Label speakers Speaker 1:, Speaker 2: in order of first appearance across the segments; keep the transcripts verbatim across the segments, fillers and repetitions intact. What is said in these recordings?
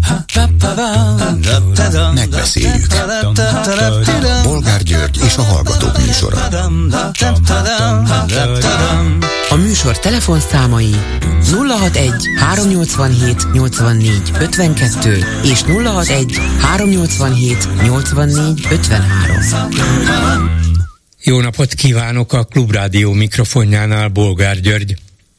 Speaker 1: Megbeszéljük. Bolgár György és a Hallgatók műsora.
Speaker 2: A műsor telefonszámai nulla hatvanegy háromnyolcvanhét nyolcvannégy ötvenkettő és nulla hatvanegy háromnyolcvanhét nyolcvannégy ötvenhárom.
Speaker 3: Jó napot kívánok, a Klubrádió mikrofonjánál Bolgár György.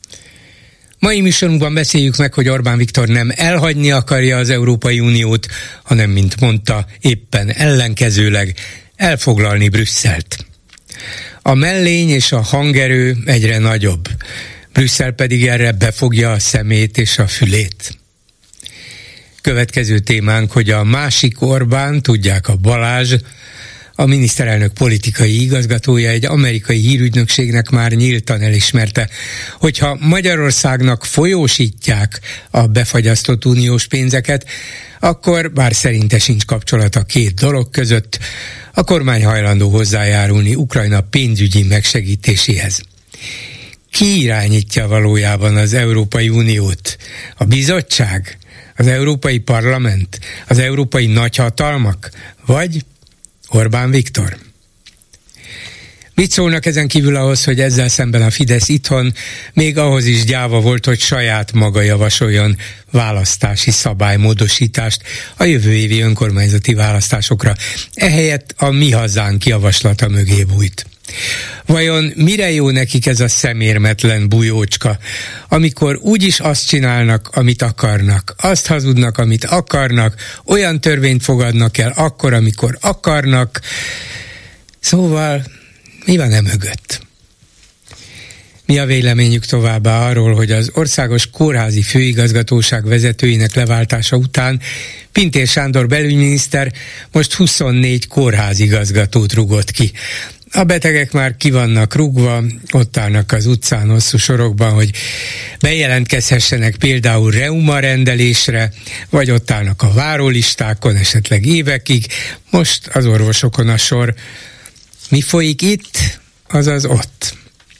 Speaker 3: Mai műsorunkban beszéljük meg, hogy Orbán Viktor nem elhagyni akarja az Európai Uniót, hanem, mint mondta, éppen ellenkezőleg elfoglalni Brüsszelt. A mellény és a hangerő egyre nagyobb, Brüsszel pedig erre befogja a szemét és a fülét. Következő témánk, hogy a másik Orbán, tudják, a Balázs, a miniszterelnök politikai igazgatója egy amerikai hírügynökségnek már nyíltan elismerte, hogyha Magyarországnak folyósítják a befagyasztott uniós pénzeket, akkor, bár szerinte sincs kapcsolat a két dolog között, a kormány hajlandó hozzájárulni Ukrajna pénzügyi megsegítéséhez. Ki irányítja valójában az Európai Uniót? A bizottság? Az Európai Parlament? Az európai nagyhatalmak? Vagy Orbán Viktor? Mit szólnak ezen kívül ahhoz, hogy ezzel szemben a Fidesz itthon még ahhoz is gyáva volt, hogy saját maga javasoljon választási szabálymódosítást a jövő évi önkormányzati választásokra. Ehelyett a Mi Hazánk javaslata mögé bújt. Vajon mire jó nekik ez a szemérmetlen bujócska, amikor úgyis azt csinálnak, amit akarnak, azt hazudnak, amit akarnak, olyan törvényt fogadnak el akkor, amikor akarnak, szóval mi van e mögött? Mi a véleményük továbbá arról, hogy az Országos Kórházi Főigazgatóság vezetőinek leváltása után Pintér Sándor belügyminiszter most huszonnégy kórházigazgatót rúgott ki. A betegek már ki vannak rúgva, ott állnak az utcán hosszú sorokban, hogy bejelentkezhessenek például reuma rendelésre, vagy ott állnak a várólistákon, esetleg évekig, most az orvosokon a sor. Mi folyik itt, azaz ott.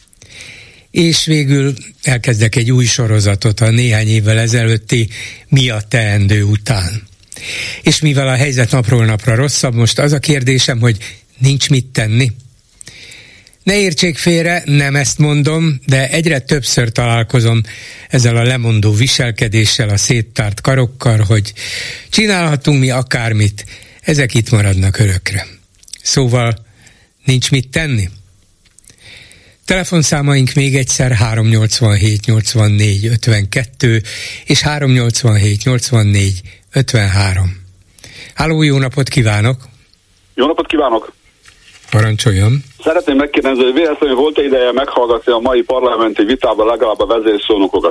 Speaker 3: És végül elkezdek egy új sorozatot a néhány évvel ezelőtti Mi a teendő után. És mivel a helyzet napról napra rosszabb, most az a kérdésem, hogy nincs mit tenni? Ne értsék félre, nem ezt mondom, de egyre többször találkozom ezzel a lemondó viselkedéssel, a széttárt karokkal, hogy csinálhatunk mi akármit, ezek itt maradnak örökre. Szóval nincs mit tenni? Telefonszámaink még egyszer háromnyolcvanhét nyolcvannégy ötvenkettő és háromnyolcvanhét nyolcvannégy ötvenhárom. Háló, jó napot kívánok!
Speaker 4: Jó napot kívánok!
Speaker 3: Parancsoljon!
Speaker 4: Szeretném megkérdezni, hogy véletlenül volt-e ideje meghallgatni a mai parlamenti vitában legalább a vezérszónokokat?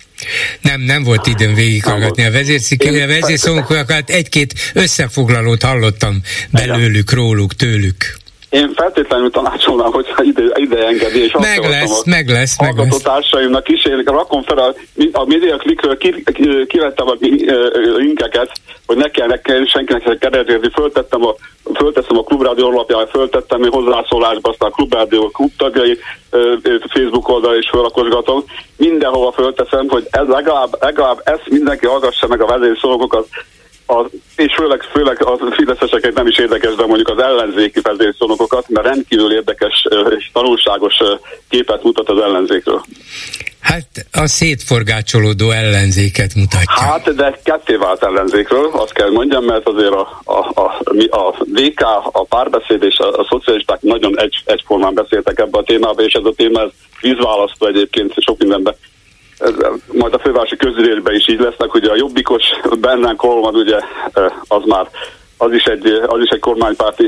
Speaker 3: Nem, nem volt időm végighallgatni a vezérszónokokat, egy-két összefoglalót hallottam belőlük, róluk, tőlük.
Speaker 4: Én feltétlenül tanácsolnám, hogyha ide, ide engedi, és
Speaker 3: meg lesz,
Speaker 4: a
Speaker 3: meg lesz,
Speaker 4: hallgató társaimnak is, én rakom fel a, a MediaClickről kivettem a linkeket, hogy ne kell, ne kell senkinek keresni, föltettem a, fölteszem a Klubrádió honlapjára, föltettem egy hozzászólásba, aztán a Klubrádió klubtagjai Facebook oldal is felrakosgatom, mindenhova fölteszem, hogy ez legalább, legalább ezt mindenki hallgassa meg a vezérszónokokat. A, és főleg, főleg a fideszeseket nem is érdekes, de mondjuk az ellenzéki vezérszónokokat, mert rendkívül érdekes és tanulságos képet mutat az ellenzékről.
Speaker 3: Hát a szétforgácsolódó ellenzéket mutatja.
Speaker 4: Hát, de ketté vált ellenzékről, azt kell mondjam, mert azért a, a, a, a vé ká, a Párbeszéd és a, a szocialisták nagyon egy, egyformán beszéltek ebbe a témába, és ez a téma ez vízválasztó egyébként sok mindenben. Ez, majd a fővárosi közülésben is így lesznek, ugye a jobbikos Bernán Kolman, ugye az már az is egy, az is egy kormánypárti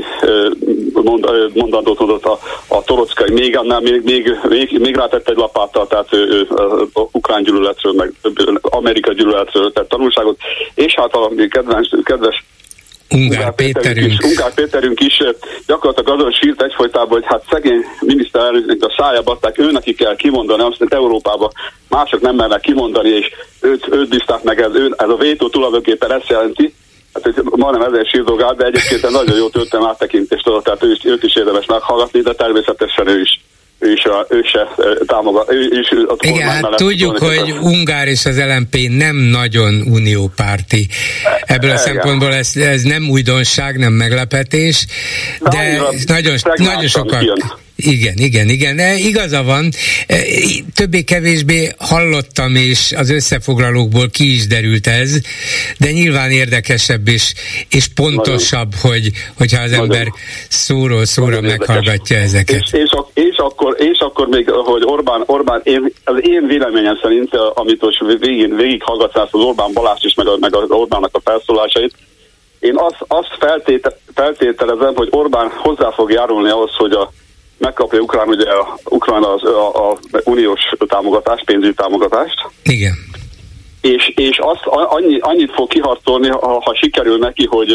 Speaker 4: mond, mondandót mondott a, a Torockai, még annál még, még, még, még rátett egy lapáttal, tehát ő, ő, a ukrán gyűlöletről, meg Amerika gyűlöletről tett tanulságot, és hát a kedves, kedves
Speaker 3: Ungár Péterünk.
Speaker 4: Is, Ungár Péterünk is gyakorlatilag azon sírt egyfolytában, hogy hát szegény miniszterelnöknek a szájába adták, őneki kell kimondani, azt mondja, Európában mások nem mernek kimondani, és őt, őt bízták meg, ez, ő, ez a vétó tulajdonképpen ezt jelenti, hát majdnem ezer sírdogál, de egyébként nagyon jó történelmi áttekintést adott, tehát őt, őt is érdemes meghallgatni, de természetesen ő is ő se, ő se támogat. Ő is a
Speaker 3: Igen, hát tudjuk, hogy Ungár és az el em pé nem nagyon uniópárti. Ebből a szempontból ez, ez nem újdonság, nem meglepetés, de, de nagyon, nagyon sokan... Igen, igen, igen, de igaza van, többé-kevésbé hallottam, és az összefoglalókból ki is derült ez, de nyilván érdekesebb és, és pontosabb, hogy, hogyha az nagyon ember szóról szóra meghallgatja ezeket. És,
Speaker 4: és, és, akkor, és akkor még, hogy Orbán, Orbán én, az én véleményem szerint, amit most végig, végig hallgatsz az Orbán Balást is, meg, a, meg az Orbánnak a felszólásait, én azt, azt feltéte, feltételezem, hogy Orbán hozzá fog járulni ahhoz, hogy a megkapja Ukrán, ugye a, Ukrajna az a, a uniós támogatást, pénzügyi támogatást.
Speaker 3: Igen.
Speaker 4: És, és azt annyi, annyit fog kiharcolni, ha, ha sikerül neki, hogy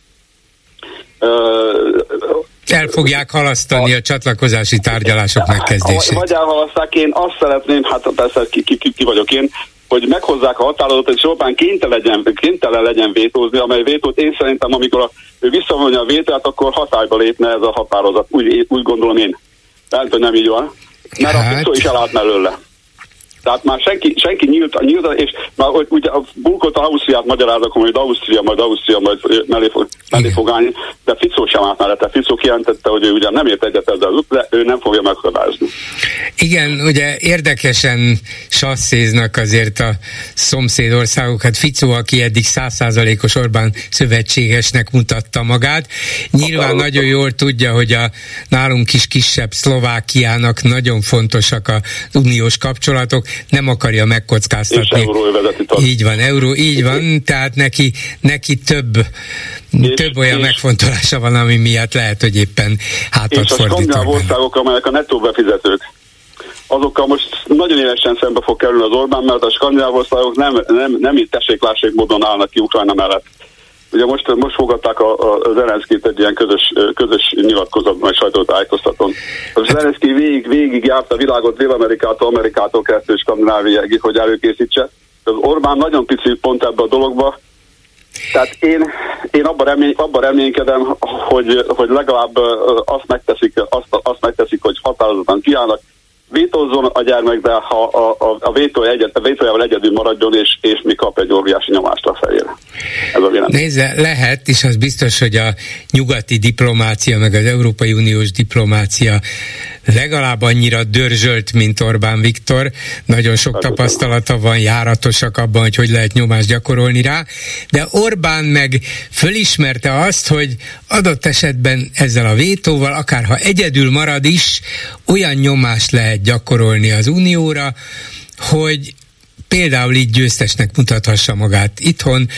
Speaker 3: uh, el fogják halasztani a, a csatlakozási tárgyalások megkezdését.
Speaker 4: Vagy elhalaszták, én azt szeretném, hát persze ki, ki, ki, ki vagyok én, hogy meghozzák a határozatot, és Orbán kénytelen legyen, kénytelen legyen vétózni, amely vétót én szerintem, amikor a, ő visszavonja a vételt, akkor hatályba lépne ez a határozat. Úgy, úgy gondolom én. Tehát, hogy nem így van. Mert hát... a Fico is elállt mellőle. Tehát már senki, senki nyílt, nyílt, és már ugye a Bulkot Ausztriát magyarázok, hogy Ausztria, majd Ausztria majd mellé fog, mellé fog állni, de Fico sem állt mellette. Fico kijelentette, hogy ő ugye nem ért egyet ezzel, de ő nem fogja megakadályozni.
Speaker 3: Igen, ugye érdekesen sasszéznak azért a szomszédországok. Hát Fico, aki eddig száz százalékos Orbán szövetségesnek mutatta magát, nyilván hát, nagyon jól tudja, hogy a nálunk is kisebb Szlovákiának nagyon fontosak az uniós kapcsolatok, nem akarja megkockáztatni.
Speaker 4: És euróvezeti tag.
Speaker 3: Így van, euró, így van, tehát neki, neki több, és, több olyan és, megfontolása van, ami miatt lehet, hogy éppen hátat fordítanak. És a skandináv országok, amelyek a nettó befizetők, azokkal most nagyon élesen szembe fog kerülni az Orbán, mert a skandináv országok nem, nem, nem itt tessék-lássék módon állnak ki Ukrajna mellett. Ugye most, most fogadták a, a Zelenszkit egy ilyen közös, közös nyilatkozatban, egy sajtótájékoztatón. A Zelenszky végig, végig járt a világot Dél-Amerikától, Amerikától keresztül Skandináviáig, hogy előkészítse. Az Orbán nagyon pici pont ebbe a dologba. Tehát én, én abban, remény, abban reménykedem, hogy, hogy legalább azt megteszik, azt, azt megteszik, hogy határozottan kiállnak, vétózzon a gyermek, de ha a, a, a, vétója egyet, a vétójával egyedül maradjon, és, és mi kap egy óriási nyomást a fejére. Ez a vélemény. Nézze, lehet, és az biztos, hogy a nyugati diplomácia, meg az Európai Uniós diplomácia legalább annyira dörzsölt, mint Orbán Viktor. Nagyon sok tapasztalata van, járatosak abban, hogy hogy lehet nyomást gyakorolni rá, de Orbán meg fölismerte azt, hogy adott esetben ezzel a vétóval, akár ha egyedül marad is, olyan nyomást lehet gyakorolni az Unióra, hogy például így győztesnek mutathassa magát itthon,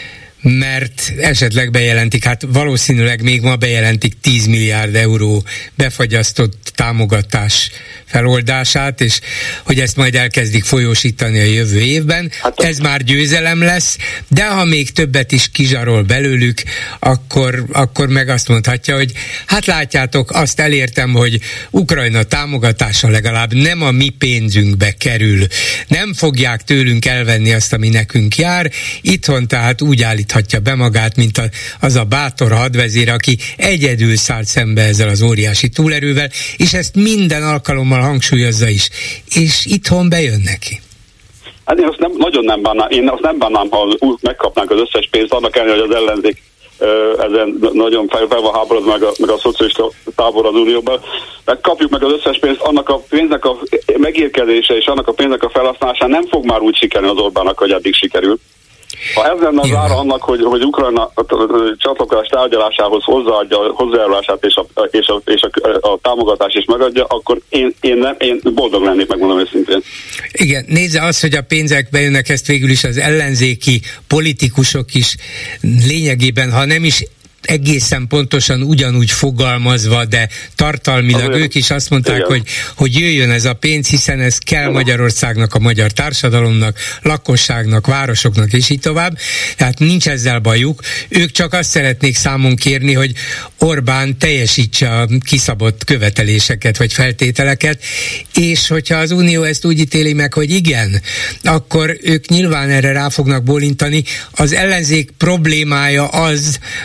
Speaker 3: mert esetleg bejelentik, hát valószínűleg még ma bejelentik tíz milliárd euró befagyasztott támogatás feloldását, és hogy ezt majd elkezdik folyósítani a jövő évben. Hát ez már győzelem lesz, de ha még többet is kizsarol belőlük, akkor, akkor meg azt mondhatja, hogy hát látjátok, azt elértem, hogy Ukrajna támogatása legalább nem a mi pénzünkbe kerül. Nem fogják tőlünk elvenni azt, ami nekünk jár. Itthon tehát úgy állíthatja be magát, mint a, az a bátor hadvezér, aki egyedül szállt szembe ezzel az óriási túlerővel, és ezt minden alkalommal hangsúlyozza is. És itthon bejön neki.
Speaker 4: Hát én azt nem, nagyon nem bánnám, én azt nem bánnám, ha megkapnánk az összes pénzt, annak ellenére, hogy az ellenzék ezen nagyon fel van háborodva, meg a, meg a szocialista tábor az Unióban. Mert kapjuk meg az összes pénzt, annak a pénznek a megérkezése és annak a pénznek a felhasználása nem fog már úgy sikerülni az Orbánnak, hogy eddig sikerült. Ha ez lenne az ára annak, hogy, hogy Ukrajna csatlakozás tárgyalásához hozzáadja a hozzájárulását és, a, és, a, és a, a támogatás is megadja, akkor én, én, nem, én boldog lennék, megmondom őszintén.
Speaker 3: Igen, nézze, az, hogy a pénzek bejönnek, ezt végül is az ellenzéki politikusok is lényegében, ha nem is egészen pontosan ugyanúgy fogalmazva, de tartalmilag azért ők is azt mondták, hogy, hogy jöjjön ez a pénz, hiszen ez kell Magyarországnak, a magyar társadalomnak, lakosságnak, városoknak, és így tovább. Tehát nincs ezzel bajuk. Ők csak azt szeretnék számon kérni, hogy Orbán teljesítse a kiszabott követeléseket, vagy feltételeket, és hogyha az Unió ezt úgy ítéli meg, hogy igen, akkor ők nyilván erre rá fognak bólintani. Az ellenzék problémája az, de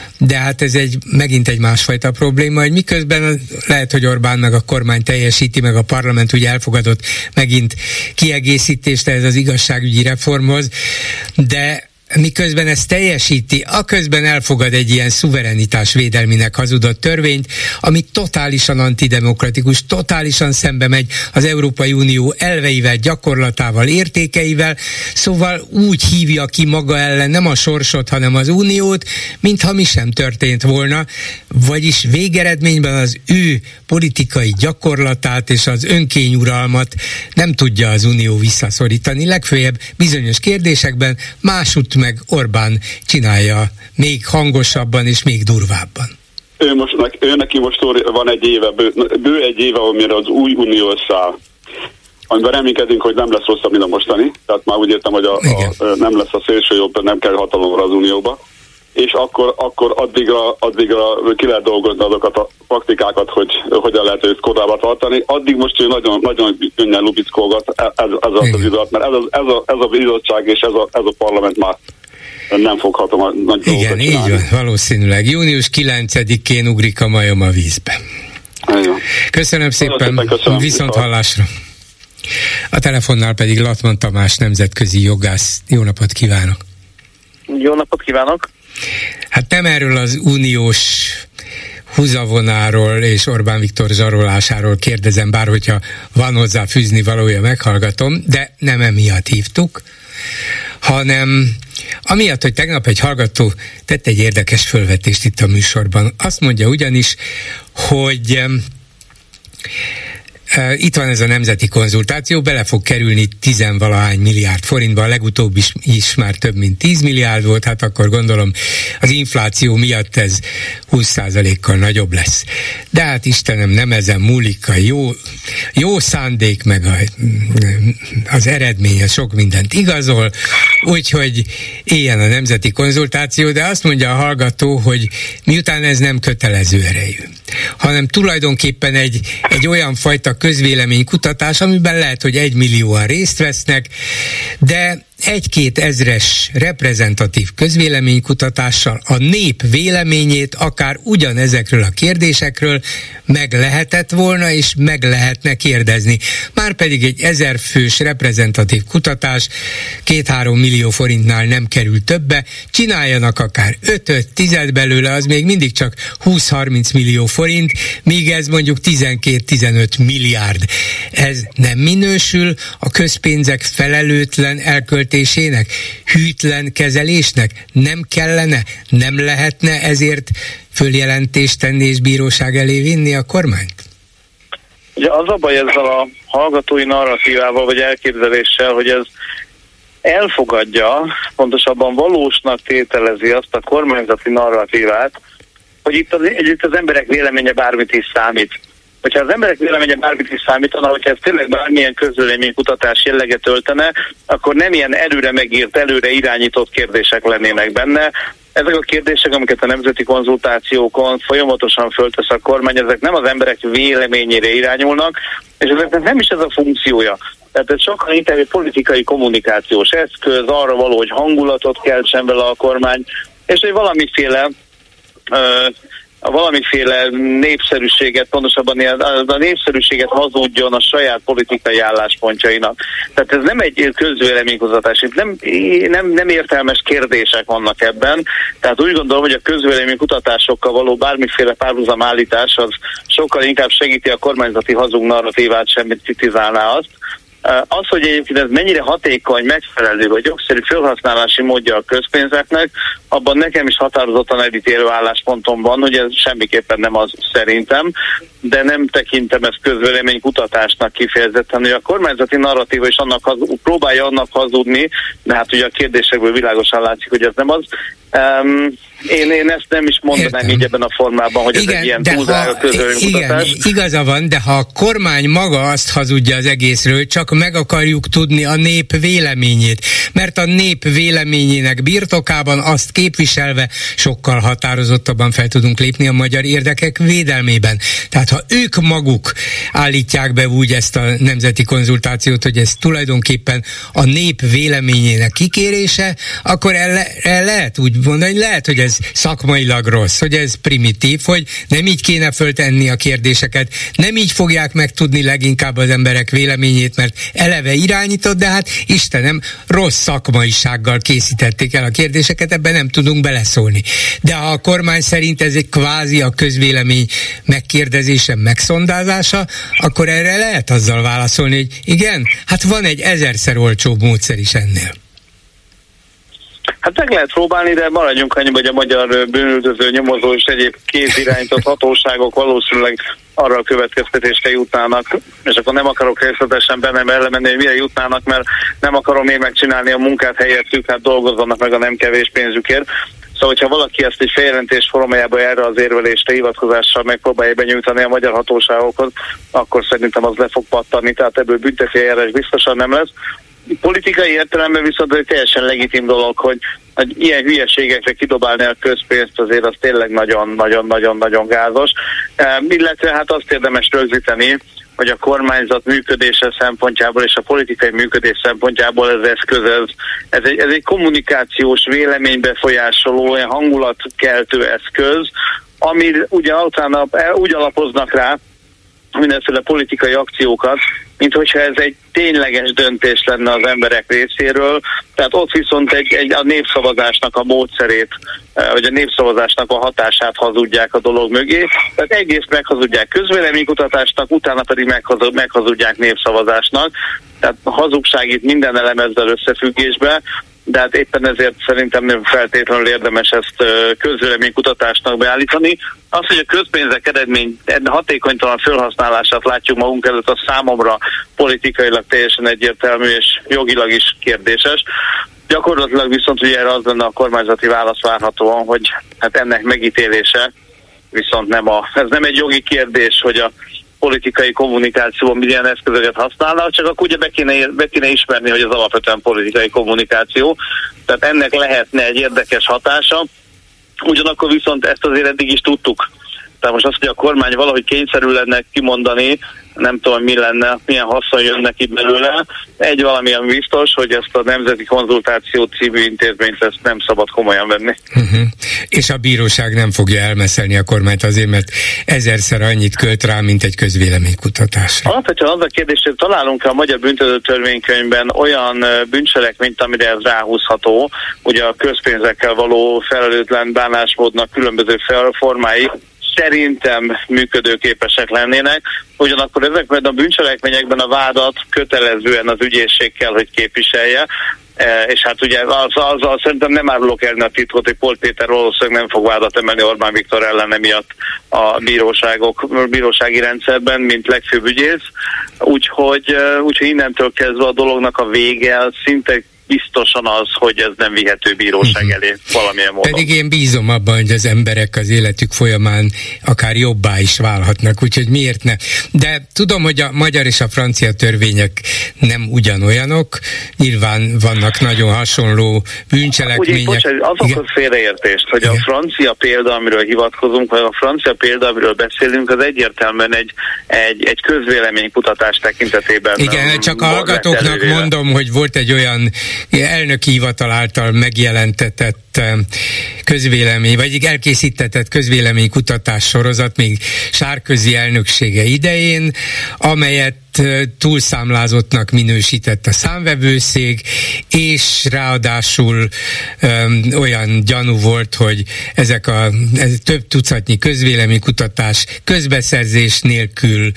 Speaker 3: hát ez egy megint egy másfajta probléma, hogy miközben lehet, hogy Orbán meg a kormány teljesíti, meg a parlament ugye elfogadott megint kiegészítést ez az igazságügyi reformhoz, de miközben ezt teljesíti, aközben elfogad egy ilyen szuverenitás védelminek hazudott törvényt, ami totálisan antidemokratikus, totálisan szembe megy az Európai Unió elveivel, gyakorlatával, értékeivel, szóval úgy hívja ki maga ellen nem a sorsot, hanem az Uniót, mintha mi sem történt volna, vagyis végeredményben az ő politikai gyakorlatát és az önkényuralmat nem tudja az Unió visszaszorítani, legfőjebb bizonyos kérdésekben, másút meg Orbán csinálja még hangosabban és még durvábban.
Speaker 4: Ő most, ő neki most van egy éve, bő, bő egy éve, amire az új unió összeáll, amiben reménykedünk, hogy nem lesz rosszabb, mint a mostani, tehát már úgy értem, hogy a, a, nem lesz a szélső jobb, nem kell hatalomra az unióba, és akkor, akkor addigra, addigra ki lehet dolgozni azokat a praktikákat, hogy hogyan lehet őt korábban tartani. Addig most ő nagyon, nagyon könnyen lubickolgat ez, ez az az időt, mert ez a, ez, a, ez a bizottság és ez a, ez a parlament már nem foghatom a nagy
Speaker 3: Igen, így van, valószínűleg. június kilencedikén ugrik a majom a vízbe.
Speaker 4: Igen.
Speaker 3: Köszönöm szépen, köszönöm. Viszont hallásra. A telefonnál pedig Latman Tamás, nemzetközi jogász. Jó napot kívánok!
Speaker 5: Jó napot kívánok!
Speaker 3: Hát nem erről az uniós húzavonáról és Orbán Viktor zsarolásáról kérdezem, bár hogyha van hozzá fűzni valója, meghallgatom, de nem emiatt hívtuk, hanem amiatt, hogy tegnap egy hallgató tett egy érdekes fölvetést itt a műsorban. Azt mondja ugyanis, hogy itt van ez a nemzeti konzultáció, bele fog kerülni tizenvalahány milliárd forintba, a legutóbb is, is már több mint tíz milliárd volt, hát akkor gondolom az infláció miatt ez húsz százalékkal nagyobb lesz. De hát Istenem, nem ezen múlik, a jó, jó szándék meg a, az eredménye sok mindent igazol, úgyhogy éljen a nemzeti konzultáció, de azt mondja a hallgató, hogy miután ez nem kötelező erejű, hanem tulajdonképpen egy, egy olyan fajta közvéleménykutatás, amiben lehet, hogy egymillióan részt vesznek, de egy-két ezres reprezentatív közvéleménykutatással a nép véleményét akár ugyanezekről a kérdésekről meg lehetett volna és meg lehetne kérdezni. Márpedig egy ezerfős reprezentatív kutatás két-három millió forintnál nem kerül többe, csináljanak akár öt-öt tized belőle, az még mindig csak húsz-harminc millió forint, míg ez mondjuk tizenkét-tizenöt milliárd. Ez nem minősül a közpénzek felelőtlen elköltésének, hűtlen kezelésnek? Nem kellene, nem lehetne ezért följelentést tenni és bíróság elé vinni a kormányt?
Speaker 5: Ugye az a baj ezzel a hallgatói narratívával vagy elképzeléssel, hogy ez elfogadja, pontosabban valósnak tételezi azt a kormányzati narratívát, hogy itt az, itt az emberek véleménye bármit is számít. Hogyha az emberek véleménye bármit is számítana, hogyha ez tényleg bármilyen közvéleménykutatás jelleget öltene, akkor nem ilyen előre megírt, előre irányított kérdések lennének benne. Ezek a kérdések, amiket a nemzeti konzultációkon folyamatosan föltesz a kormány, ezek nem az emberek véleményére irányulnak, és ezeknek nem is ez a funkciója. Tehát ez sokkal inkább egy politikai kommunikációs eszköz, arra való, hogy hangulatot keltsen vele a kormány, és hogy valamiféle uh, a valamiféle népszerűséget, pontosabban a népszerűséget hazudjon a saját politikai álláspontjainak. Tehát ez nem egy közvéleménykutatás, itt nem, nem, nem értelmes kérdések vannak ebben, tehát úgy gondolom, hogy a közvéleménykutatásokkal való bármiféle párhuzamállítás az sokkal inkább segíti a kormányzati hazug narratívát, semmit kritizálná azt. Az, hogy egyébként ez mennyire hatékony, megfelelő vagy jogszerű felhasználási módja a közpénzeknek, abban nekem is határozottan elítélő álláspontom van, hogy ez semmiképpen nem az szerintem, de nem tekintem ezt közvéleménykutatásnak kifejezetten, hogy a kormányzati narratíva is annak hazud, próbálja annak hazudni, de hát ugye a kérdésekből világosan látszik, hogy ez nem az. Um, én, én ezt nem is mondanám Értem. így ebben a formában, hogy igen, ez egy ilyen túlzága közvéleménykutatás.
Speaker 3: Igen, igaza van, de ha a kormány maga azt hazudja az egészről, csak meg akarjuk tudni a nép véleményét, mert a nép véleményének birtokában azt képviselve sokkal határozottabban fel tudunk lépni a magyar érdekek védelmében. Tehát ha ők maguk állítják be úgy ezt a nemzeti konzultációt, hogy ez tulajdonképpen a nép véleményének kikérése, akkor el, le, el lehet úgy mondani, hogy lehet, hogy ez szakmailag rossz, hogy ez primitív, hogy nem így kéne föltenni a kérdéseket, nem így fogják megtudni leginkább az emberek véleményét, mert eleve irányított, de hát Istenem, rossz szakmaisággal készítették el a kérdéseket, ebben nem tudunk beleszólni. De ha a kormány szerint ez egy kvázi a közvélemény megkérdezése, megszondázása, akkor erre lehet azzal válaszolni, hogy igen, hát van egy ezerszer olcsóbb módszer is ennél.
Speaker 5: Hát meg lehet próbálni, de maradjunk annyiba, hogy a magyar bűnüldöző, nyomozó és egyéb kézirányított hatóságok valószínűleg arra a következtetésre jutnának, és akkor nem akarok részletesen bennem ellemenni, hogy mire jutnának, mert nem akarom én megcsinálni a munkát helyettük, hát dolgozzanak meg a nem kevés pénzükért. Szóval, hogyha valaki ezt egy feljelentés formájában erre az érvelésre hivatkozással megpróbálja benyújtani a magyar hatóságokhoz, akkor szerintem az le fog pattanni, tehát ebből büntetőeljárás biztosan nem lesz. Politikai értelemben viszont egy teljesen legitim dolog, hogy, hogy ilyen hülyeségekre kidobálni a közpénzt, azért az tényleg nagyon-nagyon-nagyon-nagyon gázos. E, illetve hát azt érdemes rögzíteni, hogy a kormányzat működése szempontjából és a politikai működés szempontjából ez eszköz, ez, ez, egy, ez egy kommunikációs, véleménybefolyásoló, olyan hangulatkeltő eszköz, ami ugye utána úgy alapoznak rá mindenféle politikai akciókat, mint hogyha ez egy tényleges döntés lenne az emberek részéről. Tehát ott viszont egy, egy, a népszavazásnak a módszerét, vagy a népszavazásnak a hatását hazudják a dolog mögé. Tehát egész meghazudják közvéleménykutatásnak, utána pedig meghazud, meghazudják népszavazásnak. Tehát a hazugság itt minden elem ezzel összefüggésben, de hát éppen ezért szerintem nem feltétlenül érdemes ezt közvéleménykutatásnak beállítani. Az, hogy a közpénzek eredmény hatékonytalan felhasználását látjuk magunk előtt, az számomra politikailag teljesen egyértelmű és jogilag is kérdéses. Gyakorlatilag viszont ugye erre az lenne a kormányzati válasz várhatóan, hogy hát ennek megítélése viszont nem a, ez nem egy jogi kérdés, hogy a politikai kommunikációban milyen eszközöket használnak, csak akkor ugye be kéne, be kéne ismerni, hogy az alapvetően politikai kommunikáció. Tehát ennek lehetne egy érdekes hatása. Ugyanakkor viszont ezt azért eddig is tudtuk. Tehát most azt, hogy a kormány valahogy kényszerül lenne kimondani, nem tudom, mi lenne, milyen haszon jön neki belőle. Egy valami, ami biztos, hogy ezt a Nemzeti Konzultáció című intézményt ezt nem szabad komolyan venni.
Speaker 3: Uh-huh. És a bíróság nem fogja elmeszelni a kormányt azért, mert ezerszer annyit költ rá, mint egy közvéleménykutatásra.
Speaker 5: Alapvetően az a kérdés, hogy találunk-e a magyar büntetőtörvénykönyvben olyan bűncselekményt, amire ez ráhúzható, ugye a közpénzekkel való felelőtlen bánásmódnak különböző formái szerintem működőképesek lennének, ugyanakkor ezekben a bűncselekményekben a vádat kötelezően az ügyészség kell, hogy képviselje, e, és hát ugye azzal, azzal szerintem nem árulok el a titkot, hogy Polt Péter valószínűleg nem fog vádat emelni Orbán Viktor ellen emiatt a bíróságok, bírósági rendszerben, mint legfőbb ügyész, úgyhogy, úgyhogy innentől kezdve a dolognak a vége szinte biztosan az, hogy ez nem vihető bíróság elé valamilyen módon.
Speaker 3: Pedig én bízom abban, hogy az emberek az életük folyamán akár jobbá is válhatnak, úgyhogy miért ne? De tudom, hogy a magyar és a francia törvények nem ugyanolyanok, nyilván vannak nagyon hasonló bűncselekmények.
Speaker 5: Ugye, bocsánat, az okoz félreértést, hogy igen. A francia példa, amiről hivatkozunk, vagy a francia példa, amiről beszélünk, az egyértelműen egy, egy, egy közvéleménykutatás tekintetében.
Speaker 3: Igen, csak a hallgatóknak mondom, hogy volt egy olyan elnöki hivatal által megjelentetett közvélemény, vagy elkészítetett közvéleménykutatás sorozat még Sarkozy elnöksége idején, amelyet túlszámlázottnak minősített a számvevőszék, és ráadásul öm, olyan gyanú volt, hogy ezek a ez több tucatnyi közvéleménykutatás közbeszerzés nélkül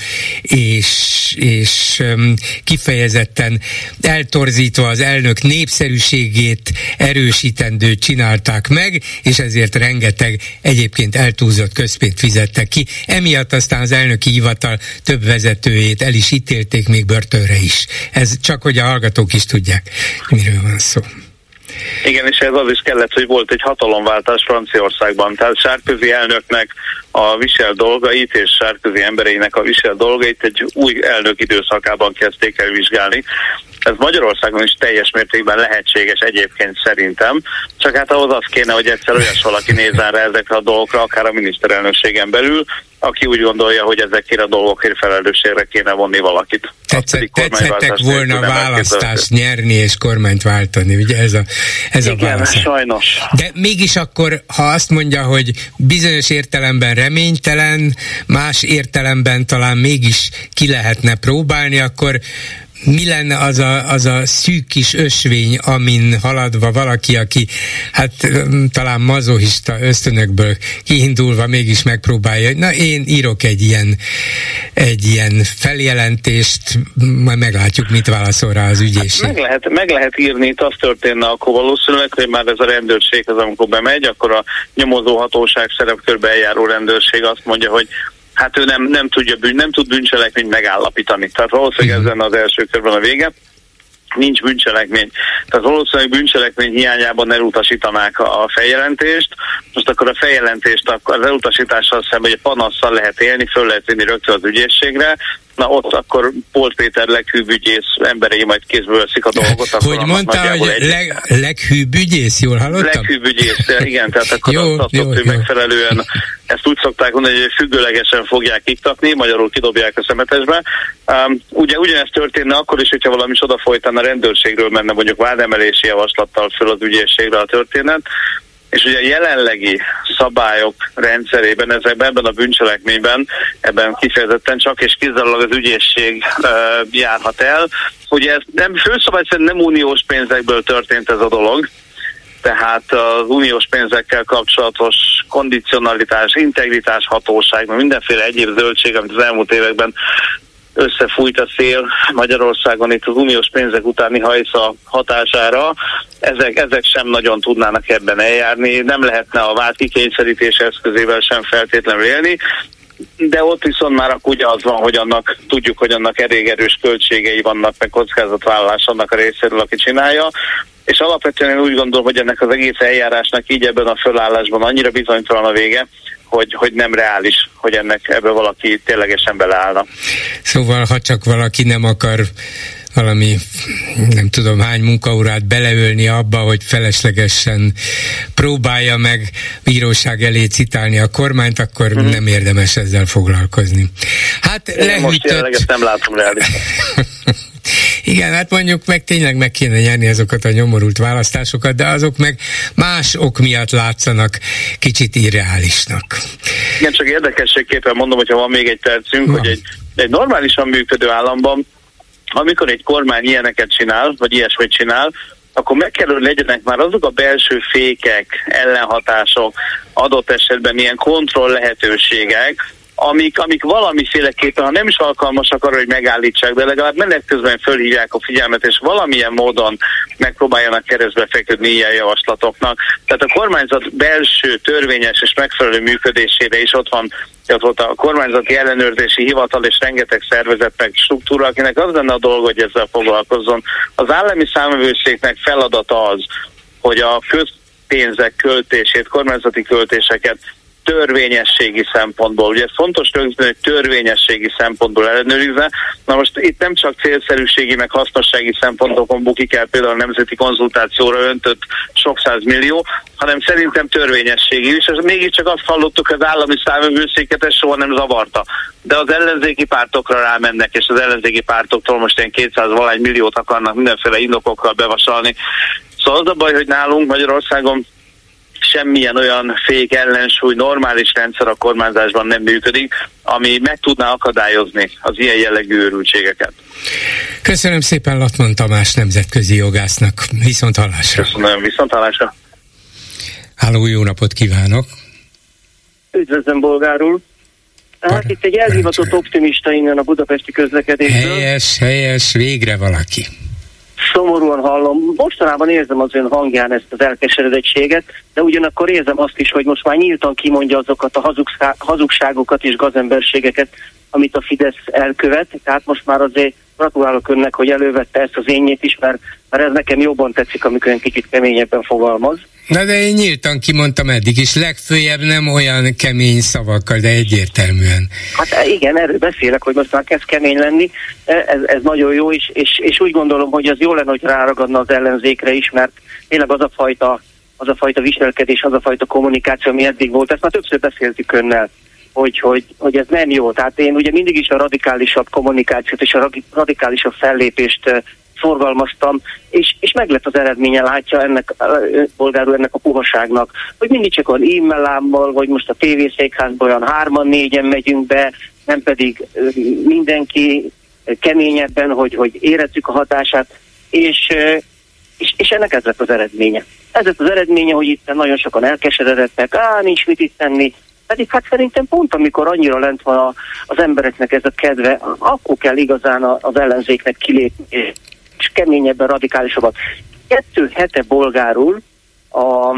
Speaker 3: és, és öm, kifejezetten eltorzítva az elnök népszerűségét erősítendő csinálták meg, és ezért rengeteg egyébként eltúlzott közpénzt fizettek ki. Emiatt aztán az elnöki hivatal több vezetőjét el is ítélték, még börtönre is. Ez csak, hogy a hallgatók is tudják, miről van szó.
Speaker 5: Igen, és ez az is kellett, hogy volt egy hatalomváltás Franciaországban. Tehát Sarkozy elnöknek a visel dolgait és Sarkozy embereinek a visel dolgait egy új elnök időszakában kezdték el vizsgálni. Ez Magyarországon is teljes mértékben lehetséges egyébként szerintem, csak hát ahhoz az kéne, hogy egyszer olyas valaki nézzen rá ezekre a dolgokra, akár a miniszterelnökségen belül, aki úgy gondolja, hogy ezekért a dolgokért felelősségre kéne vonni valakit.
Speaker 3: Tetszett, tetszettek volna választást nyerni és kormányt váltani, ugye ez a, ez
Speaker 5: Igen,
Speaker 3: a válasz.
Speaker 5: sajnos.
Speaker 3: De mégis akkor, ha azt mondja, hogy bizonyos értelemben reménytelen, más értelemben talán mégis ki lehetne próbálni, akkor mi lenne az a, az a szűk kis ösvény, amin haladva valaki, aki hát talán mazochista ösztönökből kiindulva mégis megpróbálja, hogy na én írok egy ilyen, egy ilyen feljelentést, majd meglátjuk, mit válaszol rá az ügyészség.
Speaker 5: Hát meg, lehet, meg lehet írni, itt az történne akkor valószínűleg, hogy már ez a rendőrség az, amikor bemegy, akkor a nyomozóhatóság szerepkörbe eljáró rendőrség azt mondja, hogy hát ő nem, nem, tudja, nem tud bűncselekményt megállapítani. Tehát valószínűleg ez lenne az első körben a vége. Nincs bűncselekmény. Tehát valószínűleg bűncselekmény hiányában elutasítanák a feljelentést. Most akkor a feljelentést az elutasítással szemben, hogy panasszal lehet élni, föl lehet vinni rögtön az ügyészségre. Na ott akkor Polt Péter leghűbb ügyész emberei majd kézből veszik a dolgot.
Speaker 3: Hogy mondtál, hogy egy... leg, leghűbb ügyész, jól hallottam?
Speaker 5: Leghűbb ügyész, igen, tehát akkor jó, azt, jó, azt, hogy megfelelően, ezt úgy szokták mondani, hogy függőlegesen fogják iktatni, magyarul kidobják a szemetesbe. Um, ugye ugyanezt történne akkor is, hogyha valami odafolytán a rendőrségről menne mondjuk vádemelési javaslattal föl az ügyészségre a történet, és ugye a jelenlegi szabályok rendszerében, ezekben, ebben a bűncselekményben, ebben kifejezetten csak és kizárólag az ügyészség uh, járhat el. Ugye ez nem, főszabály szerint nem uniós pénzekből történt ez a dolog, tehát az uniós pénzekkel kapcsolatos kondicionalitás, integritás, hatóság, mindenféle egyéb zöldség, amit az elmúlt években összefújt a szél Magyarországon itt az uniós pénzek utáni hajsza hatására, ezek, ezek sem nagyon tudnának ebben eljárni, nem lehetne a vád kikényszerítés eszközével sem feltétlenül élni, de ott viszont már akkor ugye az van, hogy annak tudjuk, hogy annak elég erős költségei vannak, meg kockázatvállalás annak a részéről, aki csinálja, és alapvetően én úgy gondolom, hogy ennek az egész eljárásnak így ebben a fölállásban annyira bizonytalan a vége, hogy, hogy nem reális, hogy ennek ebből valaki ténylegesen beleállna.
Speaker 3: Szóval, ha csak valaki nem akar valami, nem tudom hány munkaórát beleölni abba, hogy feleslegesen próbálja meg bíróság elé citálni a kormányt, akkor mm-hmm. nem érdemes ezzel foglalkozni. Hát
Speaker 5: én lehűtött... most jelenleg ezt nem látom reálisan.
Speaker 3: Igen, hát mondjuk meg tényleg meg kéne nyerni azokat a nyomorult választásokat, de azok meg más ok miatt látszanak kicsit irreálisnak.
Speaker 5: Igen, csak érdekességképpen mondom, hogyha van még egy percünk, van. Hogy egy, egy normálisan működő államban, amikor egy kormány ilyeneket csinál, vagy ilyesmit csinál, akkor meg kell, hogy legyenek már azok a belső fékek, ellenhatások, adott esetben ilyen kontroll lehetőségek, amik, amik valamiféleképpen, ha nem is alkalmasak arra, hogy megállítsák, de legalább menet közben fölhívják a figyelmet, és valamilyen módon megpróbáljanak keresztbe feküdni ilyen javaslatoknak. Tehát a kormányzat belső, törvényes és megfelelő működésére is ott van, ott volt a kormányzati ellenőrzési hivatal és rengeteg szervezet meg struktúra, akinek az lenne a dolga, hogy ezzel foglalkozzon. Az állami számvevőszéknek feladata az, hogy a közpénzek költését, kormányzati költéseket törvényességi szempontból. Ugye ez fontos rögzíteni, hogy törvényességi szempontból ellenőrizve. Na most itt nem csak célszerűségi, meg hasznossági szempontokon bukik el például a nemzeti konzultációra öntött sok százmillió, hanem szerintem törvényességi is, és mégiscsak azt hallottuk, hogy az állami számvevőszéket ez soha nem zavarta. De az ellenzéki pártokra rámennek, és az ellenzéki pártoktól most ilyen kétszáz-valahány milliót akarnak mindenféle indokokkal bevasalni. Szóval az a baj, hogy nálunk Magyarországon semmilyen olyan fék ellensúly, normális rendszer a kormányzásban nem működik, ami meg tudná akadályozni az ilyen jellegű őrültségeket.
Speaker 3: Köszönöm szépen Latman Tamás nemzetközi jogásznak. Viszont hallásra.
Speaker 5: Köszönöm, viszont hallásra.
Speaker 3: Háló, jó napot kívánok!
Speaker 6: Üdvözlöm, bolgár úr! Hát itt egy elhivatott optimista innen a budapesti közlekedésből.
Speaker 3: Helyes, helyes, végre valaki.
Speaker 6: Szomorúan hallom. Mostanában érzem az ön hangján ezt az elkeseredettséget, de ugyanakkor érzem azt is, hogy most már nyíltan kimondja azokat a hazugszá- hazugságokat és gazemberségeket, amit a Fidesz elkövet. Tehát most már azért gratulálok önnek, hogy elővette ezt az énjét is, mert, mert ez nekem jobban tetszik, amikor ön kicsit keményebben fogalmaz.
Speaker 3: Na de én nyíltan kimondtam eddig is, legfőjebb nem olyan kemény szavakkal, de egyértelműen.
Speaker 6: Hát igen, erről beszélek, hogy most már kezd kemény lenni, ez, ez nagyon jó, és, és, és úgy gondolom, hogy az jó lenne, hogy ráragadna az ellenzékre is, mert tényleg az a fajta, az a fajta viselkedés, az a fajta kommunikáció, ami eddig volt, ezt már többször beszéltük önnel, hogy, hogy, hogy ez nem jó. Tehát én ugye mindig is a radikálisabb kommunikációt és a radikálisabb fellépést szorgalmaztam, és, és meg lett az eredménye, látja ennek, polgár ennek a puhaságnak, hogy mindig csak olyan e-mailámmal, vagy most a tévészékházban olyan hárman, négyen megyünk be, nem pedig mindenki keményebben, hogy, hogy érezzük a hatását, és, és, és ennek ez lett az eredménye. Ez lett az eredménye, hogy itt nagyon sokan elkeseredettek, á, nincs mit itt tenni, pedig hát szerintem pont amikor annyira lent van a, az embereknek ez a kedve, akkor kell igazán az ellenzéknek kilépni, és keményebben, radikálisabban. Kettő hete bolgárul a,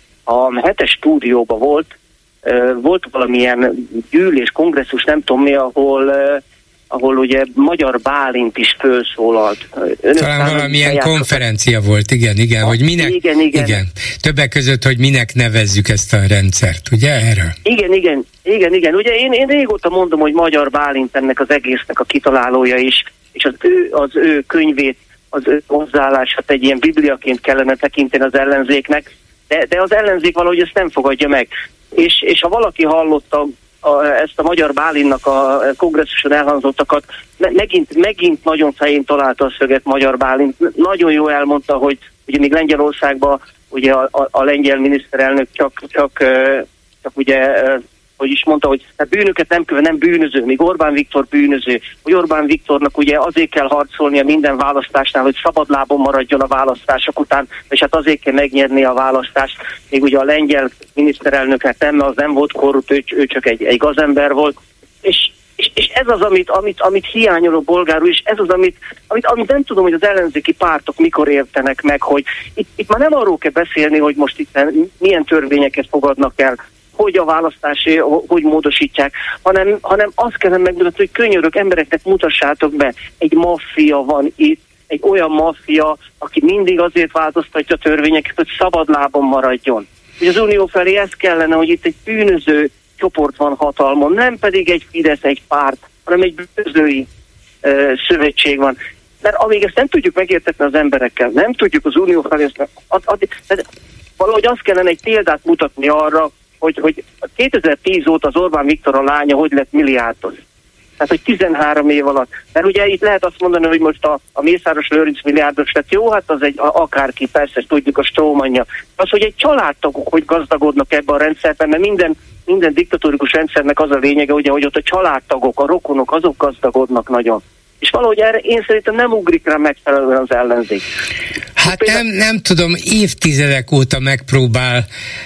Speaker 6: a hetes stúdióban volt, volt valamilyen gyűlés, kongresszus, nem tudom mi, ahol, ahol ugye Magyar Bálint is felszólalt. Önök
Speaker 3: Talán valamilyen konferencia a... volt, igen, igen, a, hogy minek,
Speaker 6: igen, igen.
Speaker 3: igen, többek között, hogy minek nevezzük ezt a rendszert, ugye erről?
Speaker 6: Igen, igen, igen, igen. Ugye én, én régóta mondom, hogy Magyar Bálint ennek az egésznek a kitalálója is, és az ő, az ő könyvét, az ő hozzáállását egy ilyen bibliaként kellene tekinteni az ellenzéknek, de, de az ellenzék valahogy ezt nem fogadja meg. És, és ha valaki hallotta a, ezt a Magyar Bálinnak a kongresszuson elhangzottakat, megint, megint nagyon fején találta a szöget Magyar Bálint. Nagyon jó elmondta, hogy ugye még Lengyelországban ugye a, a, a lengyel miniszterelnök csak, csak, csak ugye, hogy is mondta, hogy hát bűnöket nem követ, nem bűnöző, míg Orbán Viktor bűnöző, hogy Orbán Viktornak ugye azért kell harcolnia minden választásnál, hogy szabadlábon maradjon a választások után, és hát azért kell megnyerni a választást, még ugye a lengyel miniszterelnöket nem, az nem volt korrupt, ő, ő csak egy, egy gazember volt, és, és, és ez az, amit, amit, amit hiányol a bolgárul, és ez az, amit, amit, amit nem tudom, hogy az ellenzéki pártok mikor értenek meg, hogy itt, itt már nem arról kell beszélni, hogy most itt milyen törvényeket fogadnak el, hogy a választási, hogy módosítják, hanem, hanem azt kellene megmutatni, hogy könyörök, embereknek mutassátok be, egy maffia van itt, egy olyan maffia, aki mindig azért változtatja a törvényeket, hogy szabadlábon maradjon. Hogy az Unió felé ez kellene, hogy itt egy bűnöző csoport van hatalmon, nem pedig egy Fidesz, egy párt, hanem egy bűnözői uh, szövetség van. Mert amíg ezt nem tudjuk megértetni az emberekkel, nem tudjuk az Unió felé, ezt, ad, ad, ad, valahogy azt kellene egy példát mutatni arra, hogy, hogy kétezer-tíz óta az Orbán Viktor a lánya hogy lett milliárdos. Tehát, hogy tizenhárom év alatt. Mert ugye itt lehet azt mondani, hogy most a, a Mészáros Lőrinc milliárdos lett, jó, hát az egy a, akárki, persze, tudjuk a strómanja. Az, hogy egy családtagok hogy gazdagodnak ebben a rendszerben, mert minden, minden diktatórikus rendszernek az a lényege, ugye, hogy ott a családtagok, a rokonok, azok gazdagodnak nagyon. És valahogy erre én szerintem nem ugrik rá megfelelően az ellenzék.
Speaker 3: Hát például... nem, nem tudom, évtizedek óta megpróbál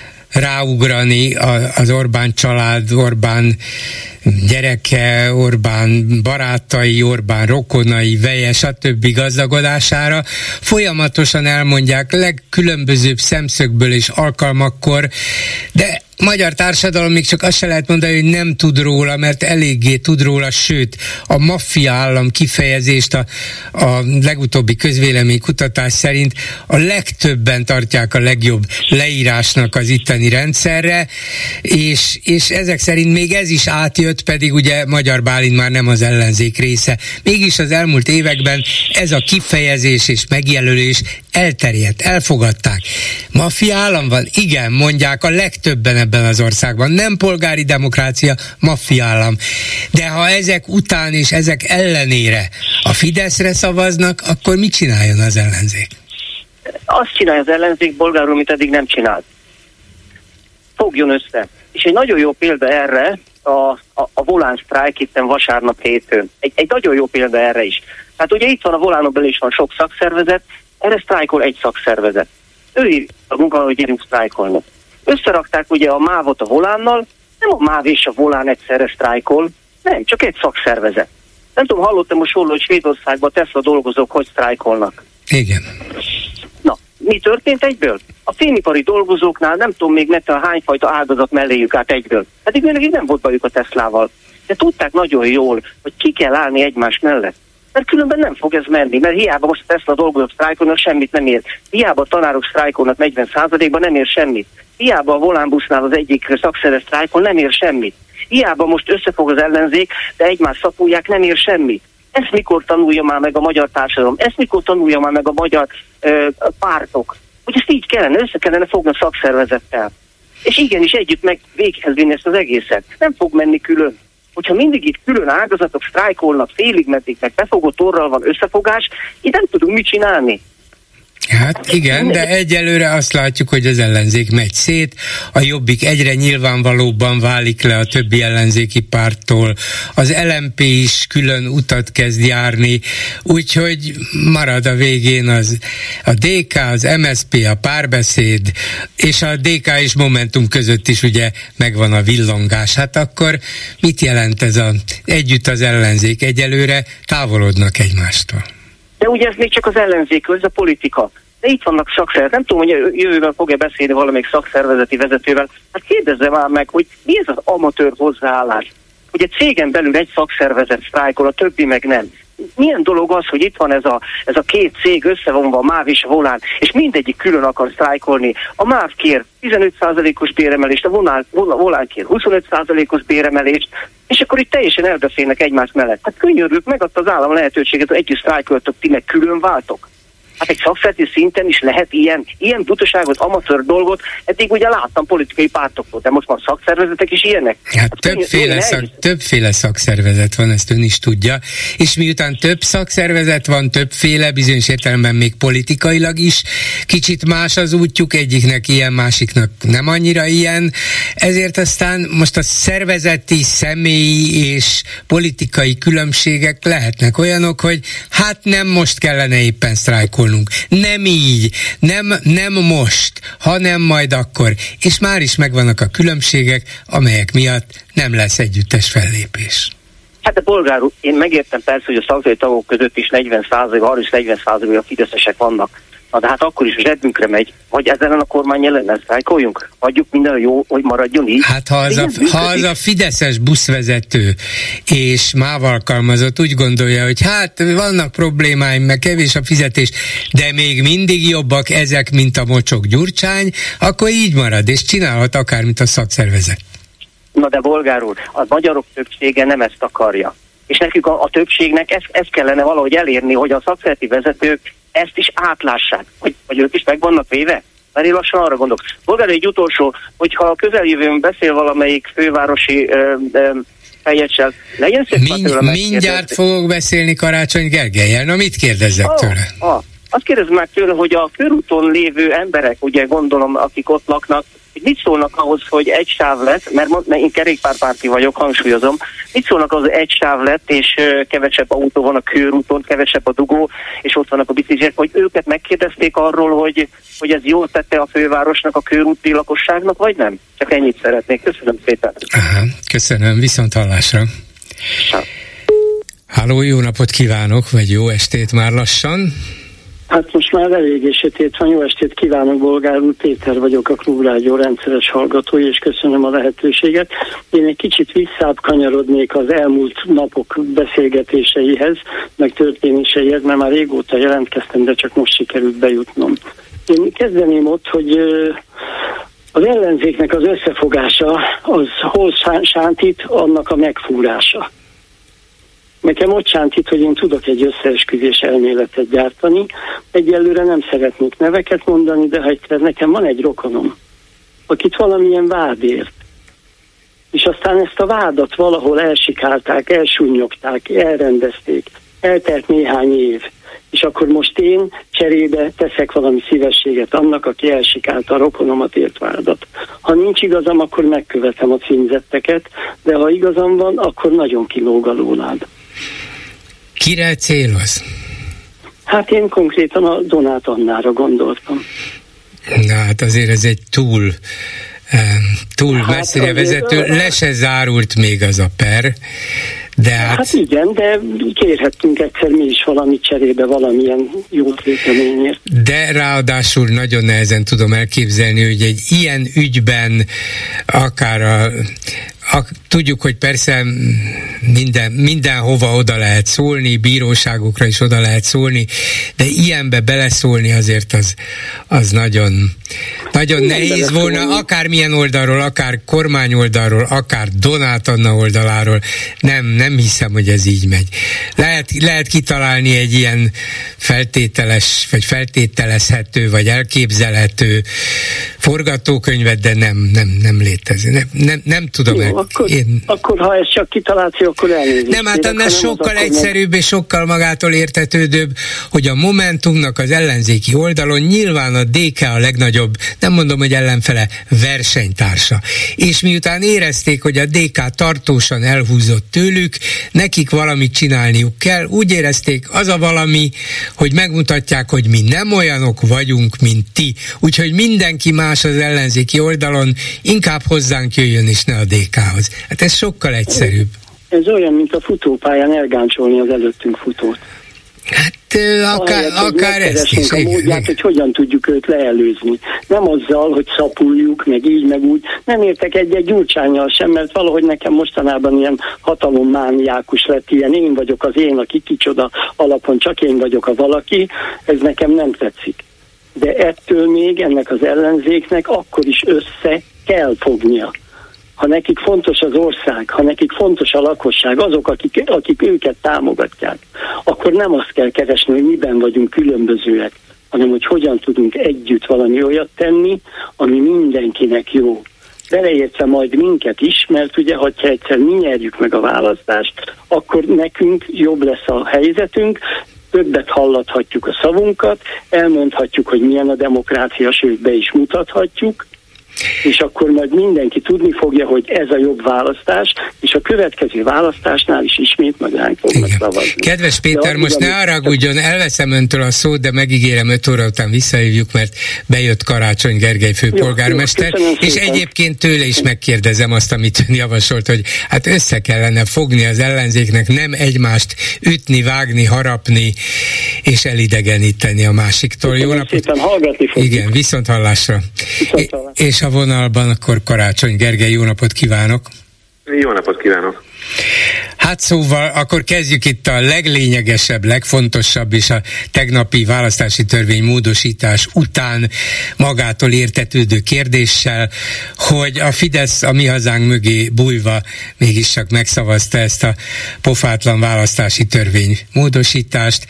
Speaker 3: ráugrani az Orbán család, Orbán gyereke, Orbán barátai, Orbán rokonai, veje, stb. Gazdagodására. Folyamatosan elmondják legkülönbözőbb szemszögből és alkalmakkor, de magyar társadalom még csak azt se lehet mondani, hogy nem tud róla, mert eléggé tud róla, sőt, a maffia állam kifejezést a, a legutóbbi közvéleménykutatás szerint a legtöbben tartják a legjobb leírásnak az itteni rendszerre, és, és ezek szerint még ez is átjött, pedig ugye Magyar Bálint már nem az ellenzék része. Mégis az elmúlt években ez a kifejezés és megjelölés elterjedt, elfogadták. Maffia állam van? Igen, mondják a legtöbben ebben az országban. Nem polgári demokrácia, maffia állam. De ha ezek után és ezek ellenére a Fideszre szavaznak, akkor mit csináljon az ellenzék?
Speaker 6: Azt csinálja az ellenzék bolgárul, amit eddig nem csinált. Fogjon össze. És egy nagyon jó példa erre a, a, a volán sztrájk itten vasárnap hétfőn. Egy, egy nagyon jó példa erre is. Hát ugye itt van a volánon belül is van sok szakszervezet, erre sztrájkol egy szakszervezet. Ő ír a munkahol, hogy gyerünk sztrájkolni. Összerakták ugye a mávot a volánnal, nem a máv és a volán egyszerre sztrájkol, nem, csak egy szakszervezet. Nem tudom, hallottam most róla, hogy Svédországban Tesla dolgozók hogy sztrájkolnak.
Speaker 3: Igen.
Speaker 6: Na, mi történt egyből? A fémipari dolgozóknál nem tudom még neten hányfajta áldozat melléjük át egyből. Pedig még nem volt bajuk a Teslával. De tudták nagyon jól, hogy ki kell állni egymás mellett. Mert különben nem fog ez menni, mert hiába most ezt a dolgozók sztrájkolnak, semmit nem ér. Hiába a tanárok sztrájkolnak negyven százalékban, nem ér semmit. Hiába a volánbusznál az egyik szakszervezet sztrájkol, nem ér semmit. Hiába most összefog az ellenzék, de egymást szapulják, nem ér semmit. Ezt mikor tanulja már meg a magyar társadalom? Ezt mikor tanulja már meg a magyar ö, pártok? Hogy ezt így kellene, össze kellene fogni a szakszervezettel. És igenis együtt meg véghez vinni ezt az egészet. Nem fog menni külön. Hogyha mindig itt külön ágazatok sztrájkolnak, félig meddig meg befogott orral van összefogás, így nem tudunk mit csinálni.
Speaker 3: Hát igen, de egyelőre azt látjuk, hogy az ellenzék megy szét, a Jobbik egyre nyilvánvalóbban válik le a többi ellenzéki párttól, az el em pé is külön utat kezd járni, úgyhogy marad a végén az a dé ká, az em es zé pé, a Párbeszéd, és a dé ká és Momentum között is ugye megvan a villongás. Hát akkor mit jelent ez a együtt az ellenzék? Egyelőre távolodnak egymástól.
Speaker 6: De ugye ez még csak az ellenzék, ez a politika. De itt vannak szakszervezet. Nem tudom, hogy jövőben fog-e beszélni valamelyik szakszervezeti vezetővel. Hát kérdezze már meg, hogy mi ez az amatőr hozzáállás? Hogy egy cégen belül egy szakszervezet sztrájkol, a többi meg nem. Milyen dolog az, hogy itt van ez a, ez a két cég összevonva, a MÁV és a Volán, és mindegyik külön akar sztrájkolni. A MÁV kér tizenöt százalékos béremelést, a Volán, Volán kér huszonöt százalékos béremelést, és akkor itt teljesen elbeszélnek egymás mellett. Hát könyörgök, megadta az állam lehetőséget, hogy együtt sztrájkoltok, ti meg külön váltok. Hát egy szakszervezeti szinten is lehet ilyen, ilyen butaságot, amatőr dolgot, eddig ugye láttam politikai pártokból, de most már szakszervezetek is ilyenek.
Speaker 3: Hát, hát többféle, szak, többféle szakszervezet van, ezt ön is tudja, és miután több szakszervezet van, többféle, bizonyos értelemben még politikailag is, kicsit más az útjuk, egyiknek ilyen, másiknak nem annyira ilyen, ezért aztán most a szervezeti, személyi és politikai különbségek lehetnek olyanok, hogy hát nem most kellene éppen sztrájkolni. Nem így, nem, nem most, hanem majd akkor. És már is megvannak a különbségek, amelyek miatt nem lesz együttes fellépés.
Speaker 6: Hát a polgár úr, én megértem persze, hogy a szakszervezeti tagok között is negyven százalék, harminc-negyven százalék a fideszesek vannak. Na de hát akkor is a zsebünkre megy, vagy ezzel a kormány ellen sztrájkoljunk? Hagyjuk minden jó, hogy maradjon így.
Speaker 3: Hát ha az, a, ha az a fideszes buszvezető és MÁV alkalmazott úgy gondolja, hogy hát vannak problémáim, meg kevés a fizetés, de még mindig jobbak ezek, mint a mocsok Gyurcsány, akkor így marad, és csinálhat akármit a szakszervezet.
Speaker 6: Na de bolgár úr, a magyarok többsége nem ezt akarja. És nekünk a, a többségnek ezt, ezt kellene valahogy elérni, hogy a szakszervezeti vezetők ezt is átlássák, hogy, hogy ők is meg vannak véve. Mert én lassan arra gondolok. Bolgár, egy utolsó, hogyha a közeljövőn beszél valamelyik fővárosi ö, ö, feljegysel, legyen szép
Speaker 3: Mind, tőle Mindjárt fogok beszélni Karácsony Gergellyel. Na mit kérdezzek
Speaker 6: ah,
Speaker 3: tőle?
Speaker 6: Ah, azt kérdezzem meg tőle, hogy a körúton lévő emberek, ugye gondolom, akik ott laknak, hogy mit szólnak ahhoz, hogy egy sáv lett, mert én kerékpárpárti vagyok, hangsúlyozom, mit szólnak ahhoz, hogy egy sáv lett, és kevesebb autó van a körúton, kevesebb a dugó, és ott vannak a biciklisek, hogy őket megkérdezték arról, hogy, hogy ez jól tette a fővárosnak, a körúti lakosságnak, vagy nem? Csak ennyit szeretnék. Köszönöm szépen.
Speaker 3: Aha, köszönöm, viszont hallásra. Háló, jó napot kívánok, vagy jó estét már lassan.
Speaker 7: Hát most már eléggé sötét van. Jó estét kívánok, bolgár úr, Péter vagyok, a Klubrádió rendszeres hallgatója, és köszönöm a lehetőséget. Én egy kicsit visszább kanyarodnék az elmúlt napok beszélgetéseihez, meg történéseihez, mert már régóta jelentkeztem, de csak most sikerült bejutnom. Én kezdeném ott, hogy az ellenzéknek az összefogása az hol sántít, annak a megfúrása. Nekem ott sántít, hogy én tudok egy összeesküvés elméletet gyártani. Egyelőre nem szeretnék neveket mondani, de ha egyszer nekem van egy rokonom, akit valamilyen vád ért. És aztán ezt a vádat valahol elsikálták, elsúnyogták, elrendezték. Eltelt néhány év. És akkor most én cserébe teszek valami szívességet annak, aki elsikálta a rokonomat ért vádat. Ha nincs igazam, akkor megkövetem a címzetteket, de ha igazam van, akkor nagyon kilóg a lólád.
Speaker 3: Kire céloz?
Speaker 7: Hát én konkrétan a Donát Annára gondoltam.
Speaker 3: Na hát azért ez egy túl, túl hát messzire vezető, a... le se zárult még az a per, de hát...
Speaker 7: Hát igen, de kérhettünk egyszer mi is valamit cserébe, valamilyen jó téteményért.
Speaker 3: De ráadásul nagyon nehezen tudom elképzelni, hogy egy ilyen ügyben akár a a, tudjuk, hogy persze minden, mindenhova oda lehet szólni, bíróságokra is oda lehet szólni, de ilyenbe beleszólni azért az, az nagyon, nagyon nehéz volna, akármilyen oldalról, akár kormányoldalról, akár Donát Anna oldaláról, nem, nem hiszem, hogy ez így megy. Lehet, lehet kitalálni egy ilyen feltételes, vagy feltételezhető, vagy elképzelhető forgatókönyvet, de nem, nem, nem létezik. Nem, nem, nem tudom.
Speaker 7: Jó,
Speaker 3: el,
Speaker 7: akkor,
Speaker 3: én...
Speaker 7: akkor ha ez csak kitaláció, akkor elnézést.
Speaker 3: Nem, hát annál sokkal egyszerűbb meg... és sokkal magától értetődőbb, hogy a Momentumnak az ellenzéki oldalon nyilván a dé ká a legnagyobb, nem mondom, hogy ellenfele, versenytársa. És miután érezték, hogy a dé ká tartósan elhúzott tőlük, nekik valamit csinálniuk kell, úgy érezték, az a valami, hogy megmutatják, hogy mi nem olyanok vagyunk, mint ti. Úgyhogy mindenki más az ellenzéki oldalon inkább hozzánk jöjjön, és ne a dé kához. Hát ez sokkal egyszerűbb.
Speaker 7: Ez olyan, mint a futópályán elgáncsolni az előttünk futót.
Speaker 3: Hát akár,
Speaker 7: Ahelyett,
Speaker 3: akár ezt is.
Speaker 7: A módját, hogy hogyan tudjuk őt leelőzni. Nem azzal, hogy szapuljuk, meg így, meg úgy. Nem értek egy-egy Gyurcsánnyal sem, mert valahogy nekem mostanában ilyen hatalommániákus lett, ilyen én vagyok az én, aki kicsoda alapon, csak én vagyok a valaki. Ez nekem nem tetszik. De ettől még ennek az ellenzéknek akkor is össze kell fognia. Ha nekik fontos az ország, ha nekik fontos a lakosság, azok, akik, akik őket támogatják, akkor nem azt kell keresni, hogy miben vagyunk különbözőek, hanem hogy hogyan tudunk együtt valami olyat tenni, ami mindenkinek jó. Beleértve majd minket is, mert ugye, ha egyszer mi nyerjük meg a választást, akkor nekünk jobb lesz a helyzetünk, többet hallathatjuk a szavunkat, elmondhatjuk, hogy milyen a demokrácia, sőt be is mutathatjuk, és akkor majd mindenki tudni fogja, hogy ez a jobb választás, és a következő választásnál is ismét meg ránk fognak szavazni.
Speaker 3: Kedves Péter, most ne haragudjon, elveszem öntől a szót, de megígérem, öt óra után visszahívjuk, mert bejött Karácsony Gergely főpolgármester, jó, jó, és szépen. Egyébként tőle is megkérdezem azt, amit ön javasolt, hogy hát össze kellene fogni az ellenzéknek, nem egymást ütni, vágni, harapni, és elidegeníteni a másiktól. Jó napot!
Speaker 7: Szépen hallgatni fogjuk.
Speaker 3: Igen, viszont hallásra.
Speaker 7: Viszont hallásra.
Speaker 3: És a vonalban akkor Karácsony Gergely, jó napot kívánok!
Speaker 8: Jó napot kívánok!
Speaker 3: Hát szóval akkor kezdjük itt a leglényegesebb, legfontosabb és a tegnapi választási törvény módosítás után magától értetődő kérdéssel, hogy a Fidesz a Mi Hazánk mögé bújva mégis csak megszavazta ezt a pofátlan választási törvény módosítást.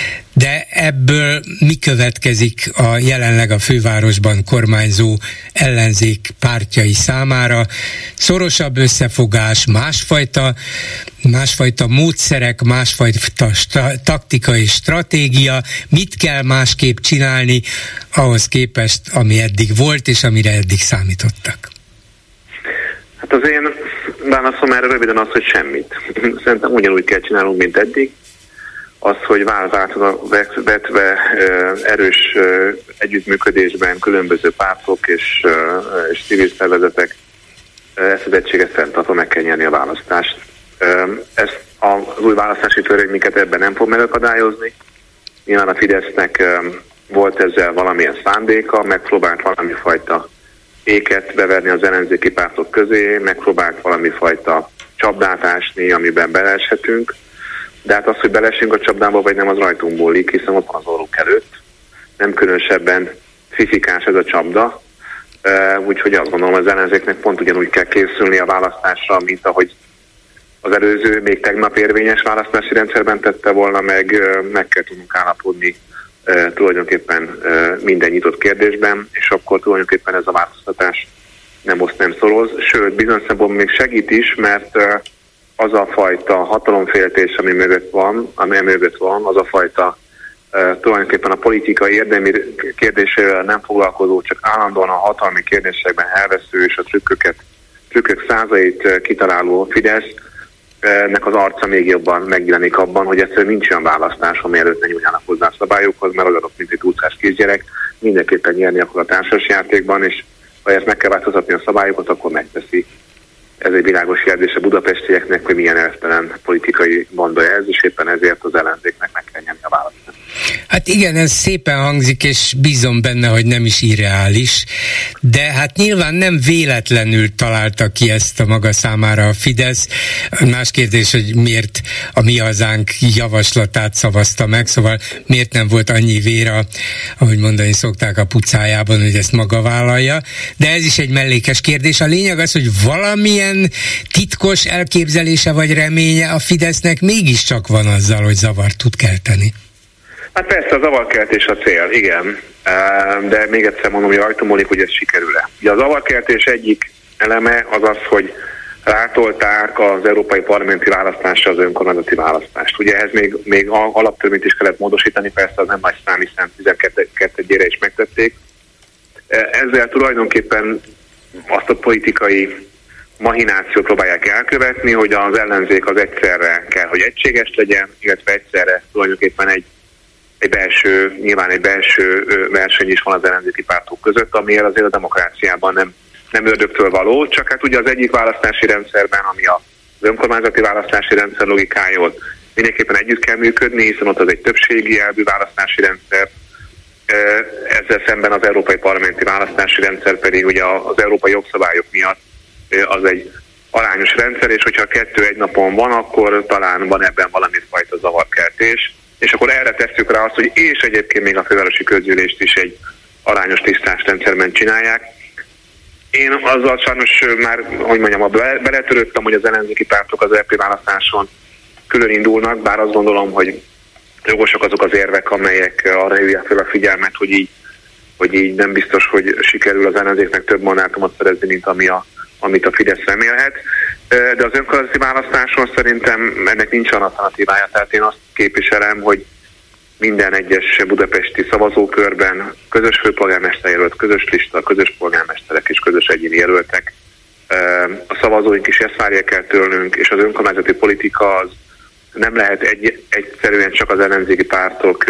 Speaker 3: De ebből mi következik a jelenleg a fővárosban kormányzó ellenzék pártjai számára? Szorosabb összefogás, másfajta, másfajta módszerek, másfajta sta- taktika és stratégia, mit kell másképp csinálni ahhoz képest, ami eddig volt és amire eddig számítottak?
Speaker 8: Hát az én válaszom erre röviden az, hogy semmit. Szerintem ugyanúgy kell csinálnunk, mint eddig. Az, hogy változatba vetve erős együttműködésben különböző pártok és, és civil szervezetek ezt az egységet fenntartva meg kell nyerni a választást. Ezt az új választási törvény minket ebben nem fog megakadályozni. Nyilván a Fidesznek volt ezzel valamilyen szándéka, megpróbált valami fajta éket beverni az ellenzéki pártok közé, megpróbált valami fajta csapdát ásni, amiben beleeshetünk. De hát az, hogy belesünk a csapdába, vagy nem, az rajtunk múlik, hiszen ott van az orrunk előtt. Nem különösebben fifikás ez a csapda, úgyhogy azt gondolom, az ellenzéknek pont ugyanúgy kell készülni a választásra, mint ahogy az előző, még tegnap érvényes választási rendszerben tette volna, meg meg kell tudnunk állapodni tulajdonképpen minden nyitott kérdésben, és akkor tulajdonképpen ez a változtatás nem oszt, nem szoroz. Sőt, bizonyos szempontból még segít is, mert az a fajta hatalomféltés, ami mögött van, ami mögött van, az a fajta uh, tulajdonképpen a politikai érdemi kérdésével nem foglalkozó, csak állandóan a hatalmi kérdésekben elvesző és a trükköket, trükkök százait uh, kitaláló Fidesznek uh, az arca még jobban megjelenik abban, hogy egyszerűen nincs olyan választás, ami előtt ne nyúljanak hozzá a szabályokhoz, mert olyanok, mint egy utcás kisgyerek, mindenképpen nyerni akar a társasjátékban, és ha ezt meg kell változtatni a szabályokat, akkor megteszi. Ez egy világos jelzés a budapestieknek, hogy milyen elvtelen politikai banda ez, és éppen ezért az ellenzéknek meg kell nyerni a választást.
Speaker 3: Hát Hát igen, ez szépen hangzik, és bízom benne, hogy nem is irreális, de hát nyilván nem véletlenül találta ki ezt a maga számára a Fidesz. Más kérdés, hogy miért a Mi Hazánk javaslatát szavazta meg, szóval miért nem volt annyi vér, ahogy mondani szokták, a pucájában, hogy ezt maga vállalja, de ez is egy mellékes kérdés. A lényeg az, hogy valamilyen titkos elképzelése vagy reménye a Fidesznek mégiscsak van azzal, hogy zavart tud kelteni.
Speaker 8: Hát persze a zavarkeltés a cél, igen, de még egyszer mondom, hogy rajta múlik, hogy ez sikerül-e. Ugye a zavarkeltés egyik eleme az az, hogy rátolták az európai parlamenti választásra az önkormányzati választást. Ugye ehhez még, még alaptörvényt is kellett módosítani, persze az nem nagy szám, hiszen tizenkettőre is megtették. Ezzel tulajdonképpen azt a politikai mahinációt próbálják elkövetni, hogy az ellenzék az egyszerre kell, hogy egységes legyen, illetve egyszerre tulajdonképpen egy, egy belső, nyilván egy belső verseny is van az ellenzéki pártok között, amiért azért a demokráciában nem, nem ördögtől való, csak hát ugye az egyik választási rendszerben, ami az önkormányzati választási rendszer logikájól mindenképpen együtt kell működni, hiszen ott az egy többségi elvű választási rendszer, ezzel szemben az európai parlamenti választási rendszer pedig ugye az európai jogszabályok miatt az egy arányos rendszer, és hogyha a kettő egy napon van, akkor talán van ebben valami fajta zavarkeltés, és akkor erre tesszük rá azt, hogy és egyébként még a fővárosi közgyűlést is egy arányos tisztás rendszerben csinálják. Én azzal sajnos már, hogy mondjam, beletörődtem, hogy az ellenzéki pártok az é pé választáson külön indulnak, bár azt gondolom, hogy jogosak azok az érvek, amelyek arra hívják fel a figyelmet, hogy így, hogy így nem biztos, hogy sikerül az ellenzéknek több mandátumot szerezni, mint ami a, amit a Fidesz remélhet. De az önkormányzati választáson szerintem ennek nincs alternatívája, tehát én azt képviselem, hogy minden egyes budapesti szavazókörben közös főpolgármester jelölt, közös lista, közös polgármesterek és közös egyéni jelöltek. A szavazóink is ezt várják el tőlünk, és az önkormányzati politika az nem lehet egy, egyszerűen csak az ellenzéki pártok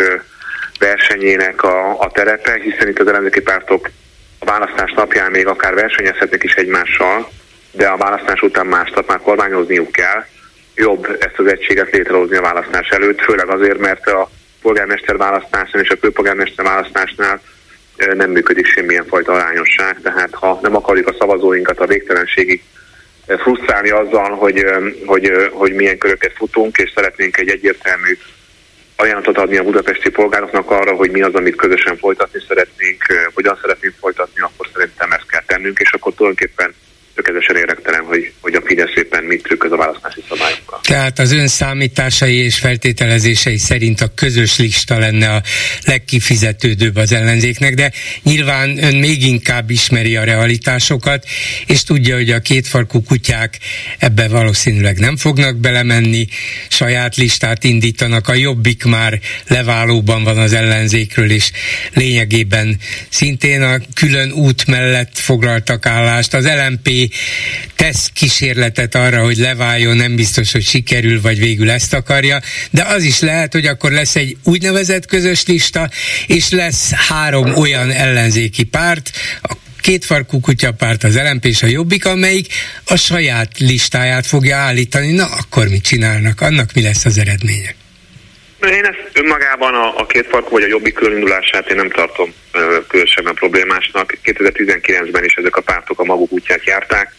Speaker 8: versenyének a, a terepe, hiszen itt az ellenzéki pártok a választás napján még akár versenyezhetnek is egymással, de a választás után másnap már kormányozniuk kell. Jobb ezt az egységet létrehozni a választás előtt, főleg azért, mert a polgármester választáson és a főpolgármester választásnál nem működik semmilyen fajta arányosság, tehát ha nem akarjuk a szavazóinkat a végtelenségig frusztrálni azzal, hogy, hogy, hogy milyen köröket futunk, és szeretnénk egy egyértelmű ajánlatot adni a budapesti polgároknak arra, hogy mi az, amit közösen folytatni szeretnénk, hogyan szeretnénk folytatni, akkor szerintem ezt kell tennünk, és akkor tulajdonképpen tökéletesen érektelen, hogy, hogy a Fidesz éppen mit trükköz a választási szabályokkal.
Speaker 3: Tehát az ön számításai és feltételezései szerint a közös lista lenne a legkifizetődőbb az ellenzéknek, de nyilván ön még inkább ismeri a realitásokat, és tudja, hogy a kétfarkú kutyák ebbe valószínűleg nem fognak belemenni, saját listát indítanak, a Jobbik már leválóban van az ellenzékről, és lényegében szintén a külön út mellett foglaltak állást. Az el em pé tesz kísérletet arra, hogy leváljon, nem biztos, hogy sikerül, vagy végül ezt akarja, de az is lehet, hogy akkor lesz egy úgynevezett közös lista, és lesz három olyan ellenzéki párt, a kétfarkú kutyapárt, az el em pé és a Jobbik, amelyik a saját listáját fogja állítani. Na, akkor mit csinálnak? Annak mi lesz az eredménye?
Speaker 8: Én ezt önmagában a, a kétfarkú vagy a Jobbik különindulását én nem tartom ö, különösebben problémásnak. kétezer-tizenkilencben is ezek a pártok a maguk útját járták,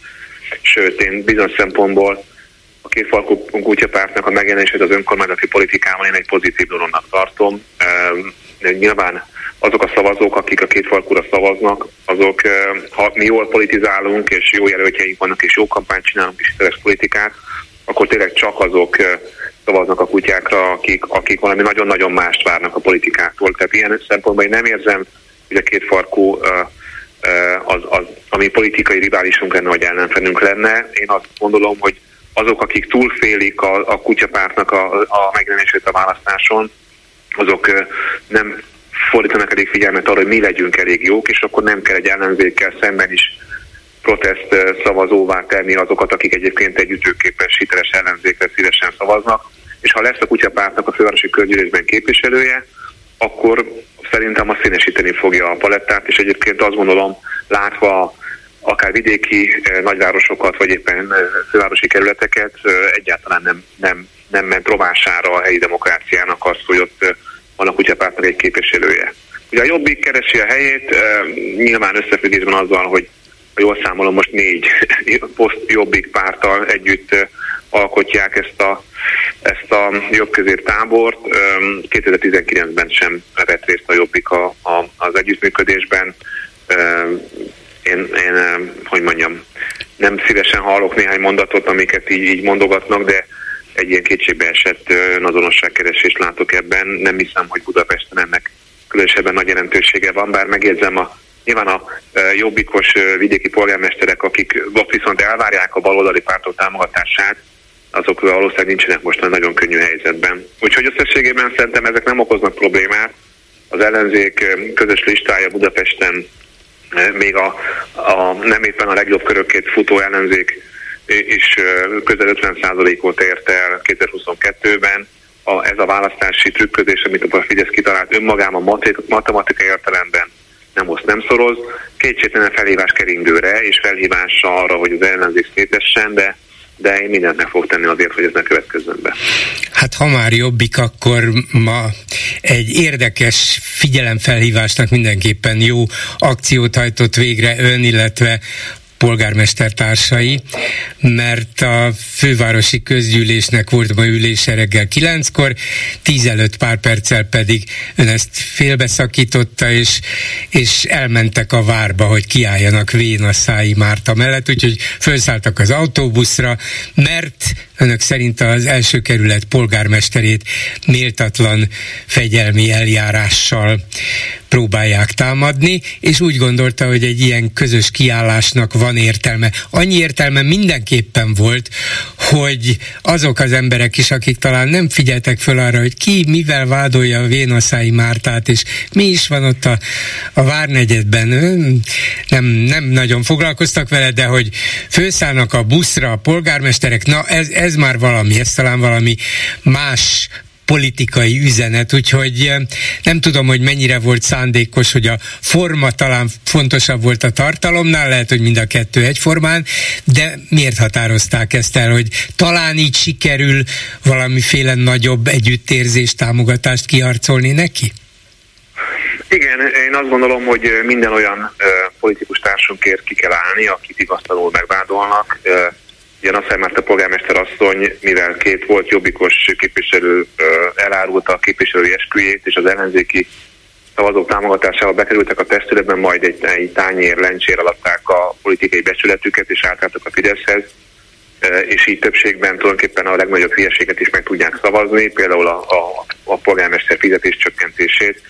Speaker 8: sőt én bizonyos szempontból a kétfarkú kutyapártnak a megjelenését az önkormányzati politikában én egy pozitív dolognak tartom. Ö, nyilván azok a szavazók, akik a kétfarkúra szavaznak, azok, ö, ha mi jól politizálunk, és jó jelöltjeink vannak, és jó kampányt csinálunk, és hiteles politikát, akkor tényleg csak azok ö, szavaznak a kutyákra, akik, akik valami nagyon-nagyon mást várnak a politikától. Tehát ilyen szempontból én nem érzem, hogy a kétfarkú uh, uh, az, az, ami politikai riválisunk lenne, vagy ellenfelünk lenne. Én azt gondolom, hogy azok, akik túlfélik a, a kutyapártnak a, a megjelenését a választáson, azok uh, nem fordítanak elég figyelmet arra, hogy mi legyünk elég jók, és akkor nem kell egy ellenzékkel szemben is protest szavazóvá tenni azokat, akik egyébként egy ütőképes, hiteles ellenzékre szívesen szavaznak, és ha lesz a kutyapártnak a fővárosi közgyűlésben képviselője, akkor szerintem a színesíteni fogja a palettát, és egyébként azt gondolom, látva akár vidéki nagyvárosokat, vagy éppen fővárosi kerületeket, egyáltalán nem, nem, nem ment rovására a helyi demokráciának azt, hogy ott van a kutyapártnak egy képviselője. Ugye a Jobbik keresi a helyét, nyilván összefüggésben azzal, hogy jól számolom, most négy poszt-Jobbik párttal együtt alkotják ezt a, ezt a jobbközép tábort. kétezer-tizenkilencben sem vett részt a Jobbik a, a, az együttműködésben. Én, én, hogy mondjam, nem szívesen hallok néhány mondatot, amiket így, így mondogatnak, de egy ilyen kétségbe esett önazonosságkeresést látok ebben. Nem hiszem, hogy Budapesten ennek különösebben nagy jelentősége van, bár megjegyzem, a, nyilván a jobbikos vidéki polgármesterek, akik viszont elvárják a baloldali pártok támogatását, azok valószínűleg nincsenek most nagyon könnyű helyzetben. Úgyhogy összességében szerintem ezek nem okoznak problémát. Az ellenzék közös listája Budapesten még a, a nem éppen a legjobb körökét futó ellenzék is közel ötven százalékot ért el kétezer-huszonkettőben. A, ez a választási trükközés, amit a Fidesz kitalált önmagában matematikai értelemben nem oszt, nem szoroz. Kétségtelen felhívás keringőre és felhívás arra, hogy az ellenzék szétessen, de de én mindent meg fog tenni azért, hogy ez ne következzen be.
Speaker 3: Hát ha már Jobbik, akkor ma egy érdekes figyelemfelhívásnak mindenképpen jó akciót hajtott végre ön, illetve polgármester társai, mert a fővárosi közgyűlésnek volt ma ülése reggel kilenckor, tíz előtt pár perccel pedig ön ezt félbeszakította, és, és elmentek a várba, hogy kiálljanak Vénasszályi Márta mellett, úgyhogy felszálltak az autóbuszra, mert önök szerint az első kerület polgármesterét méltatlan fegyelmi eljárással próbálják támadni, és úgy gondolta, hogy egy ilyen közös kiállásnak van értelme. Annyi értelme mindenképpen volt, hogy azok az emberek is, akik talán nem figyeltek föl arra, hogy ki mivel vádolja a Vénasszályi Mártát, és mi is van ott a, a Várnegyedben, nem, nem nagyon foglalkoztak vele, de hogy főszállnak a buszra a polgármesterek, na ez, ez már valami, ez talán valami más politikai üzenet, úgyhogy nem tudom, hogy mennyire volt szándékos, hogy a forma talán fontosabb volt a tartalomnál, lehet, hogy mind a kettő egyformán, de miért határozták ezt el, hogy talán így sikerül valamiféle nagyobb együttérzést, támogatást kiharcolni neki?
Speaker 8: Igen, én azt gondolom, hogy minden olyan uh, politikus társunkért ki kell állni, akit igaztalanul megvádolnak. Uh, Ugye Nassai Márta polgármester asszony, mivel két volt jobbikos képviselő elárulta a képviselői esküjét, és az ellenzéki szavazók támogatásával bekerültek a testületben, majd egy, egy tányér, lencsér alatták a politikai becsületüket, és átálltak a Fideszhez, és így többségben tulajdonképpen a legnagyobb hülyeséget is meg tudják szavazni, például a, a, a polgármester fizetés csökkentését.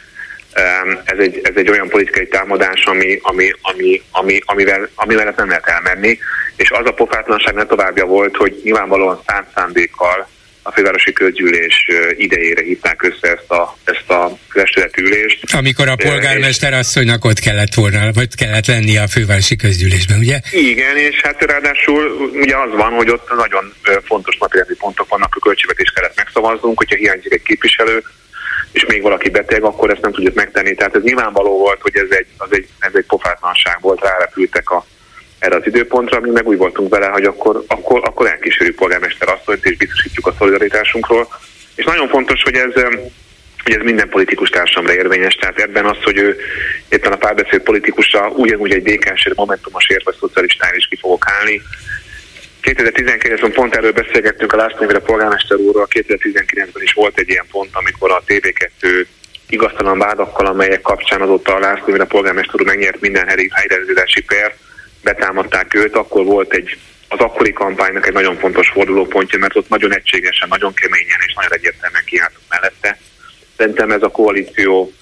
Speaker 8: Ez egy, ez egy olyan politikai támadás, ami, ami, ami, ami, amivel, amivel nem lehet elmenni, és az a pofátlanság ne továbbja volt, hogy nyilvánvalóan szánt szándékkal a fővárosi közgyűlés idejére hívták össze ezt a, ezt a testületi ülést.
Speaker 3: Amikor a polgármester asszonynak ott kellett volna, vagy kellett lennie a fővárosi közgyűlésben, ugye?
Speaker 8: Igen, és hát ráadásul ugye az van, hogy ott nagyon fontos napirendi pontok vannak, a költségvetést kellett megszavaznunk, hogyha hiányzik egy képviselő, és még valaki beteg, akkor ezt nem tudjuk megtenni. Tehát ez nyilvánvaló volt, hogy ez egy, az egy, ez egy pofátlanság volt, rárepültek a, erre az időpontra, mi meg úgy voltunk vele, hogy akkor, akkor, akkor elkísérjük polgármester asszonyt, és biztosítjuk a szolidaritásunkról. És nagyon fontos, hogy ez, hogy ez minden politikus társamra érvényes, tehát ebben az, hogy ő éppen a párbeszéd politikusa ugyanúgy egy dé ká-s momentumos ért, vagy szocialistára is ki fogok állni. kétezer-tizenkilencben pont erről beszélgettünk a László polgármester úrral, kétezer-tizenkilencben is volt egy ilyen pont, amikor a té vé kettő igaztalan vádakkal, amelyek kapcsán azóta a László a polgármester úr megnyert minden helyrendezési pert, betámadták őt, akkor volt egy, az akkori kampánynak egy nagyon fontos fordulópontja, mert ott nagyon egységesen, nagyon keményen és nagyon egyértelműen kiálltunk mellette. Szerintem ez a koalíciónak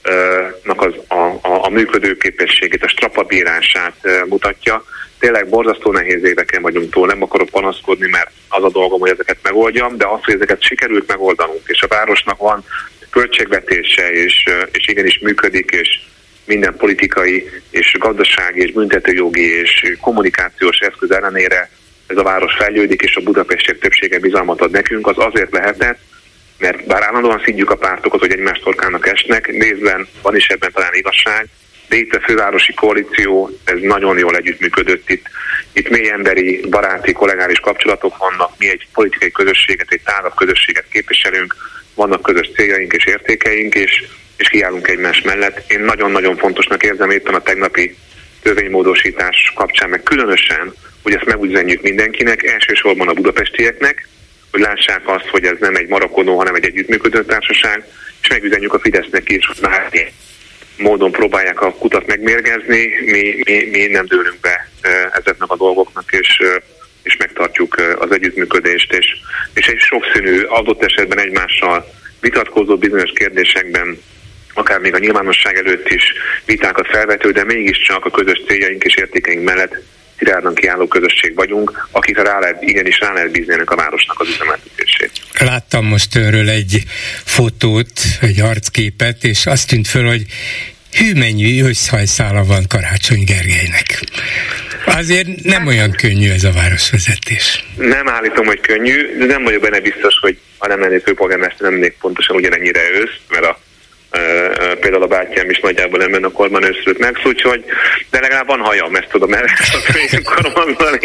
Speaker 8: az, a, a, a működőképességét, a strapabírását mutatja. Tényleg borzasztó nehéz éveken vagyunk túl, nem akarok panaszkodni, mert az a dolgom, hogy ezeket megoldjam, de az, hogy ezeket sikerült megoldanunk, és a városnak van költségvetése, és, és igenis működik, és minden politikai és gazdasági és büntetőjogi és kommunikációs eszköz ellenére ez a város fejlődik, és a budapestiek többsége bizalmat ad nekünk, az azért lehetett, mert bár állandóan szidjuk a pártokat, hogy egymás torkának esnek, részben van is ebben talán igazság, de itt a fővárosi koalíció, ez nagyon jól együttműködött itt. Itt mély emberi, baráti, kollegális kapcsolatok vannak, mi egy politikai közösséget, egy tágabb közösséget képviselünk, vannak közös céljaink és értékeink, és, és kiállunk egymás mellett. Én nagyon-nagyon fontosnak érzem éppen a tegnapi törvénymódosítás kapcsán, meg különösen, hogy ezt megüzenjük mindenkinek, elsősorban a budapestieknek, hogy lássák azt, hogy ez nem egy marakodó, hanem egy együttműködő társaság, és megüzenjük a Fidesznek is, hogy már módon próbálják a kutat megmérgezni, mi, mi, mi nem dőlünk be ezeknek a dolgoknak, és, és megtartjuk az együttműködést, és, és egy sokszínű, adott esetben egymással vitatkozó bizonyos kérdésekben, akár még a nyilvánosság előtt is vitákat felvető, de mégiscsak a közös céljaink és értékeink mellett szilárdan kiálló közösség vagyunk, akikre rá lehet, igenis rá lehet bízni ennek a városnak az üzemeltetését.
Speaker 3: Láttam most önről egy fotót, egy arcképet, és azt tűnt föl, hogy hű mennyi összhajszála van Karácsony Gergelynek. Azért nem olyan könnyű ez a városvezetés.
Speaker 8: Nem állítom, hogy könnyű, de nem vagyok benne biztos, hogy ha nem lennék főpolgármester, nem lennék pontosan ugyanennyire ősz, mert a Uh, például a bátyám is nagyjából ebben a korban őszült meg, úgyhogy, de legalább van hajam, ezt tudom el, ezt akarom mondani.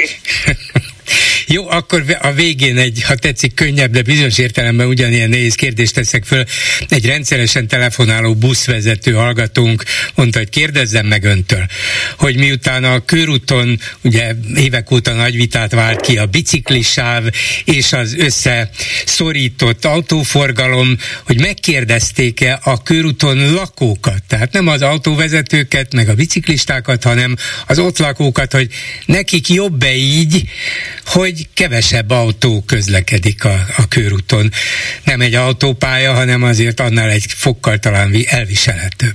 Speaker 3: Jó, akkor a végén egy, ha tetszik, könnyebb, de bizonyos értelemben ugyanilyen nehéz kérdést teszek föl. Egy rendszeresen telefonáló buszvezető hallgatónk mondta, hogy kérdezzem meg öntől, hogy miután a körúton ugye évek óta nagy vitát vált ki a biciklisáv és az összeszorított autóforgalom, hogy megkérdezték-e a körúton lakókat, tehát nem az autóvezetőket, meg a biciklistákat, hanem az ott lakókat, hogy nekik jobb-e így, hogy kevesebb autó közlekedik a, a körúton. Nem egy autópálya, hanem azért annál egy fokkal talán elviselhetőbb.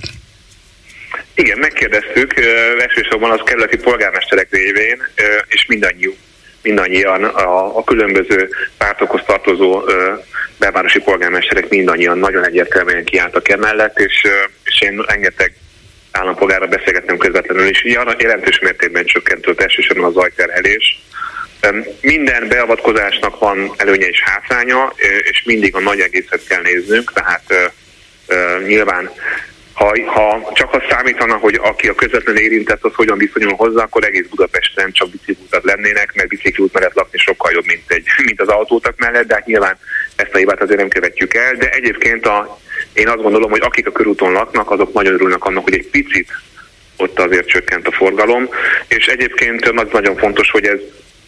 Speaker 8: Igen, megkérdeztük, elsősorban az kerületi polgármesterek révén, és mindannyiuk, mindannyian a, a különböző pártokhoz tartozó belvárosi polgármesterek mindannyian nagyon egyértelműen kiálltak emellett, és, és én rengeteg állampolgárra beszélgettem közvetlenül, és jelentős mértékben csökkentett elsősorban a zajterhelés. Minden beavatkozásnak van előnye és hátránya, és mindig a nagy egészet kell néznünk, tehát uh, nyilván ha, ha csak azt számítana, hogy aki a közvetlen érintett, az hogyan viszonyul hozzá, akkor egész Budapesten csak bicikliutak lennének, mert bicikliút mellett lakni sokkal jobb, mint, egy, mint az autótak mellett, de hát nyilván ezt a hibát azért nem követjük el, de egyébként a, én azt gondolom, hogy akik a körúton laknak, azok nagyon örülnek annak, hogy egy picit ott azért csökkent a forgalom, és egyébként az nagyon fontos, hogy ez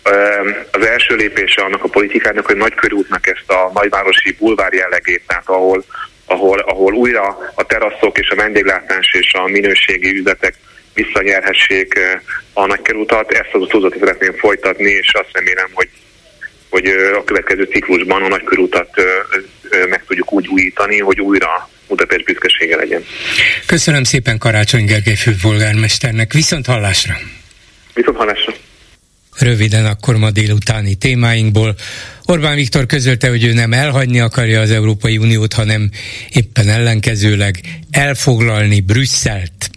Speaker 8: az első lépése annak a politikának, hogy nagykörútnak ezt a nagyvárosi bulvár jellegét, tehát ahol, ahol, ahol újra a teraszok és a vendéglátás és a minőségi üzletek visszanyerhessék a nagykörútat, ezt az utózatot szeretném folytatni, és azt remélem, hogy, hogy a következő ciklusban a nagykörútat meg tudjuk úgy újítani, hogy újra Budapest büszkesége legyen.
Speaker 3: Köszönöm szépen Karácsony Gergely főpolgármesternek, viszont hallásra!
Speaker 8: Viszont hallásra!
Speaker 3: Röviden akkor ma délutáni témáinkból. Orbán Viktor közölte, hogy ő nem elhagyni akarja az Európai Uniót, hanem éppen ellenkezőleg elfoglalni Brüsszelt.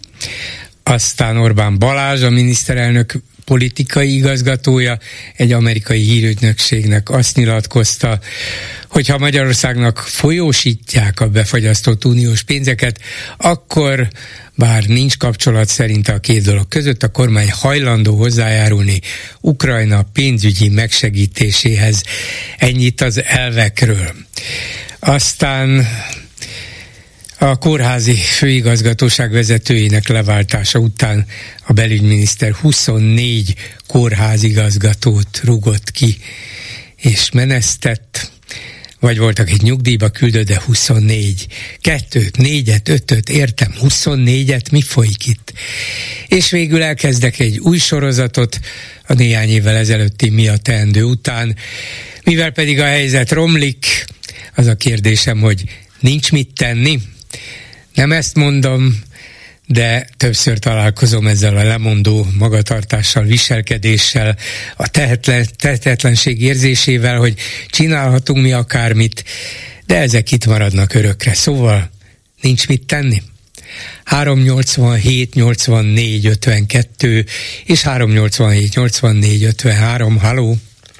Speaker 3: Aztán Orbán Balázs, a miniszterelnök politikai igazgatója, egy amerikai hírügynökségnek azt nyilatkozta, hogy ha Magyarországnak folyósítják a befagyasztott uniós pénzeket, akkor bár nincs kapcsolat szerint a két dolog között, a kormány hajlandó hozzájárulni Ukrajna pénzügyi megsegítéséhez. Ennyit az elvekről. Aztán a kórházi főigazgatóság vezetőjének leváltása után a belügyminiszter huszonnégy kórházigazgatót rúgott ki és menesztett, vagy voltak, akik nyugdíjba küldött, de huszonnégy. Kettőt, négyet, ötöt, értem, huszonnégyet, mi folyik itt? És végül elkezdek egy új sorozatot a néhány évvel ezelőtti Mi a teendő után, mivel pedig a helyzet romlik, az a kérdésem, hogy nincs mit tenni? Nem ezt mondom, de többször találkozom ezzel a lemondó magatartással, viselkedéssel, a tehetlen, tehetetlenség érzésével, hogy csinálhatunk mi akármit, de ezek itt maradnak örökre. Szóval nincs mit tenni. három nyolcvanhét nyolcvannégy ötvenkettő és három nyolcvanhét nyolcvannégy ötvenhárom. Halló!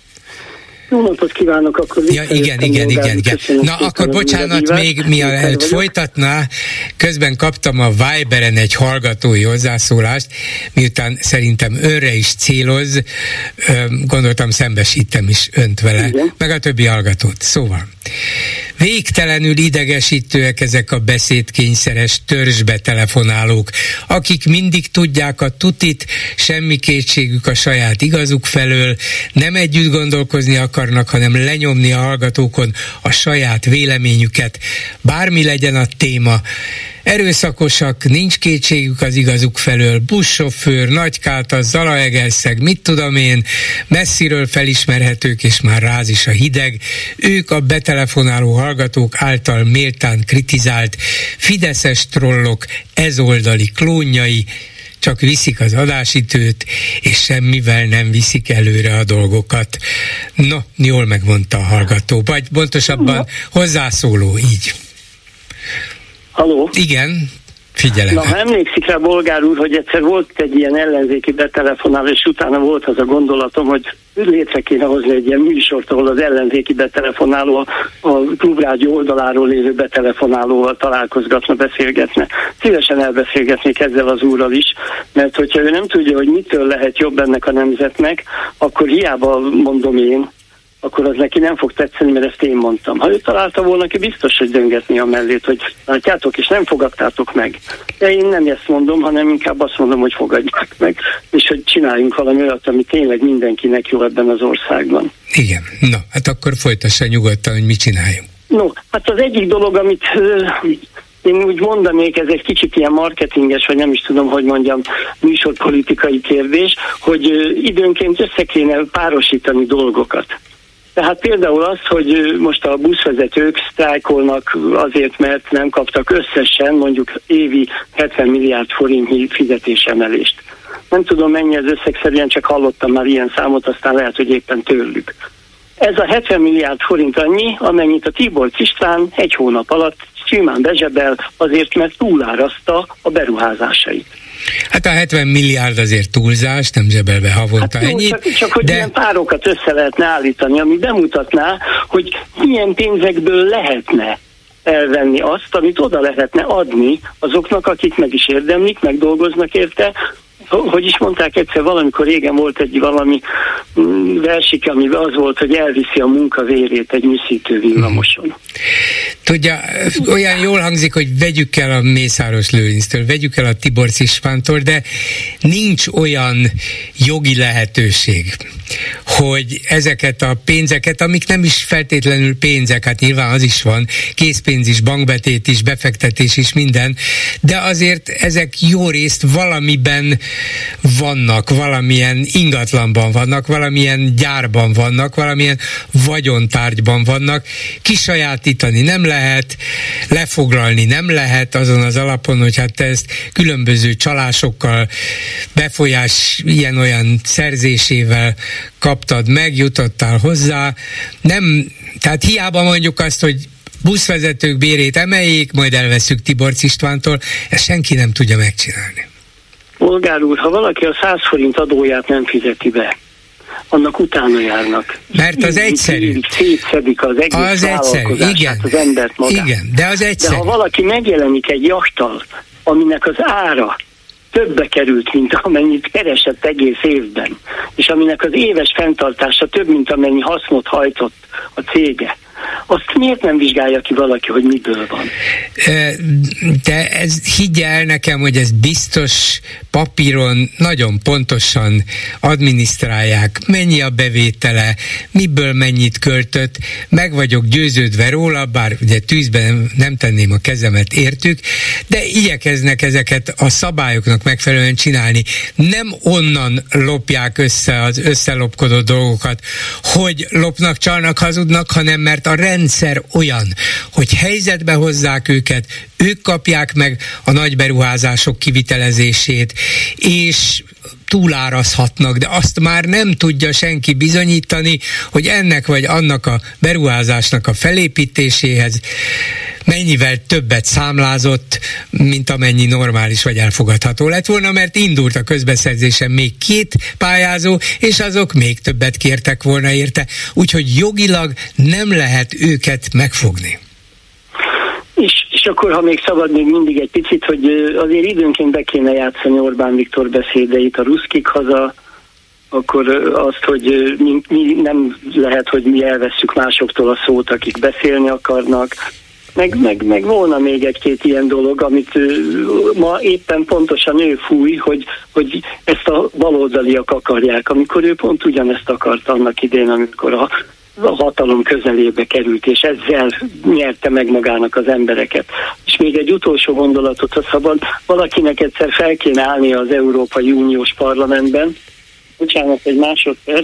Speaker 7: Jó napot kívánok, akkor
Speaker 3: ja, igen, igen, igen, igen. Na, akkor bocsánat, még mielőtt folytatná, közben kaptam a Viberen egy hallgatói hozzászólást, miután szerintem önre is céloz, gondoltam szembesítem is önt vele, igen, meg a többi hallgatót. Szóval, Végtelenül idegesítőek ezek a beszédkényszeres törzsbetelefonálók, akik mindig tudják a tutit, semmi kétségük a saját igazuk felől, nem együtt gondolkozni akarnak, hanem lenyomni a hallgatókon a saját véleményüket, bármi legyen a téma. Erőszakosak, nincs kétségük az igazuk felől, buszsofőr, Nagykáta, Zalaegerszeg, mit tudom én, messziről felismerhetők, és már ráz is a hideg. Ők a betelefonáló hallgatók által méltán kritizált fideszes trollok, ezoldali klónjai, csak viszik az adásítőt, és semmivel nem viszik előre a dolgokat. No, jól megmondta a hallgató, vagy pontosabban hozzászóló, így.
Speaker 7: Halló?
Speaker 3: Igen, figyelem.
Speaker 7: Na, ha emlékszik rá, Bolgár úr, hogy egyszer volt egy ilyen ellenzéki betelefonáló, és utána volt az a gondolatom, hogy létre kéne hozni egy ilyen műsort, ahol az ellenzéki betelefonáló a, a Klubrádió oldaláról lévő betelefonálóval találkozgatna, beszélgetne. Szívesen elbeszélgetnék ezzel az úrral is, mert hogyha ő nem tudja, hogy mitől lehet jobb ennek a nemzetnek, akkor hiába mondom én, akkor az neki nem fog tetszeni, mert ezt én mondtam. Ha ő találta volna ki, biztos, hogy döngetni a mellét, hogy látjátok, és nem fogadtátok meg. De én nem ezt mondom, hanem inkább azt mondom, hogy fogadják meg, és hogy csináljunk valami olyat, ami tényleg mindenkinek jó ebben az országban.
Speaker 3: Igen, na, hát akkor folytassa nyugodtan, hogy mit csináljunk.
Speaker 7: No, hát az egyik dolog, amit uh, én úgy mondanék, ez egy kicsit ilyen marketinges, vagy nem is tudom, hogy mondjam, műsorpolitikai kérdés, hogy uh, időnként össze kéne párosítani dolgokat. Tehát például az, hogy most a buszvezetők sztrájkolnak azért, mert nem kaptak összesen mondjuk évi hetven milliárd forintnyi fizetésemelést. Nem tudom mennyi az összegszerűen, csak hallottam már ilyen számot, aztán lehet, hogy éppen tőlük. Ez a hetven milliárd forint annyi, amennyit a Tiborcs István egy hónap alatt simán bezsebel azért, mert túlárazta a beruházásait.
Speaker 3: Hát a hetven milliárd azért túlzás, nem zsebelve havonta
Speaker 7: hát jó,
Speaker 3: ennyit.
Speaker 7: Csak, csak hogy
Speaker 3: de...
Speaker 7: ilyen párokat össze lehetne állítani, ami bemutatná, hogy milyen pénzekből lehetne elvenni azt, amit oda lehetne adni azoknak, akik meg is érdemlik, meg dolgoznak érte. Hogy is mondták egyszer, valamikor régen volt egy valami versik, ami az volt, hogy elviszi a munka vérét egy műszítő villamoson.
Speaker 3: Tudja, olyan jól hangzik, hogy vegyük el a Mészáros Lőrinctől, vegyük el a Tiborcs Istvántól, de nincs olyan jogi lehetőség, hogy ezeket a pénzeket, amik nem is feltétlenül pénzek, hát nyilván az is van, készpénz is, bankbetét is, befektetés is, minden, de azért ezek jó részt valamiben vannak, valamilyen ingatlanban vannak, valamilyen gyárban vannak, valamilyen vagyontárgyban vannak, kisajátítani nem lehet, lefoglalni nem lehet azon az alapon, hogy hát te ezt különböző csalásokkal, befolyás ilyen-olyan szerzésével kaptad meg, jutottál hozzá. Nem, tehát hiába mondjuk azt, hogy buszvezetők bérét emeljék, majd elveszük Tiborcs Istvántól, ezt senki nem tudja megcsinálni.
Speaker 7: Bolgár úr, ha valaki a száz forint adóját nem fizeti be, annak utána járnak.
Speaker 3: Mert az egyszerű.
Speaker 7: Szétszedik az egész
Speaker 3: az egyszerű, igen.
Speaker 7: az embert magát.
Speaker 3: Igen, de az egyszerű.
Speaker 7: De ha valaki megjelenik egy jachttal, aminek az ára többbe került, mint amennyit keresett egész évben, és aminek az éves fenntartása több, mint amennyi hasznot hajtott a cége, azt miért nem vizsgálja ki valaki, hogy miből van?
Speaker 3: De ez, higgy el nekem, hogy ez biztos papíron nagyon pontosan adminisztrálják, mennyi a bevétele, miből mennyit költött, meg vagyok győződve róla, bár ugye tűzben nem tenném a kezemet, értük, de igyekeznek ezeket a szabályoknak megfelelően csinálni. Nem onnan lopják össze az összelopkodott dolgokat, hogy lopnak, csalnak, hazudnak, hanem mert a rendszer olyan, hogy helyzetbe hozzák őket, ők kapják meg a nagy beruházások kivitelezését, és túlárazhatnak, de azt már nem tudja senki bizonyítani, hogy ennek vagy annak a beruházásnak a felépítéséhez mennyivel többet számlázott, mint amennyi normális vagy elfogadható lett volna, mert indult a közbeszerzésen még két pályázó, és azok még többet kértek volna érte, úgyhogy jogilag nem lehet őket megfogni.
Speaker 7: És, és akkor, ha még szabad még mindig egy picit, hogy azért időnként be kéne játszani Orbán Viktor beszédeit, a ruszkik haza akkor azt, hogy mi, mi nem lehet, hogy mi elvesszük másoktól a szót, akik beszélni akarnak, meg, meg, meg volna még egy-két ilyen dolog, amit ma éppen pontosan ő fúj, hogy, hogy ezt a baloldaliak akarják, amikor ő pont ugyanezt akart annak idén, amikor a a hatalom közelébe került, és ezzel nyerte meg magának az embereket. És még egy utolsó gondolatot, ha szabad, valakinek egyszer fel kéne állni az Európai Uniós Parlamentben. Bocsánat, egy másodperc.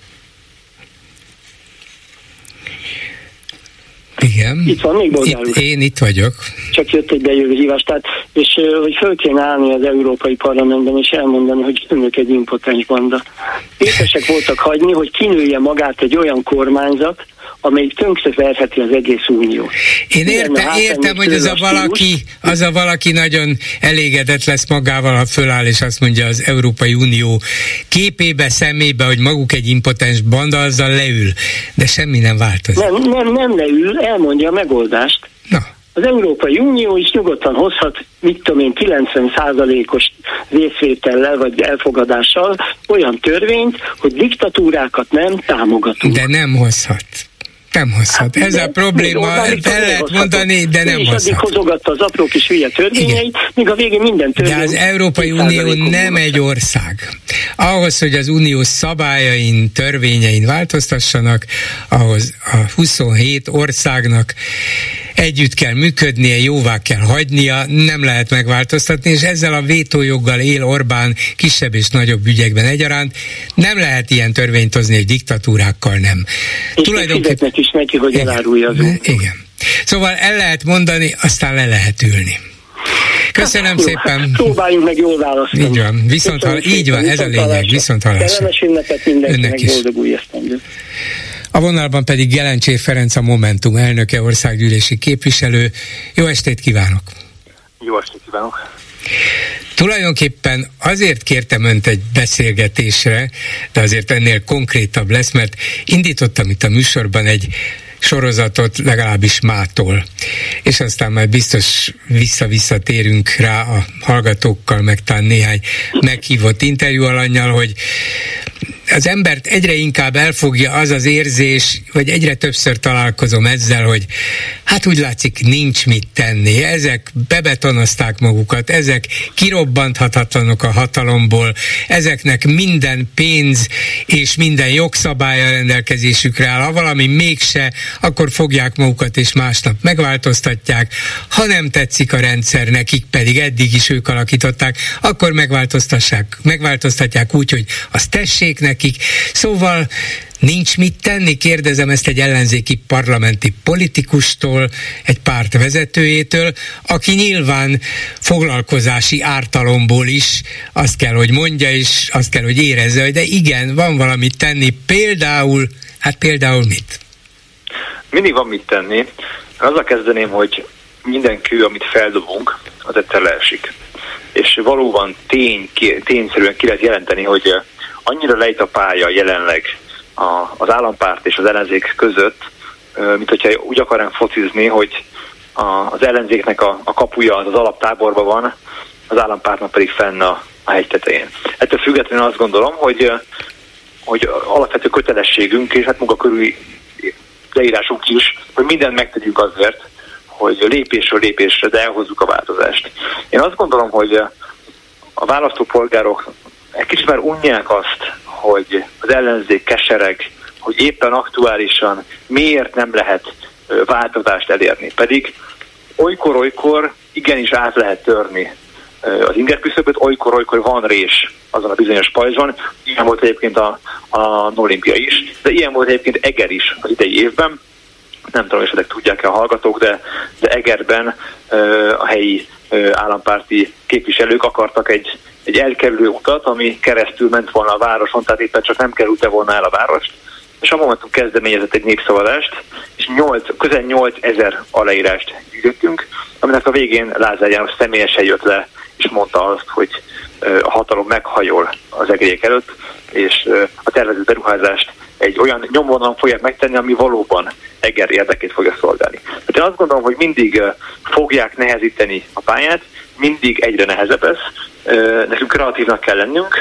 Speaker 3: Igen.
Speaker 7: Itt van még Bolgár úr?
Speaker 3: Itt, én itt vagyok.
Speaker 7: Csak jött egy bejövő hívás. Tehát, és hogy föl kéne állni az Európai Parlamentben, és elmondani, hogy önök egy impotens banda. Képesek voltak hagyni, hogy kinője magát egy olyan kormányzat, amelyik tönkreverheti az egész uniót.
Speaker 3: Én érte, értem, hogy az a, valaki, az a valaki nagyon elégedett lesz magával, ha föláll, és azt mondja az Európai Unió képébe, szemébe, hogy maguk egy impotens banda, azzal leül. De semmi nem változik.
Speaker 7: Nem, nem, nem leül, elmondja a megoldást.
Speaker 3: Na.
Speaker 7: Az Európai Unió is nyugodtan hozhat, mit tudom én, kilencven százalékos részvétellel vagy elfogadással olyan törvényt, hogy diktatúrákat nem támogatunk.
Speaker 3: De nem hozhat. Nem hozhat. Hát, ez de, a probléma, el lehet mondani, de nem hozhat. És addig
Speaker 7: hozogatta az apró kis hülye törvényeit, míg a végén minden törvény...
Speaker 3: De az Európai Unió nem egy ország. Ahhoz, hogy az unió szabályain, törvényein változtassanak, ahhoz a huszonhét országnak együtt kell működnie, jóvá kell hagynia, nem lehet megváltoztatni, és ezzel a vétójoggal él Orbán kisebb és nagyobb ügyekben egyaránt. Nem lehet ilyen törvényt hozni, hogy diktatúrákkal nem.
Speaker 7: És Tulajdonképpen is neki, hogy igen, elárulja az úton.
Speaker 3: Igen. Szóval el lehet mondani, aztán le lehet ülni. Köszönöm hát, szépen.
Speaker 7: Próbáljunk meg jól választani.
Speaker 3: Így van, viszont hal, így van, ez a lényeg, viszont hallásra.
Speaker 7: Kellemes ünnepet mindenkinek, boldog új esztendőt.
Speaker 3: A vonalban pedig Gelencsér Ferenc, a Momentum elnöke, országgyűlési képviselő. Jó estét kívánok!
Speaker 9: Jó estét kívánok!
Speaker 3: Tulajdonképpen azért kértem önt egy beszélgetésre, de azért ennél konkrétabb lesz, mert indítottam itt a műsorban egy sorozatot, legalábbis mától. És aztán majd biztos vissza-visszatérünk rá a hallgatókkal, meg talán néhány meghívott interjú alannyal, hogy az embert egyre inkább elfogja az az érzés, vagy egyre többször találkozom ezzel, hogy hát úgy látszik, nincs mit tenni. Ezek bebetonozták magukat, ezek kirobbanthatatlanok a hatalomból, ezeknek minden pénz és minden jogszabálya rendelkezésükre áll. Ha valami mégse, akkor fogják magukat és másnap megváltoztatják. Ha nem tetszik a rendszer, nekik pedig eddig is ők alakították, akkor megváltoztassák, megváltoztatják úgy, hogy azt tessék nekik. Szóval nincs mit tenni, kérdezem ezt egy ellenzéki parlamenti politikustól, egy párt vezetőjétől, aki nyilván foglalkozási ártalomból is azt kell, hogy mondja, és azt kell, hogy érezze, hogy de igen, van valamit tenni, például, hát például mit?
Speaker 9: Mindig van mit tenni. Azzal kezdeném, hogy minden kő, amit feldobunk, az egyszer leesik. És valóban tény, tényszerűen ki lehet jelenteni, hogy annyira lejt a pálya jelenleg az állampárt és az ellenzék között, mint hogyha úgy akarnánk focizni, hogy az ellenzéknek a, a kapuja az az alaptáborban van, az állampártnak pedig fenn a, a hegy tetején. Ettől függetlenül azt gondolom, hogy, hogy alapvető kötelességünk, és hát munkakörüli leírásunk is, hogy mindent megtegyünk azért, hogy lépésről lépésre, de elhozzuk a változást. Én azt gondolom, hogy a választópolgárok egy kicsit már unják azt, hogy az ellenzék kesereg, hogy éppen aktuálisan miért nem lehet változást elérni. Pedig olykor-olykor igenis át lehet törni az ingerküszöböt, olykor-olykor van rés azon a bizonyos pajzson. Ilyen volt egyébként a, a Olimpia is, de ilyen volt egyébként Eger is az idei évben. Nem tudom, esetleg tudják-e a hallgatók, de, de Egerben a helyi állampárti képviselők akartak egy, egy elkerülő utat, ami keresztül ment volna a városon, tehát éppen csak nem kerülte volna el a várost. És a Momentum kezdeményezett egy népszavazást, és nyolc, közel nyolcezer aláírást gyűjtöttünk, aminek a végén Lázár János személyesen jött le, és mondta azt, hogy a hatalom meghajol az egériek előtt, és a tervezett beruházást egy olyan nyomvonalon fogják megtenni, ami valóban Eger érdekét fogja szolgálni. Hát én azt gondolom, hogy mindig fogják nehezíteni a pályát, mindig egyre nehezebb lesz. Nekünk kreatívnak kell lennünk,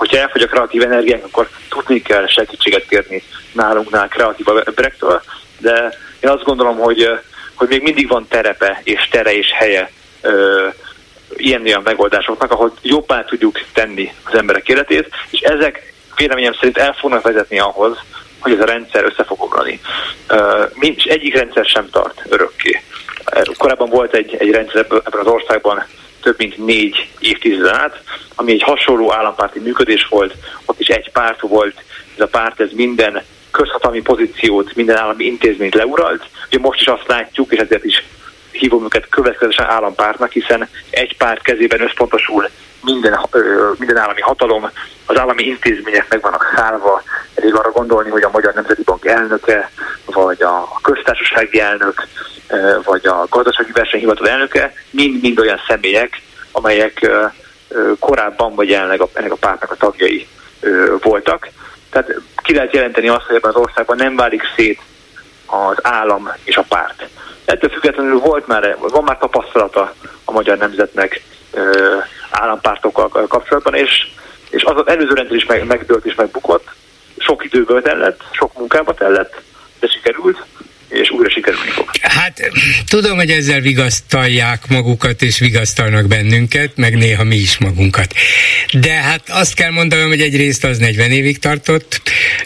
Speaker 9: hogyha elfogy a kreatív energiánk, akkor tudni kell segítséget kérni nálunknál kreatív emberektől, de én azt gondolom, hogy, hogy még mindig van terepe és tere és helye ö, ilyen-olyan megoldásoknak, ahol jobbá tudjuk tenni az emberek életét, és ezek véleményem szerint el fognak vezetni ahhoz, hogy ez a rendszer össze fog omlani. Uh, egyik rendszer sem tart örökké. Korábban volt egy, egy rendszer ebben az országban több mint négy évtizeden át, ami egy hasonló állampárti működés volt, ott is egy párt volt, ez a párt ez minden közhatalmi pozíciót, minden állami intézményt leuralt. Ugye most is azt látjuk, és ezért is hívom őket következetesen állampártnak, hiszen egy párt kezében összpontosul minden, ö, minden állami hatalom, az állami intézmények meg vannak szállva. Elég arra gondolni, hogy a Magyar Nemzeti Bank elnöke, vagy a köztársasági elnök, ö, vagy a gazdasági versenyhivatal elnöke mind-mind olyan személyek, amelyek ö, ö, korábban vagy jelenleg a, ennek a pártnak a tagjai ö, voltak. Tehát ki lehet jelenteni azt, hogy ebben az országban nem válik szét az állam és a párt. Ettől függetlenül volt már, van már tapasztalata a magyar nemzetnek ö, állampártokkal kapcsolatban, és, és az az előző rendszer is meg, megdőlt és megbukott, sok időből tellett, sok munkába tellett, de sikerült, és újra sikerülni fog.
Speaker 3: Hát tudom, hogy ezzel vigasztalják magukat, és vigasztalnak bennünket, meg néha mi is magunkat. De hát azt kell mondanom, hogy egyrészt az negyven évig tartott,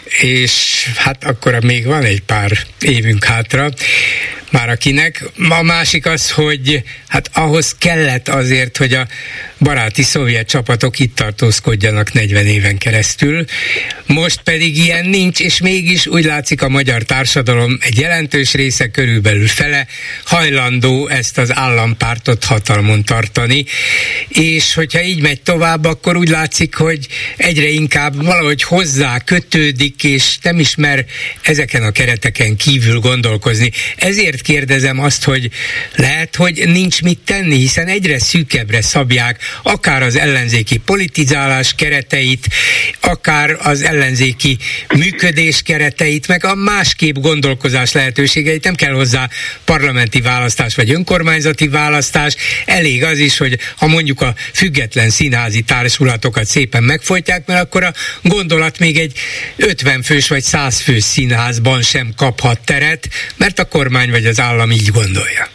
Speaker 3: és hát akkor még van egy pár évünk hátra, már akinek. A másik az, hogy hát ahhoz kellett azért, hogy a baráti szovjet csapatok itt tartózkodjanak negyven éven keresztül. Most pedig ilyen nincs, és mégis úgy látszik a magyar társadalom egy jelentős része, körülbelül fele hajlandó ezt az állampártot hatalmon tartani. És hogyha így megy tovább, akkor úgy látszik, hogy egyre inkább valahogy hozzá kötődik, és nem ismer ezeken a kereteken kívül gondolkozni. Ezért kérdezem azt, hogy lehet, hogy nincs mit tenni, hiszen egyre szűkebbre szabják akár az ellenzéki politizálás kereteit, akár az ellenzéki működés kereteit, meg a másképp gondolkozás lehetőségeit. Nem kell hozzá parlamenti választás vagy önkormányzati választás, elég az is, hogy ha mondjuk a független színházi társulatokat szépen megfojtják, mert akkor a gondolat még egy ötven fős vagy száz fős színházban sem kaphat teret, mert a kormány vagy az állam így gondolja.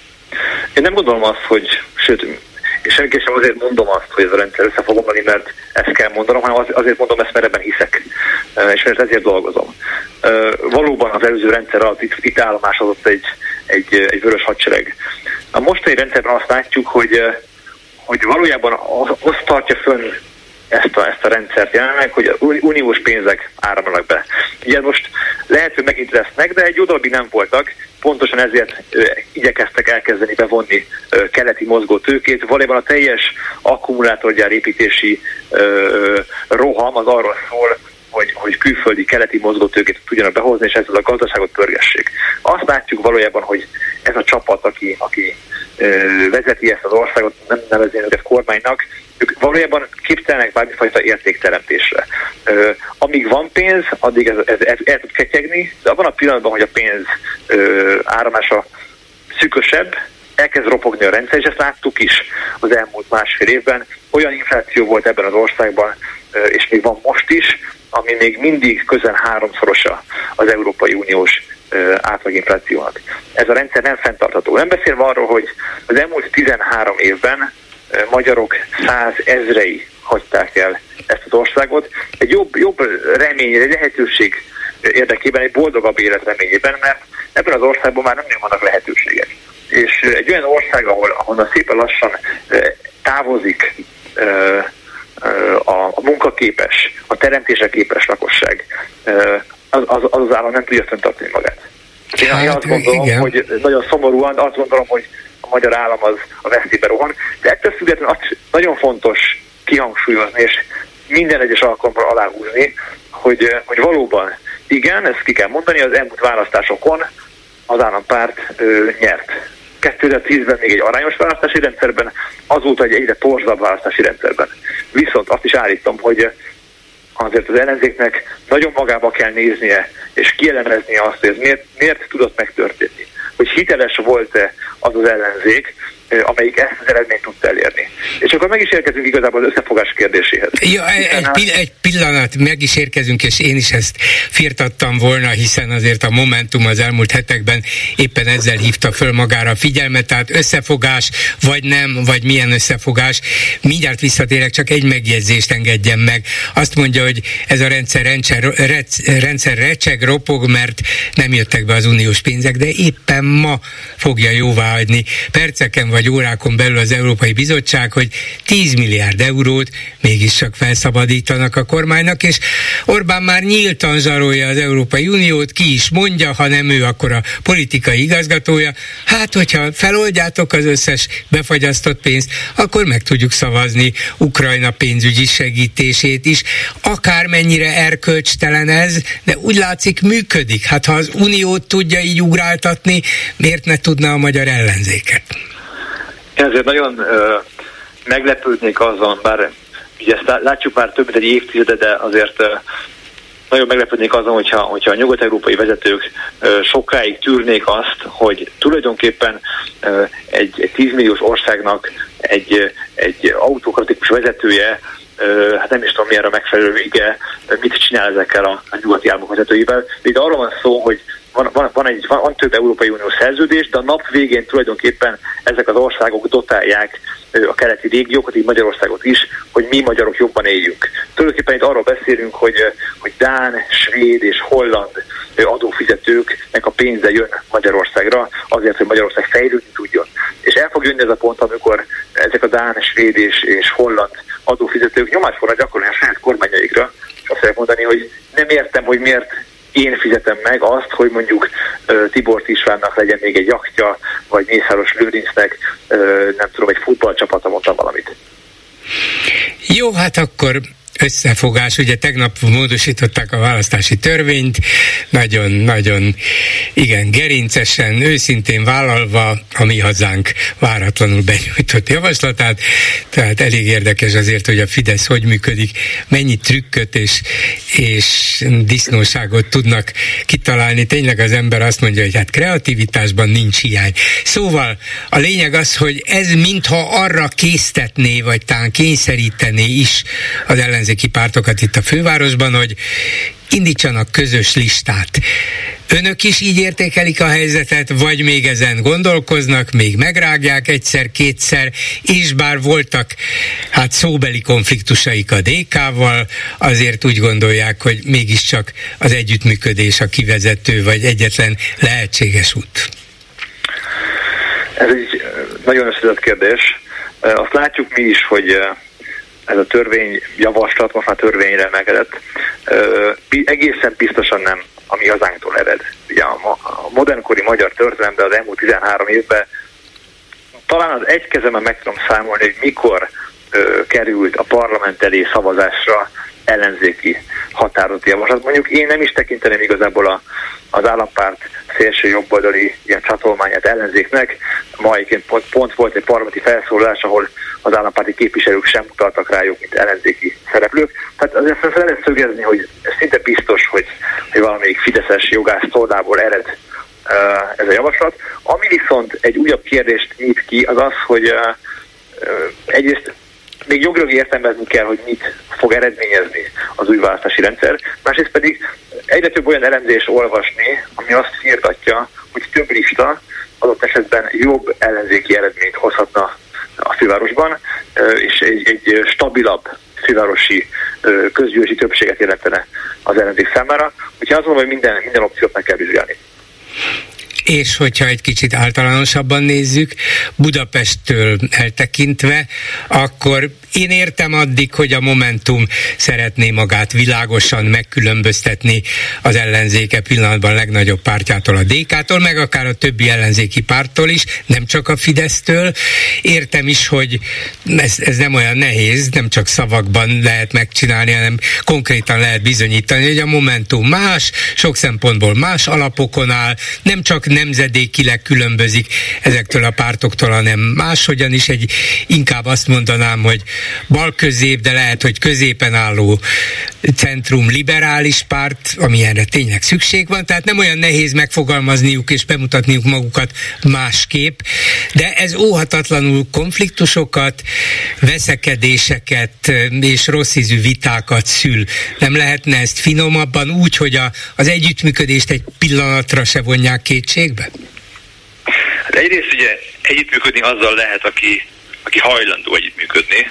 Speaker 9: Én nem gondolom azt, hogy, sőt, és senki sem azért mondom azt, hogy ez a rendszer össze fog omlani, mert ezt kell mondanom, hanem azért mondom ezt, mert ebben hiszek, és mert ezért dolgozom. Valóban az előző rendszer alatt itt, itt állomásozott egy, egy, egy vörös hadsereg. A mostani rendszerben azt látjuk, hogy, hogy valójában azt tartja fönn ezt a, ezt a rendszert jelenleg, hogy uniós pénzek áramlanak be. Ugye most lehet, hogy megint lesznek, de egy jó darabig nem voltak, pontosan ezért ö, igyekeztek elkezdeni bevonni ö, keleti mozgótőkét. Valójában a teljes akkumulátorgyár építési ö, roham az arról szól, hogy, hogy külföldi keleti mozgótőkét tudjanak behozni, és ezzel a gazdaságot pörgessék. Azt látjuk valójában, hogy ez a csapat, aki, aki ö, vezeti ezt az országot, nem nevezni őket kormánynak, ők valójában képtelenek bármifajta értékteremtésre. Ö, amíg van pénz, addig ez, ez, ez el tud ketyegni, de abban a pillanatban, hogy a pénz ö, áramása szűkösebb, elkezd ropogni a rendszer, és ezt láttuk is az elmúlt másfél évben. Olyan infláció volt ebben az országban, ö, és még van most is, ami még mindig közel háromszorosa az Európai Uniós ö, átlaginflációnak. Ez a rendszer nem fenntartható. Nem beszélve arról, hogy az elmúlt tizenhárom évben magyarok százezrei hagyták el ezt az országot. Egy jobb, jobb remény, egy lehetőség érdekében, egy boldogabb élet reményében, mert ebben az országban már nem nagyon vannak lehetőségek. És egy olyan ország, ahol, ahonnan szépen lassan távozik a munkaképes, a teremtésre képes lakosság, az az, az, az állam nem tudja fenntartani magát. Én hát, azt gondolom, igen. hogy nagyon szomorúan, azt gondolom, hogy a magyar állam az a veszélybe rohan, de ettől függetlenül azt nagyon fontos kihangsúlyozni, és minden egyes alkalommal aláhúzni, hogy, hogy valóban igen, ezt ki kell mondani, az elmúlt választásokon az állampárt ö, nyert. kétezer-tízben még egy arányos választási rendszerben, azóta egy egyre torzabb választási rendszerben. Viszont azt is állítom, hogy azért az ellenzéknek nagyon magába kell néznie, és kielemeznie azt, hogy ez miért, miért tudott megtörténni. Hogy hiteles volt-e az az ellenzék, amelyik ezt az eredményt tudta elérni. És akkor meg is érkezünk igazából az összefogás kérdéséhez.
Speaker 3: Ja, egy, pill- egy pillanat, meg is érkezünk, és én is ezt firtattam volna, hiszen azért a Momentum az elmúlt hetekben éppen ezzel hívta föl magára a figyelmet, tehát összefogás, vagy nem, vagy milyen összefogás. Mindjárt visszatérek, csak egy megjegyzést engedjen meg. Azt mondja, hogy ez a rendszer, rendszer, rendszer recseg, ropog, mert nem jöttek be az uniós pénzek, de éppen ma fogja jóváhagyni perceken vagy órákon belül az Európai Bizottság, hogy tíz milliárd eurót mégiscsak felszabadítanak a kormánynak, és Orbán már nyíltan zsarolja az Európai Uniót, ki is mondja, ha nem ő, akkor a politikai igazgatója. Hát, hogyha feloldjátok az összes befagyasztott pénzt, akkor meg tudjuk szavazni Ukrajna pénzügyi segítését is. Akármennyire erkölcstelen ez, de úgy látszik működik. Hát ha az Uniót tudja így ugráltatni, miért ne tudna a magyar ellenzéket?
Speaker 9: Én azért nagyon ö, meglepődnék azon, bár ugye ezt látjuk már több mint egy évtizede, de azért ö, nagyon meglepődnék azon, hogyha, hogyha a nyugat-európai vezetők ö, sokáig tűrnék azt, hogy tulajdonképpen ö, egy, egy tízmilliós országnak egy, egy autokratikus vezetője, ö, hát nem is tudom milyen a megfelelő vége, mit csinál ezekkel a, a nyugati államok vezetőivel. Itt arról van szó, hogy Van, van, van, egy, van, van több Európai Uniós szerződés, de a nap végén tulajdonképpen ezek az országok dotálják a keleti régiókat, így Magyarországot is, hogy mi magyarok jobban éljünk. Tulajdonképpen itt arról beszélünk, hogy, hogy dán, svéd és holland adófizetőknek a pénze jön Magyarországra azért, hogy Magyarország fejlődni tudjon. És el fog jönni ez a pont, amikor ezek a dán, svéd és, és holland adófizetők nyomást fognak gyakorolni a saját kormányaikra, és azt fogják mondani, hogy nem értem, hogy miért én fizetem meg azt, hogy mondjuk uh, Tibor Istvánnak legyen még egy jachtja, vagy Mészáros Lőrincnek, uh, nem tudom, egy futballcsapata, mondtam valamit.
Speaker 3: Jó, hát akkor összefogás, ugye tegnap módosították a választási törvényt, nagyon-nagyon, igen, gerincesen, őszintén vállalva a Mi Hazánk váratlanul benyújtott javaslatát, tehát elég érdekes azért, hogy a Fidesz hogy működik, mennyi trükköt és, és disznóságot tudnak kitalálni. Tényleg az ember azt mondja, hogy hát kreativitásban nincs hiány. Szóval a lényeg az, hogy ez mintha arra késztetné, vagy talán kényszerítené is az ellenzéki pártokat itt a fővárosban, hogy indítsanak közös listát. Önök is így értékelik a helyzetet, vagy még ezen gondolkoznak, még megrágják egyszer-kétszer, és bár voltak hát szóbeli konfliktusaik a dé ká-val, azért úgy gondolják, hogy mégiscsak az együttműködés a kivezető, vagy egyetlen lehetséges út.
Speaker 9: Ez egy nagyon összetett kérdés. Azt látjuk mi is, hogy ez a törvényjavaslat most már törvényre emelkedett. Egészen biztosan nem a Mi Hazánktól ered. Ugye a, a modernkori magyar történelemben az elmúlt tizenhárom évben talán az egy kezemben meg tudom számolni, hogy mikor ö, került a parlament elé szavazásra ellenzéki határozati javaslat. Mondjuk én nem is tekinteném igazából a, az állampárt szélső jobboldali ilyen csatolmányát ellenzéknek. Ma egyébként pont, pont volt egy parlamenti felszólalás, ahol az állampárti képviselők sem mutattak rájuk, mint ellenzéki szereplők. Tehát azért fel lehet szögezni, hogy szinte biztos, hogy, hogy valamelyik fideszes jogász tollából ered uh, ez a javaslat. Ami viszont egy újabb kérdést nyit ki, az az, hogy uh, uh, egyrészt még jogilag értelmezni kell, hogy mit fog eredményezni az új választási rendszer, másrészt pedig egyre több olyan elemzést olvasni, ami azt firtatja, hogy több lista adott esetben jobb ellenzéki eredményt hozhatna a fővárosban, és egy, egy stabilabb fővárosi közgyűlési többséget jelentene az ellenzék számára. Úgyhogy azt mondom, hogy minden, minden opciót meg kell vizsgálni.
Speaker 3: És hogyha egy kicsit általánosabban nézzük, Budapesttől eltekintve, akkor én értem addig, hogy a Momentum szeretné magát világosan megkülönböztetni az ellenzéke pillanatban legnagyobb pártjától, a dé ká-tól, meg akár a többi ellenzéki párttól is, nem csak a Fidesztől. Értem is, hogy ez, ez nem olyan nehéz, nem csak szavakban lehet megcsinálni, hanem konkrétan lehet bizonyítani, hogy a Momentum más, sok szempontból más alapokon áll, nem csak nemzedékileg különbözik ezektől a pártoktól, hanem máshogyan is, egy, inkább azt mondanám, hogy balközép, de lehet, hogy középen álló centrum liberális párt, amilyenre tényleg szükség van, tehát nem olyan nehéz megfogalmazniuk és bemutatniuk magukat másképp, de ez óhatatlanul konfliktusokat, veszekedéseket és rossz ízű vitákat szül. Nem lehetne ezt finomabban úgy, hogy a, az együttműködést egy pillanatra se vonják kétségbe?
Speaker 9: Hát egyrészt ugye együttműködni azzal lehet, aki, aki hajlandó együttműködni.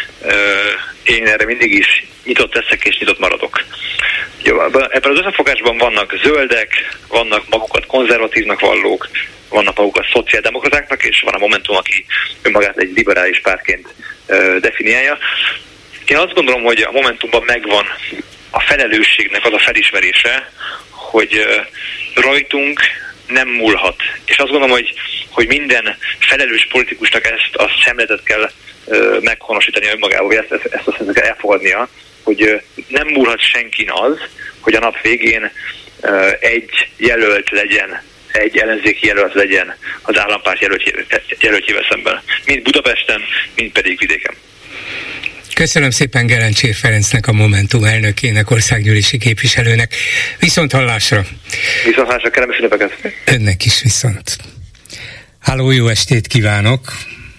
Speaker 9: Én erre mindig is nyitott leszek és nyitott maradok. Ebben az összefogásban vannak zöldek, vannak magukat konzervatívnak vallók, vannak magukat szociáldemokratáknak, és van a Momentum, aki önmagát egy liberális pártként definiálja. Én azt gondolom, hogy a Momentumban megvan a felelősségnek az a felismerése, hogy rajtunk nem múlhat. És azt gondolom, hogy, hogy minden felelős politikusnak ezt a szemletet kell ö, meghonosítani önmagával, vagy ezt, ezt, ezt azt kell elfogadnia, hogy ö, nem múlhat senkin az, hogy a nap végén ö, egy jelölt legyen, egy ellenzéki jelölt legyen az állampárt jelölt, jelöltjével szemben. Mind Budapesten, mind pedig vidéken.
Speaker 3: Köszönöm szépen Gerencsér Ferencnek, a Momentum elnökének, országgyűlési képviselőnek. Viszont hallásra!
Speaker 9: Viszont hallásra, kellemes ünnepeket!
Speaker 3: Önnek is viszont. Háló, jó estét kívánok!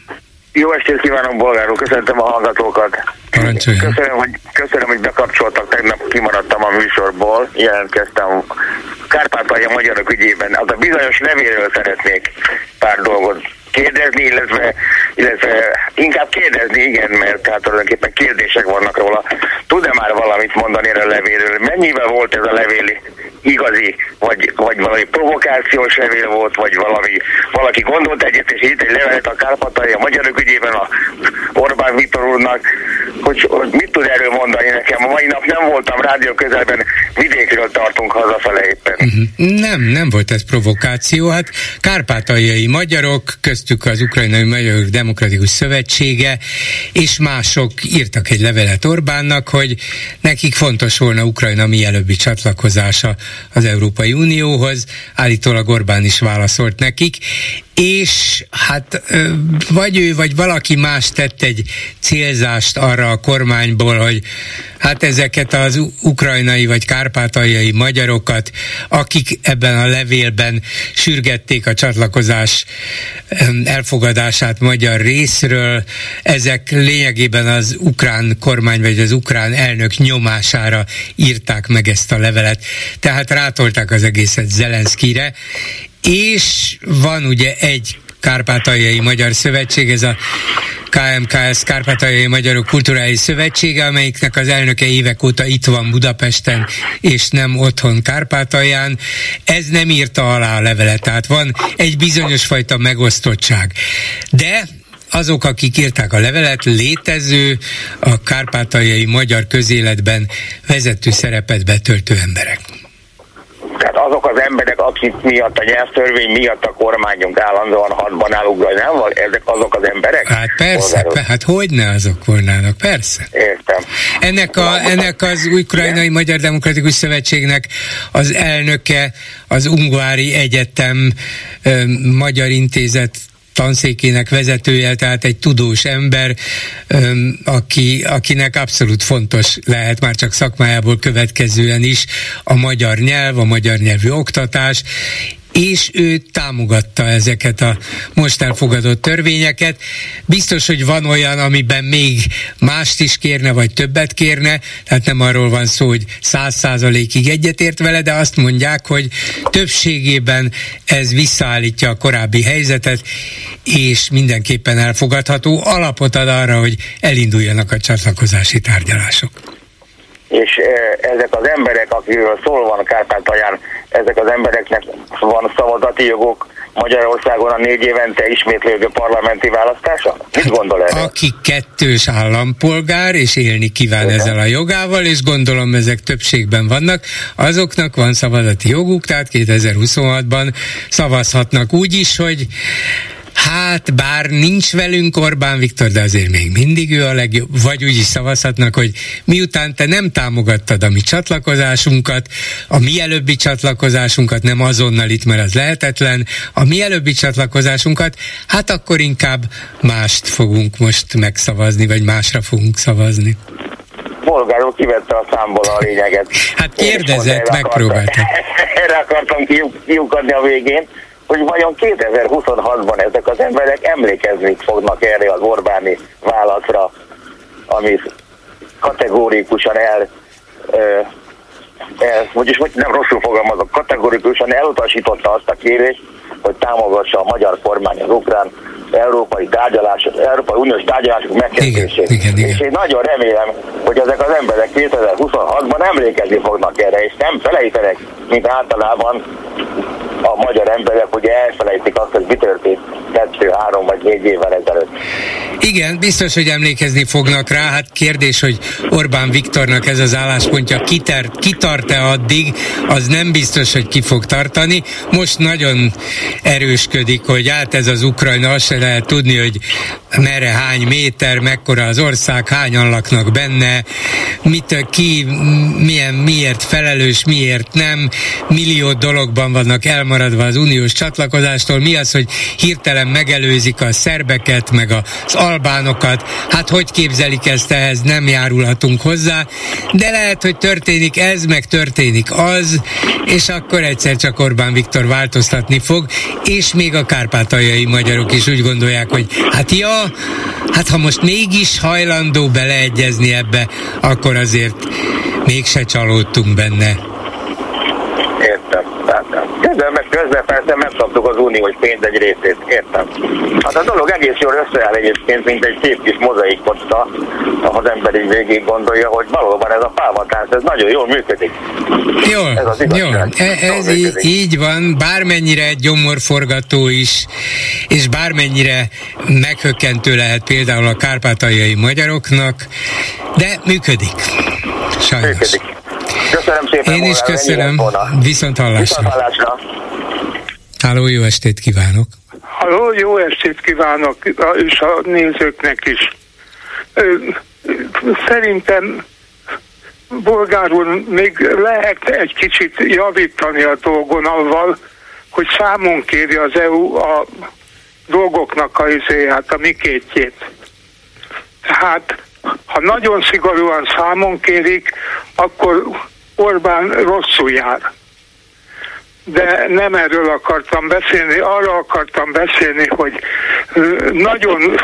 Speaker 10: Jó estét kívánok, bolgár úr, köszöntöm a hallgatókat.
Speaker 3: Parancsoljon.
Speaker 10: Köszönöm, hogy, köszönöm, hogy bekapcsoltak, tegnap kimaradtam a műsorból, jelentkeztem Kárpátalja magyarok ügyében. Az a bizonyos levélről szeretnék pár dolgot kérdezni, illetve, illetve inkább kérdezni, igen, mert hát tulajdonképpen kérdések vannak róla. Tud-e már valamit mondani erről a levélről? Mennyivel volt ez a levél igazi, vagy, vagy valami provokációs levél volt, vagy valami, valaki gondolt egyet, és itt egy levelet a Kárpátalja magyarok ügyében a Orbán Viktor úrnak, hogy, hogy mit tud erről mondani nekem? A mai nap nem voltam rádió közelben, vidékről tartunk hazafele éppen.
Speaker 3: Uh-huh. Nem, nem volt ez provokáció, hát kárpátaljai magyarok, köztük az Ukrajnai Magyarok Demokratikus Szövetsége, és mások írtak egy levelet Orbánnak, hogy nekik fontos volna Ukrajna mielőbbi csatlakozása az Európai Unióhoz, állítólag Orbán is válaszolt nekik, és hát vagy ő, vagy valaki más tett egy célzást arra a kormányból, hogy hát ezeket az ukrajnai vagy kárpátaljai magyarokat, akik ebben a levélben sürgették a csatlakozás elfogadását magyar részről, ezek lényegében az ukrán kormány vagy az ukrán elnök nyomására írták meg ezt a levelet. Tehát rátolták az egészet Zelenszkijre, és van ugye egy Kárpátaljai Magyar Szövetség, ez a ká em ká es, Kárpátaljai Magyarok Kulturális Szövetsége, amelyiknek az elnöke évek óta itt van Budapesten, és nem otthon Kárpátalján. Ez nem írta alá a levelet, tehát van egy bizonyos fajta megosztottság. De azok, akik írták a levelet, létező, a kárpátaljai magyar közéletben vezető szerepet betöltő emberek.
Speaker 10: Tehát azok az emberek, akik miatt a nyelvtörvény miatt a kormányunk állandóan hadban áll Ukrajnával, ezek azok az emberek?
Speaker 3: Hát persze, pe, hát hogyne azok volnának, persze.
Speaker 10: Értem.
Speaker 3: Ennek, a, ennek az Ukrajnai Magyar Demokratikus Szövetségnek az elnöke, az Ungvári Egyetem ö, Magyar Intézet tanszékének vezetője, tehát egy tudós ember, öm, aki, akinek abszolút fontos lehet már csak szakmájából következően is a magyar nyelv, a magyar nyelvű oktatás, és ő támogatta ezeket a most elfogadott törvényeket. Biztos, hogy van olyan, amiben még mást is kérne, vagy többet kérne, tehát nem arról van szó, hogy száz százalékig egyetért vele, de azt mondják, hogy többségében ez visszaállítja a korábbi helyzetet, és mindenképpen elfogadható, alapot ad arra, hogy elinduljanak a csatlakozási tárgyalások.
Speaker 10: És ezek az emberek, akiről szól van Kárpátalján, ezek az embereknek van szavazati jogok Magyarországon a négy évente ismétlődő parlamenti választása? Mit gondol erről?
Speaker 3: Aki kettős állampolgár, és élni kíván okay. ezzel a jogával, és gondolom ezek többségben vannak, azoknak van szavazati joguk, tehát kétezer-huszonhatban szavazhatnak úgy is, hogy Hát, bár nincs velünk Orbán Viktor, de azért még mindig ő a legjobb, vagy úgy is szavazhatnak, hogy miután te nem támogattad a mi csatlakozásunkat, a mielőbbi csatlakozásunkat, nem azonnal itt, mert az lehetetlen, a mielőbbi csatlakozásunkat, hát akkor inkább mást fogunk most megszavazni, vagy másra fogunk szavazni.
Speaker 10: Bolgár úr kivette a számból a lényeget.
Speaker 3: Hát kérdezett, megpróbáltam.
Speaker 10: Erre akartam kiukadni a végén, hogy vajon kétezer-huszonhatban ezek az emberek emlékezni fognak erre az Orbáni válaszra, amit kategórikusan el, el vagyis nem rosszul fogalmazok, kategórikusan elutasította azt a kérést, hogy támogassa a magyar kormány az ukrán európai tárgyalás, európai uniós tárgyalások megkezdését. És én nagyon remélem, hogy ezek az emberek kétezer-huszonhatban emlékezni fognak erre, és nem felejtenek, mint általában a magyar emberek, hogy elfelejtik azt, hogy mi történt kettő, három vagy négy évvel ezelőtt.
Speaker 3: Igen, biztos, hogy emlékezni fognak rá. Hát kérdés, hogy Orbán Viktornak ez az álláspontja kitár, kitart-e addig, az nem biztos, hogy ki fog tartani. Most nagyon erősködik, hogy át ez az Ukrajna, azt se lehet tudni, hogy merre, hány méter, mekkora az ország, hányan laknak benne, mit, ki, milyen, miért felelős, miért nem, millió dologban vannak elmaradva az uniós csatlakozástól. Mi az, hogy hirtelen megelőzik a szerbeket, meg az albánokat, hát hogy képzelik ezt, ehhez nem járulhatunk hozzá, de lehet, hogy történik ez, meg történik az, és akkor egyszer csak Orbán Viktor változtatni fog, és még a kárpátaljai magyarok is úgy gondolják, hogy hát ja, hát ha most mégis hajlandó beleegyezni ebbe, akkor azért mégse csalódtunk benne.
Speaker 10: Értem, értem. Közben meg közben persze megkaptuk az uniós pénz egy részét, értem. Hát a dolog egész jól összeáll egyébként, mint egy szép kis mozaikkotta, ha az ember így végig gondolja, hogy valóban ez a pávatánc, ez nagyon jól működik.
Speaker 3: Jól, ez az jól. Ez, ez így, így van, bármennyire gyomorforgató is, és bármennyire meghökkentő lehet például a kárpátaljai magyaroknak, de működik. Sajnos. Működik.
Speaker 10: Köszönöm szépen.
Speaker 3: Én is köszönöm. Viszont hallásra.
Speaker 10: Viszont hallásra.
Speaker 3: Háló, jó estét kívánok.
Speaker 11: Halló, jó estét kívánok, és a nézőknek is. Szerintem, Bolgár úr, még lehet egy kicsit javítani a dolgon avval, hogy számon kéri az é u a dolgoknak a izéját, a mikétjét. Tehát ha nagyon szigorúan számon kérik, akkor Orbán rosszul jár. De nem erről akartam beszélni, arra akartam beszélni, hogy nagyon,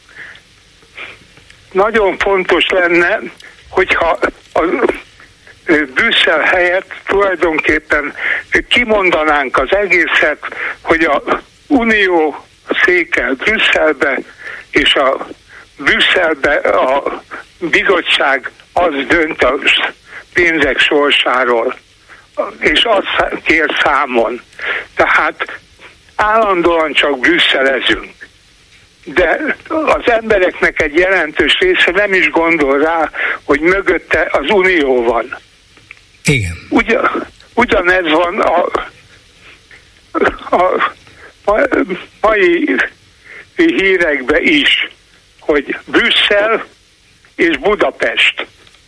Speaker 11: nagyon fontos lenne, hogyha a Brüsszel helyett tulajdonképpen kimondanánk az egészet, hogy a Unió székel Brüsszelbe, és a Brüsszelbe a bizottság az dönt a pénzek sorsáról, és azt kér számon. Tehát állandóan csak brüsszelezünk. De az embereknek egy jelentős része nem is gondol rá, hogy mögötte az Unió van.
Speaker 3: Igen.
Speaker 11: Ugyan, ugyanez van a, a, a mai hírekben is, hogy Brüsszel és Budapest.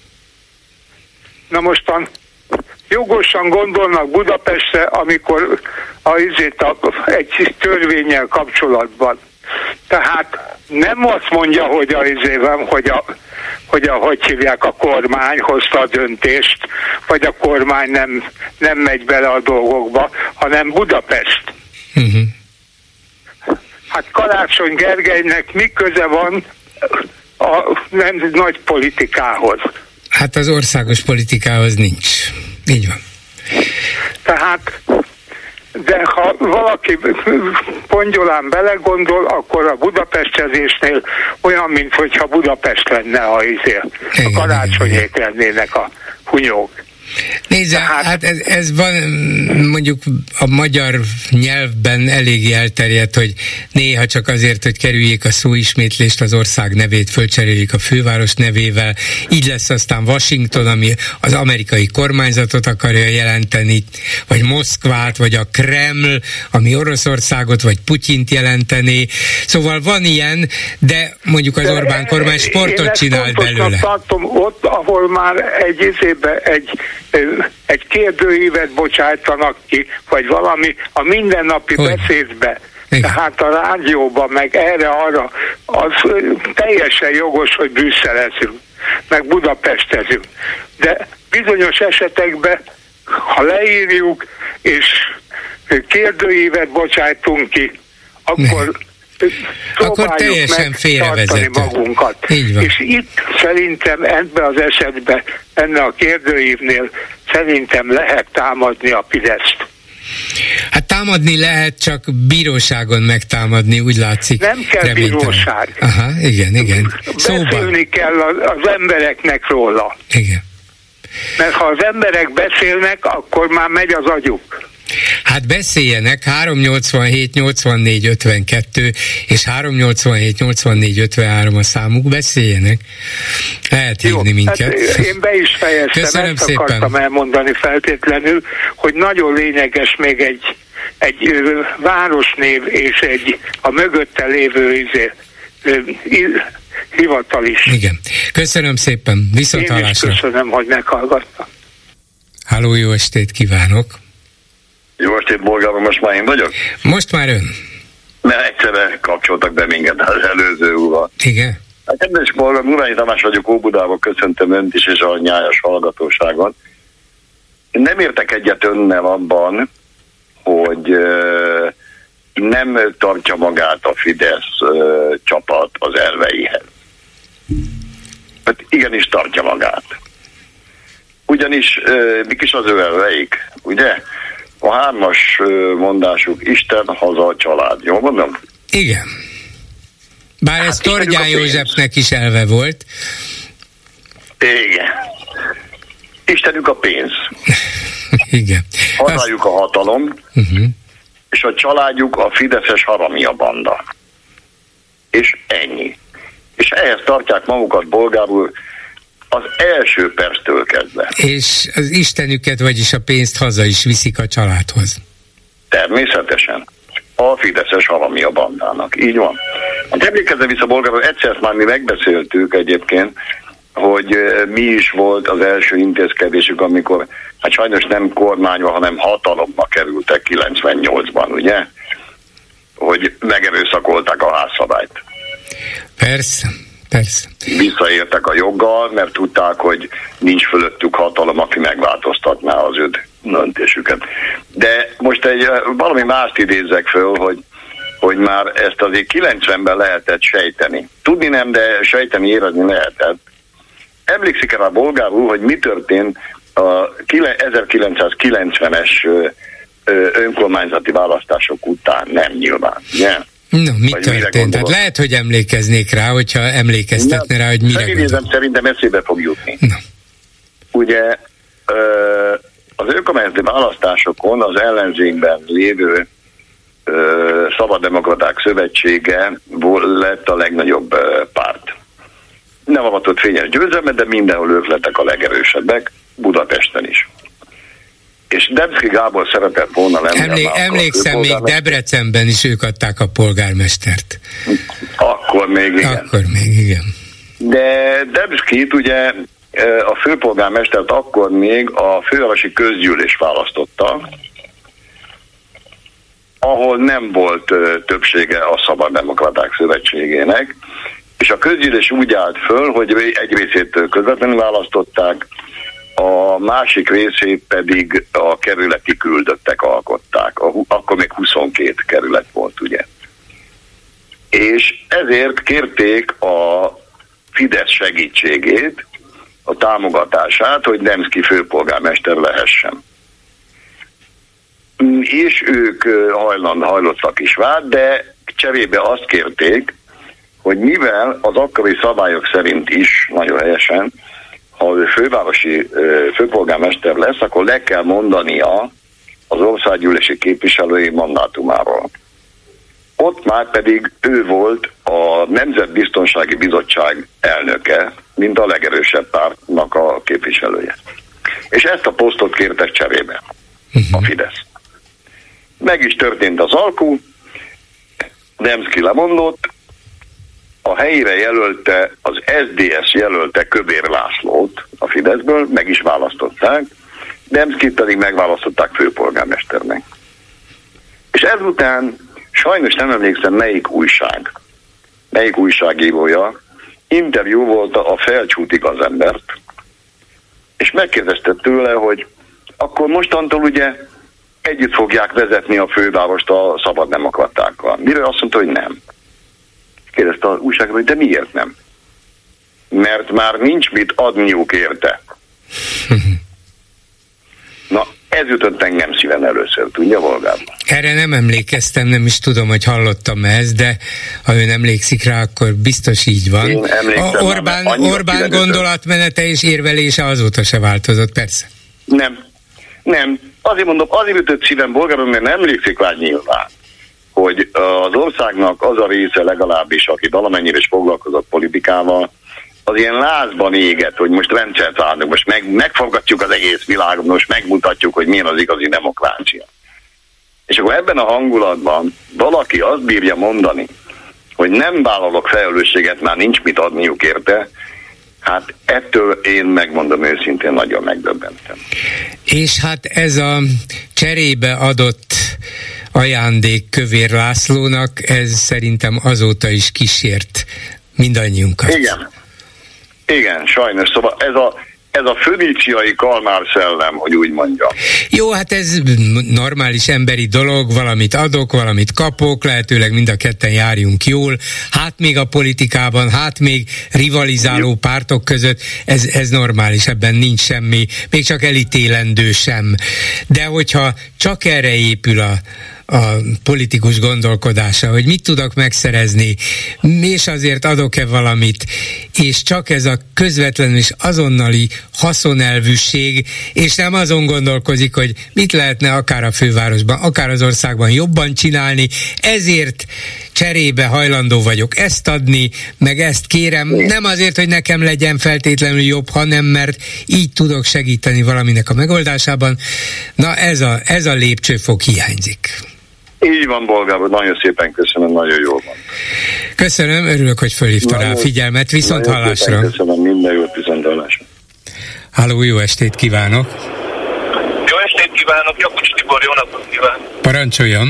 Speaker 11: Na mostan jogosan gondolnak Budapestre, amikor a, a, egy törvénnyel kapcsolatban. Tehát nem azt mondja, hogy a izében, hogy a, hogy a, hogy hívják, a kormány hozta a döntést, vagy a kormány nem, nem megy bele a dolgokba, hanem Budapest. Uh-huh. Hát Karácsony Gergelynek mi köze van a nem nagy politikához?
Speaker 3: Hát az országos politikához nincs. Így van.
Speaker 11: Tehát, de ha valaki pongyolán belegondol, akkor a budapestezésnél olyan, mintha Budapest lenne a izél. A karácsonyék lennének a hunyók.
Speaker 3: Nézd, Tehát... hát ez, ez van mondjuk a magyar nyelvben eléggé elterjedt, hogy néha csak azért, hogy kerüljék a szóismétlést, az ország nevét fölcseréljék a főváros nevével. Így lesz aztán Washington, ami az amerikai kormányzatot akarja jelenteni, vagy Moszkvát, vagy a Kreml, ami Oroszországot, vagy Putyint jelenteni. Szóval van ilyen, de mondjuk az Orbán kormány sportot csinál belőle.
Speaker 11: Tartom ott, ahol már egy izébe egy egy kérdőívet bocsájtanak ki, vagy valami a mindennapi hogy? beszédbe, igen. Tehát a rádióban, meg erre-arra, az teljesen jogos, hogy brüsszelezünk, meg budapestezünk. De bizonyos esetekben, ha leírjuk, és kérdőívet bocsájtunk ki, akkor
Speaker 3: akkor teljesen félrevezető
Speaker 11: magunkat. És itt szerintem ebben az esetben, ennél a kérdőívnél szerintem lehet támadni a Fideszt.
Speaker 3: Hát támadni lehet, csak bíróságon megtámadni, úgy látszik.
Speaker 11: Nem kell reménytelen. Bíróság.
Speaker 3: Aha, igen, igen.
Speaker 11: Beszélni Szóban. kell az embereknek róla.
Speaker 3: Igen.
Speaker 11: Mert ha az emberek beszélnek, akkor már megy az agyuk.
Speaker 3: Hát beszéljenek, három nyolcvanhét nyolcvannégy ötvenkettő és három nyolcvanhét nyolcvannégy ötvenhárom a számuk, beszéljenek. Lehet hívni minket.
Speaker 11: Hát én be is fejeztem, Köszönöm ezt szépen. Akartam elmondani feltétlenül, hogy nagyon lényeges még egy, egy ö, városnév és egy a mögötte lévő izé, ö, hivatal is.
Speaker 3: Igen. Köszönöm szépen, viszonthallásra.
Speaker 11: Én is köszönöm, hogy meghallgattam.
Speaker 3: Halló, jó estét kívánok!
Speaker 12: Jó estét, Bolgár, most már én vagyok?
Speaker 3: Most már ön.
Speaker 12: Mert egyszerre kapcsoltak be minket az előző úrral.
Speaker 3: Igen.
Speaker 12: Hát kedves Bolgár, Murányi Tamás vagyok Óbudából, köszöntöm önt is és a nyájas hallgatóságon. Én nem értek egyet önnel abban, hogy euh, nem tartja magát a Fidesz euh, csapat az elveihez. Hát igenis tartja magát. Ugyanis euh, mik is az ő elveik, ugye? A hármas mondásuk Isten, haza, család. Jól mondom?
Speaker 3: Igen. Bár hát ez Tordján Józsefnek is elve volt.
Speaker 12: Igen. Istenük a pénz.
Speaker 3: Igen.
Speaker 12: Hazájuk a hatalom, uh-huh. és a családjuk a fideszes haramia banda. És ennyi. És ehhez tartják magukat, bolgárul, az első perctől kezdve.
Speaker 3: És az istenüket, vagyis a pénzt haza is viszik a családhoz.
Speaker 12: Természetesen. A fideszes haramia bandának. Így van. Hát emlékezze vissza, bolgárul, egyszer már mi megbeszéltük egyébként, hogy mi is volt az első intézkedésük, amikor hát sajnos nem kormányba, hanem hatalomba kerültek kilencvennyolcban, ugye? Hogy megerőszakolták a házszabályt.
Speaker 3: Persze. Persze.
Speaker 12: Visszaértek a joggal, mert tudták, hogy nincs fölöttük hatalom, aki megváltoztatná az ő döntésüket. De most egy valami mást idézzek föl, hogy, hogy már ezt azért kilencvenben lehetett sejteni. Tudni nem, de sejteni, érezni lehetett. Emlékszik-e rá, bolgár úr, hogy mi történt a ezerkilencszázkilencvenes önkormányzati választások után? Nem nyilván, ugye?
Speaker 3: No, mi vagy történt? Tehát lehet, hogy emlékeznék rá, hogyha emlékeztetne rá, hogy mire
Speaker 12: gondolom. Szerintem eszébe fog jutni.
Speaker 3: No.
Speaker 12: Ugye az önkormányzati választásokon az ellenzékben lévő Szabaddemokraták Szövetsége lett a legnagyobb párt. Nem avatott fényes győzelmet, de mindenhol ők lettek a legerősebbek, Budapesten is. És Demszky Gábor szeretett volna lenni.
Speaker 3: Emlé- emlékszem, még Debrecenben is ők adták a polgármestert.
Speaker 12: Akkor még igen.
Speaker 3: Akkor még igen.
Speaker 12: De Demszkyt ugye a főpolgármestert akkor még a fővárosi közgyűlés választotta, ahol nem volt többsége a Szabaddemokraták Szövetségének, és a közgyűlés úgy állt föl, hogy egy részét közvetlenül választották, a másik részét pedig a kerületi küldöttek alkották. A, akkor még huszonkét kerület volt, ugye. És ezért kérték a Fidesz segítségét, a támogatását, hogy Demszky főpolgármester lehessen. És ők hajland, hajlottak is vár, de cserébe azt kérték, hogy mivel az akkori szabályok szerint is, nagyon helyesen, ha ő fővárosi főpolgármester lesz, akkor le kell mondania az országgyűlési képviselői mandátumáról. Ott már pedig ő volt a Nemzetbiztonsági Bizottság elnöke, mint a legerősebb pártnak a képviselője. És ezt a posztot kértek cserébe a Fidesz. Meg is történt az alkú, Demszky lemondott, a helyére jelölte, az es zé dé es jelölte Kövér Lászlót a Fideszből, meg is választották, Demszkyt pedig megválasztották főpolgármesternek. És ezután sajnos nem emlékszem, melyik újság, melyik újságírója interjú volt a Felcsúti gazembert, és megkérdezte tőle, hogy akkor mostantól ugye együtt fogják vezetni a fővárost a szabaddemokratákkal. Mire azt mondta, hogy nem. Kérdezte az újságíró, hogy de miért nem? Mert már nincs mit adniuk érte. Na, ez jutott engem szíven először, tudja, Volgában?
Speaker 3: Erre nem emlékeztem, nem is tudom, hogy hallottam ezt, de ha ön emlékszik rá, akkor biztos így van. A Orbán, Orbán gondolatmenete és érvelése azóta se változott, persze.
Speaker 12: Nem, nem. Azért mondom, azért ütött szívem, Bolgáron, mert nem emlékszik rá nyilván, hogy az országnak az a része legalábbis, aki valamennyire is foglalkozott politikával, az ilyen lázban éget, hogy most rendszert állunk, most meg, megforgatjuk az egész világot, most megmutatjuk, hogy milyen az igazi demokrácia. És akkor ebben a hangulatban valaki azt bírja mondani, hogy nem vállalok felelősséget, már nincs mit adniuk érte, hát ettől én megmondom őszintén, nagyon megdöbbentem.
Speaker 3: És hát ez a cserébe adott ajándék Kövér Lászlónak, ez szerintem azóta is kísért mindannyiunkat.
Speaker 12: Igen. Igen, sajnos. Szóval ez a, ez a föníciai kalmár szellem, hogy úgy mondjam.
Speaker 3: Jó, hát ez normális emberi dolog, valamit adok, valamit kapok, lehetőleg mind a ketten járjunk jól, hát még a politikában, hát még rivalizáló pártok között, ez, ez normális, ebben nincs semmi, még csak elítélendő sem. De hogyha csak erre épül a a politikus gondolkodása, hogy mit tudok megszerezni, és azért adok-e valamit, és csak ez a közvetlen és azonnali haszonelvűség, és nem azon gondolkozik, hogy mit lehetne akár a fővárosban, akár az országban jobban csinálni, ezért cserébe hajlandó vagyok ezt adni, meg ezt kérem, nem azért, hogy nekem legyen feltétlenül jobb, hanem mert így tudok segíteni valaminek a megoldásában. Na ez a, ez a lépcsőfok hiányzik.
Speaker 12: Így van, Bolgár, nagyon szépen köszönöm, nagyon jó van.
Speaker 3: Köszönöm, örülök, hogy fölhívta rá a figyelmet, viszont hallásra.
Speaker 12: Köszönöm, minden jót, viszont hallásra.
Speaker 3: Halló, jó estét kívánok!
Speaker 13: Jó estét kívánok, Jakucs Tibor, jó napot kívánok!
Speaker 3: Parancsoljon!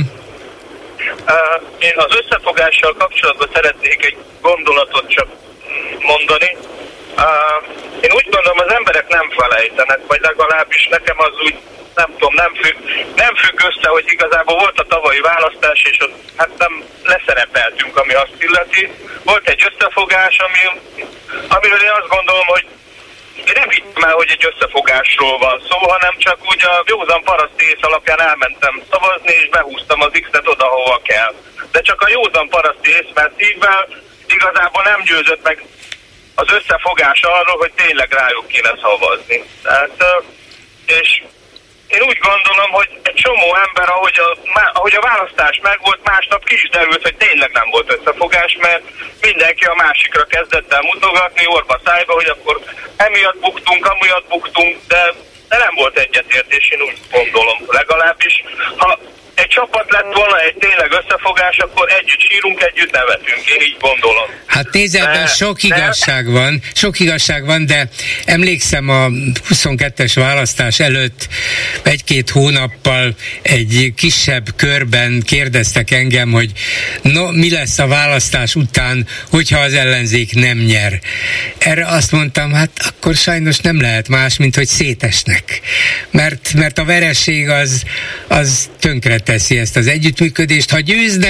Speaker 13: Uh, én az összefogással kapcsolatban szeretnék egy gondolatot csak mondani. Uh, én úgy gondolom, az emberek nem felejtenek, vagy legalábbis nekem az úgy, nem tudom, nem függ, nem függ össze, hogy igazából volt a tavalyi választás, és ott hát nem leszerepeltünk, ami azt illeti. Volt egy összefogás, ami, amiről én azt gondolom, hogy én nem hittem el, hogy egy összefogásról van szó, hanem csak úgy a józan paraszti ész alapján elmentem szavazni, és behúztam az X-et oda, hova kell. De csak a józan paraszti ész, mert szívvel igazából nem győzött meg az összefogás arról, hogy tényleg rájuk kéne szavazni. Tehát, és én úgy gondolom, hogy egy csomó ember, ahogy a, ahogy a választás megvolt, másnap ki is derült, hogy tényleg nem volt összefogás, mert mindenki a másikra kezdett el mutogatni orba szájba, hogy akkor emiatt buktunk, amiatt buktunk, de, de nem volt egyetértés, én úgy gondolom. Legalábbis, ha egy csapat lett volna egy tényleg összefogás, akkor együtt sírunk, együtt nevetünk, én így gondolom.
Speaker 3: Hát nézd, ebben sok igazság van, sok igazság van, de emlékszem a huszonkettes választás előtt egy-két hónappal egy kisebb körben kérdeztek engem, hogy no, mi lesz a választás után, hogyha az ellenzék nem nyer. Erre azt mondtam, hát akkor sajnos nem lehet más, mint hogy szétesnek. Mert, mert a vereség az, az tönkre teszi ezt az együttműködést. Ha győznek,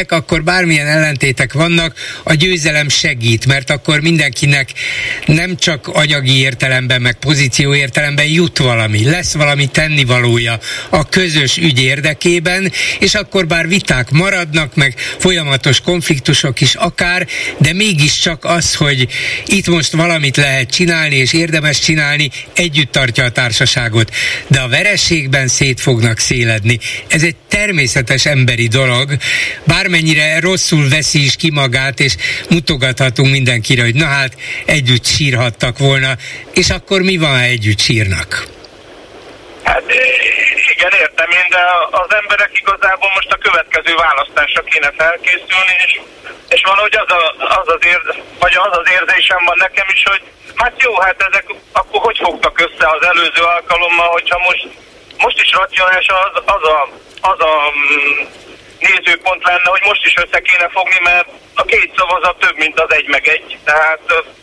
Speaker 3: győztek, akkor bármilyen ellentétek vannak, a győzelem segít, mert akkor mindenkinek nem csak anyagi értelemben, meg pozíció értelemben jut valami, lesz valami tennivalója a közös ügy érdekében, és akkor bár viták maradnak, meg folyamatos konfliktusok is akár, de mégiscsak az, hogy itt most valamit lehet csinálni, és érdemes csinálni, együtt tartja a társaságot. De a vereségben szét fognak széledni. Ez egy természetes emberi dolog, bármennyire rosszul veszi is ki magát, és mutogathatunk mindenkire, hogy na hát, együtt sírhattak volna, és akkor mi van, ha együtt sírnak?
Speaker 13: Hát igen, értem én, de az emberek igazából most a következő választásra kéne felkészülni, és, és valahogy az, a, az, az ér, vagy az az érzésem van nekem is, hogy hát jó, hát ezek akkor hogy fogtak össze az előző alkalommal, hogyha most, most is racionális az, az a, az a nézőpont lenne, hogy most is össze kéne fogni, mert a két szavazat több, mint az egy meg egy, tehát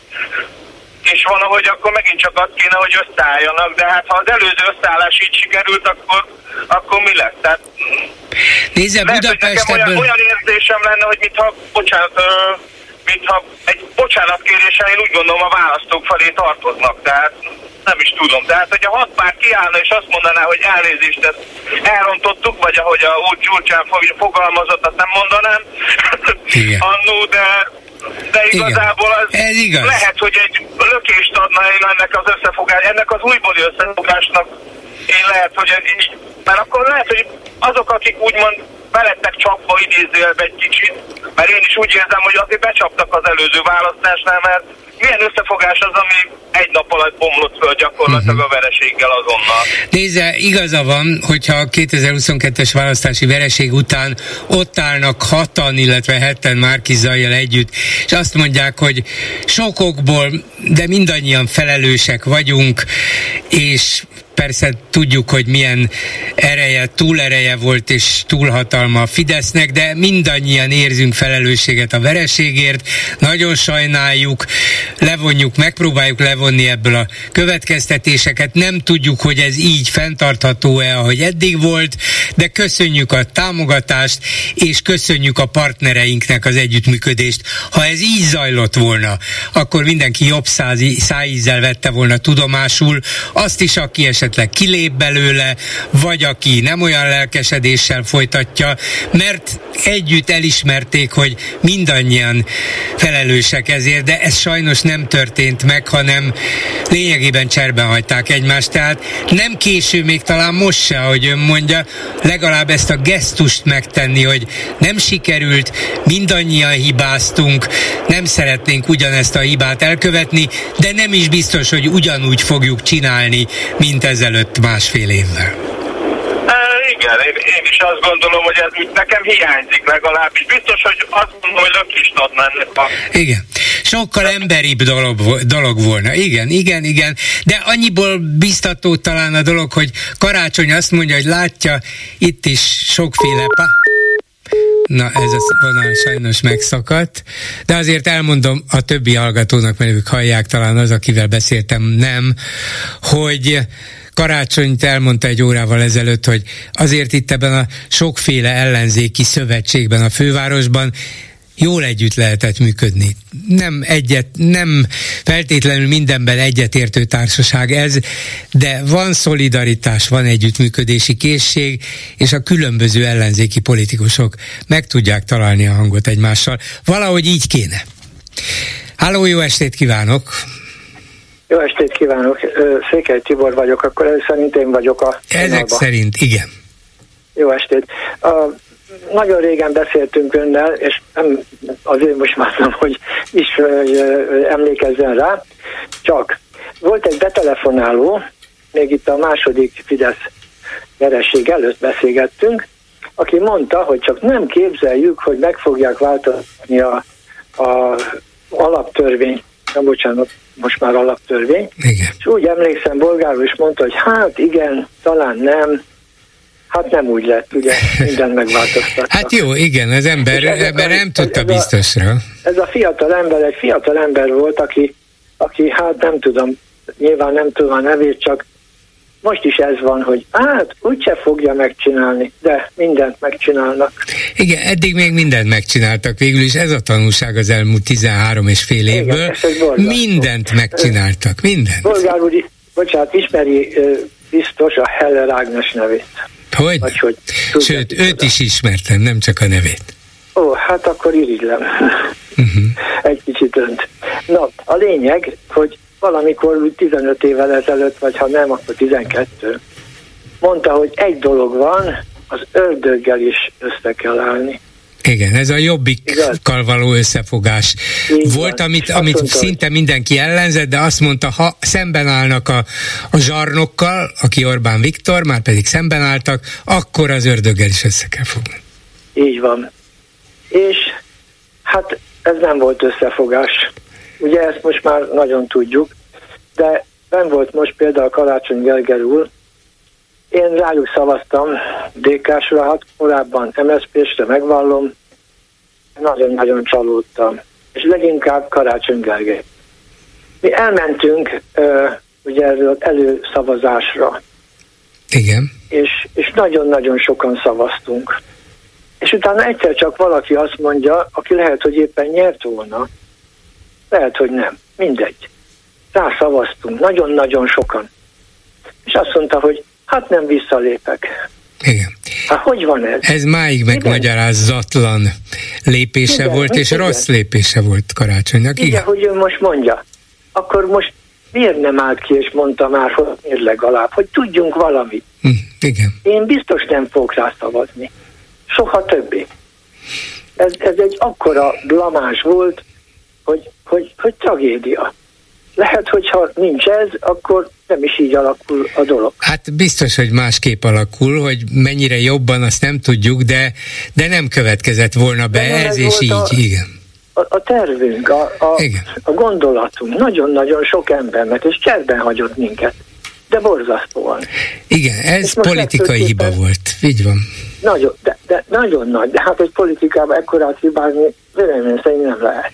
Speaker 13: és valahogy akkor megint csak az kéne, hogy összeálljanak, de hát ha az előző összeállás így sikerült, akkor, akkor mi lesz? Tehát
Speaker 3: Nézze, Budapest
Speaker 13: olyan, ebből... olyan érzésem lenne, hogy mintha, bocsánat, mintha egy bocsánatkérésre én úgy gondolom a választók felé tartoznak, tehát nem is tudom. Tehát, hogy a hat párt kiállna és azt mondaná, hogy elnézést, ezt elrontottuk, vagy ahogy a úr Gyurcsán fogalmazott, azt nem mondanám annó, de de igazából az
Speaker 3: igaz.
Speaker 13: Lehet, hogy egy lökést adna én ennek az összefogás, ennek az újbóli összefogásnak én lehet, hogy így, mert akkor lehet, hogy azok, akik úgymond belettek csapva idézőjelbe egy kicsit, mert én is úgy érzem, hogy azért becsaptak az előző választásnál, mert milyen összefogás az, ami egy nap alatt bomlott föl gyakorlatilag uh-huh. a vereséggel azonnal.
Speaker 3: Nézze, igaza van, hogyha a kétezer-huszonkettes választási vereség után ott állnak hatan, illetve heten Márki Zajjal együtt, és azt mondják, hogy sokokból, de mindannyian felelősek vagyunk, és persze tudjuk, hogy milyen ereje, túlereje volt és túlhatalma a Fidesznek, de mindannyian érzünk felelősséget a vereségért, nagyon sajnáljuk, levonjuk, megpróbáljuk levonni ebből a következtetéseket, nem tudjuk, hogy ez így fenntartható-e, ahogy eddig volt, de köszönjük a támogatást, és köszönjük a partnereinknek az együttműködést. Ha ez így zajlott volna, akkor mindenki jobb százi, szájízzel vette volna tudomásul, azt is, aki esetleg kilép belőle, vagy aki nem olyan lelkesedéssel folytatja, mert együtt elismerték, hogy mindannyian felelősek ezért, de ez sajnos nem történt meg, hanem lényegében cserben hagyták egymást, tehát nem késő még talán most se, ahogy ön mondja, legalább ezt a gesztust megtenni, hogy nem sikerült, mindannyian hibáztunk, nem szeretnénk ugyanezt a hibát elkövetni, de nem is biztos, hogy ugyanúgy fogjuk csinálni, mint ezelőtt másfél évvel.
Speaker 13: Igen, én, én is azt gondolom, hogy ez úgy nekem hiányzik legalábbis. Biztos, hogy azt mondom, hogy lökést adna ennek a...
Speaker 3: Igen. Sokkal emberibb dolog, dolog volna. Igen, igen, igen. De annyiból biztató talán a dolog, hogy Karácsony azt mondja, hogy látja, itt is sokféle... Pa- Na, ez a vonal sajnos megszakadt, de azért elmondom a többi hallgatónak, mert ők hallják, talán az, akivel beszéltem, nem, hogy Karácsonyt elmondta egy órával ezelőtt, hogy azért itt ebben a sokféle ellenzéki szövetségben a fővárosban jól együtt lehetett működni. Nem egyet, nem feltétlenül mindenben egyetértő társaság ez, de van szolidaritás, van együttműködési készség, és a különböző ellenzéki politikusok meg tudják találni a hangot egymással. Valahogy így kéne. Halló, jó estét kívánok!
Speaker 14: Jó estét kívánok! Székely Tibor vagyok, akkor ez szerint én vagyok a...
Speaker 3: Ezek vonalba. Szerint, igen.
Speaker 14: Jó estét! A Nagyon régen beszéltünk önnel, és nem, azért most már nem, hogy is hogy emlékezzen rá, csak volt egy betelefonáló, még itt a második Fidesz vereség előtt beszélgettünk, aki mondta, hogy csak nem képzeljük, hogy meg fogják változtatni a, a alaptörvény, nem bocsánat, most már alaptörvény.
Speaker 3: Igen.
Speaker 14: És úgy emlékszem, Bolgár úr is mondta, hogy hát igen, talán nem. Hát nem úgy lett, ugye, minden megváltoztattak.
Speaker 3: Hát jó, igen, az ember, ember nem tudta ez biztosra.
Speaker 14: A, ez a fiatal ember, egy fiatal ember volt, aki, aki hát nem tudom, nyilván nem tudom a nevét, csak most is ez van, hogy hát úgyse fogja megcsinálni, de mindent megcsinálnak.
Speaker 3: Igen, eddig még mindent megcsináltak végül is, ez a tanulság az elmúlt tizenhárom és fél évből. Igen, mindent megcsináltak, mindent.
Speaker 14: Bolgár úr, bocsánat, ismeri biztos a Heller Ágnes nevét.
Speaker 3: Hogy?
Speaker 14: Vagy, hogy
Speaker 3: Sőt, őt oda. is ismertem, nem csak a nevét.
Speaker 14: Ó, hát akkor irigylem. Uh-huh. Egy kicsit önt. Na, a lényeg, hogy valamikor tizenöt évvel ezelőtt, vagy ha nem, akkor tizenkettő, mondta, hogy egy dolog van, az ördöggel is össze kell állni.
Speaker 3: Igen, ez a Jobbikkal való összefogás. Így volt, van. amit, amit mondta, szinte mindenki ellenzett, de azt mondta, ha szemben állnak a, a zsarnokkal, aki Orbán Viktor, már pedig szemben álltak, akkor az ördöggel is össze kell fogni.
Speaker 14: Így van. És hát ez nem volt összefogás. Ugye ezt most már nagyon tudjuk, de nem volt most például Karácsony Gergely úr. Én rájuk szavaztam dé ká-sra, hát korábban em es zé pé-sre, megvallom, nagyon-nagyon csalódtam. És leginkább Karácsony Gergely. Mi elmentünk uh, ugye erről előszavazásra.
Speaker 3: Igen.
Speaker 14: És, és nagyon-nagyon sokan szavaztunk. És utána egyszer csak valaki azt mondja, aki lehet, hogy éppen nyert volna, lehet, hogy nem. Mindegy. Rászavaztunk. Nagyon-nagyon sokan. És azt mondta, hogy hát nem visszalépek.
Speaker 3: Igen.
Speaker 14: Hát hogy van ez?
Speaker 3: Ez máig megmagyarázatlan lépése igen, volt, és igen. rossz lépése volt Karácsonynak.
Speaker 14: Igen, igen, hogy ő most mondja. Akkor most miért nem állt ki, és mondta már, hogy miért legalább, hogy tudjunk valamit.
Speaker 3: Hm, igen.
Speaker 14: Én biztos nem fogok rá szavazni. Soha többé. Ez, ez egy akkora blamás volt, hogy, hogy, hogy tragédia. Lehet, hogyha nincs ez, akkor nem is így alakul a dolog.
Speaker 3: Hát biztos, hogy másképp alakul, hogy mennyire jobban, azt nem tudjuk, de, de nem következett volna be ez, ez és így,
Speaker 14: a,
Speaker 3: igen.
Speaker 14: A, a tervünk, a, a, a gondolatunk nagyon-nagyon sok embernek, és cserben hagyott minket. De borzasztóan.
Speaker 3: Igen, ez politikai hiba volt, így van.
Speaker 14: Nagyon, de, de nagyon nagy, de hát egy politikában ekkorát hibázni véleményem szerint nem lehet.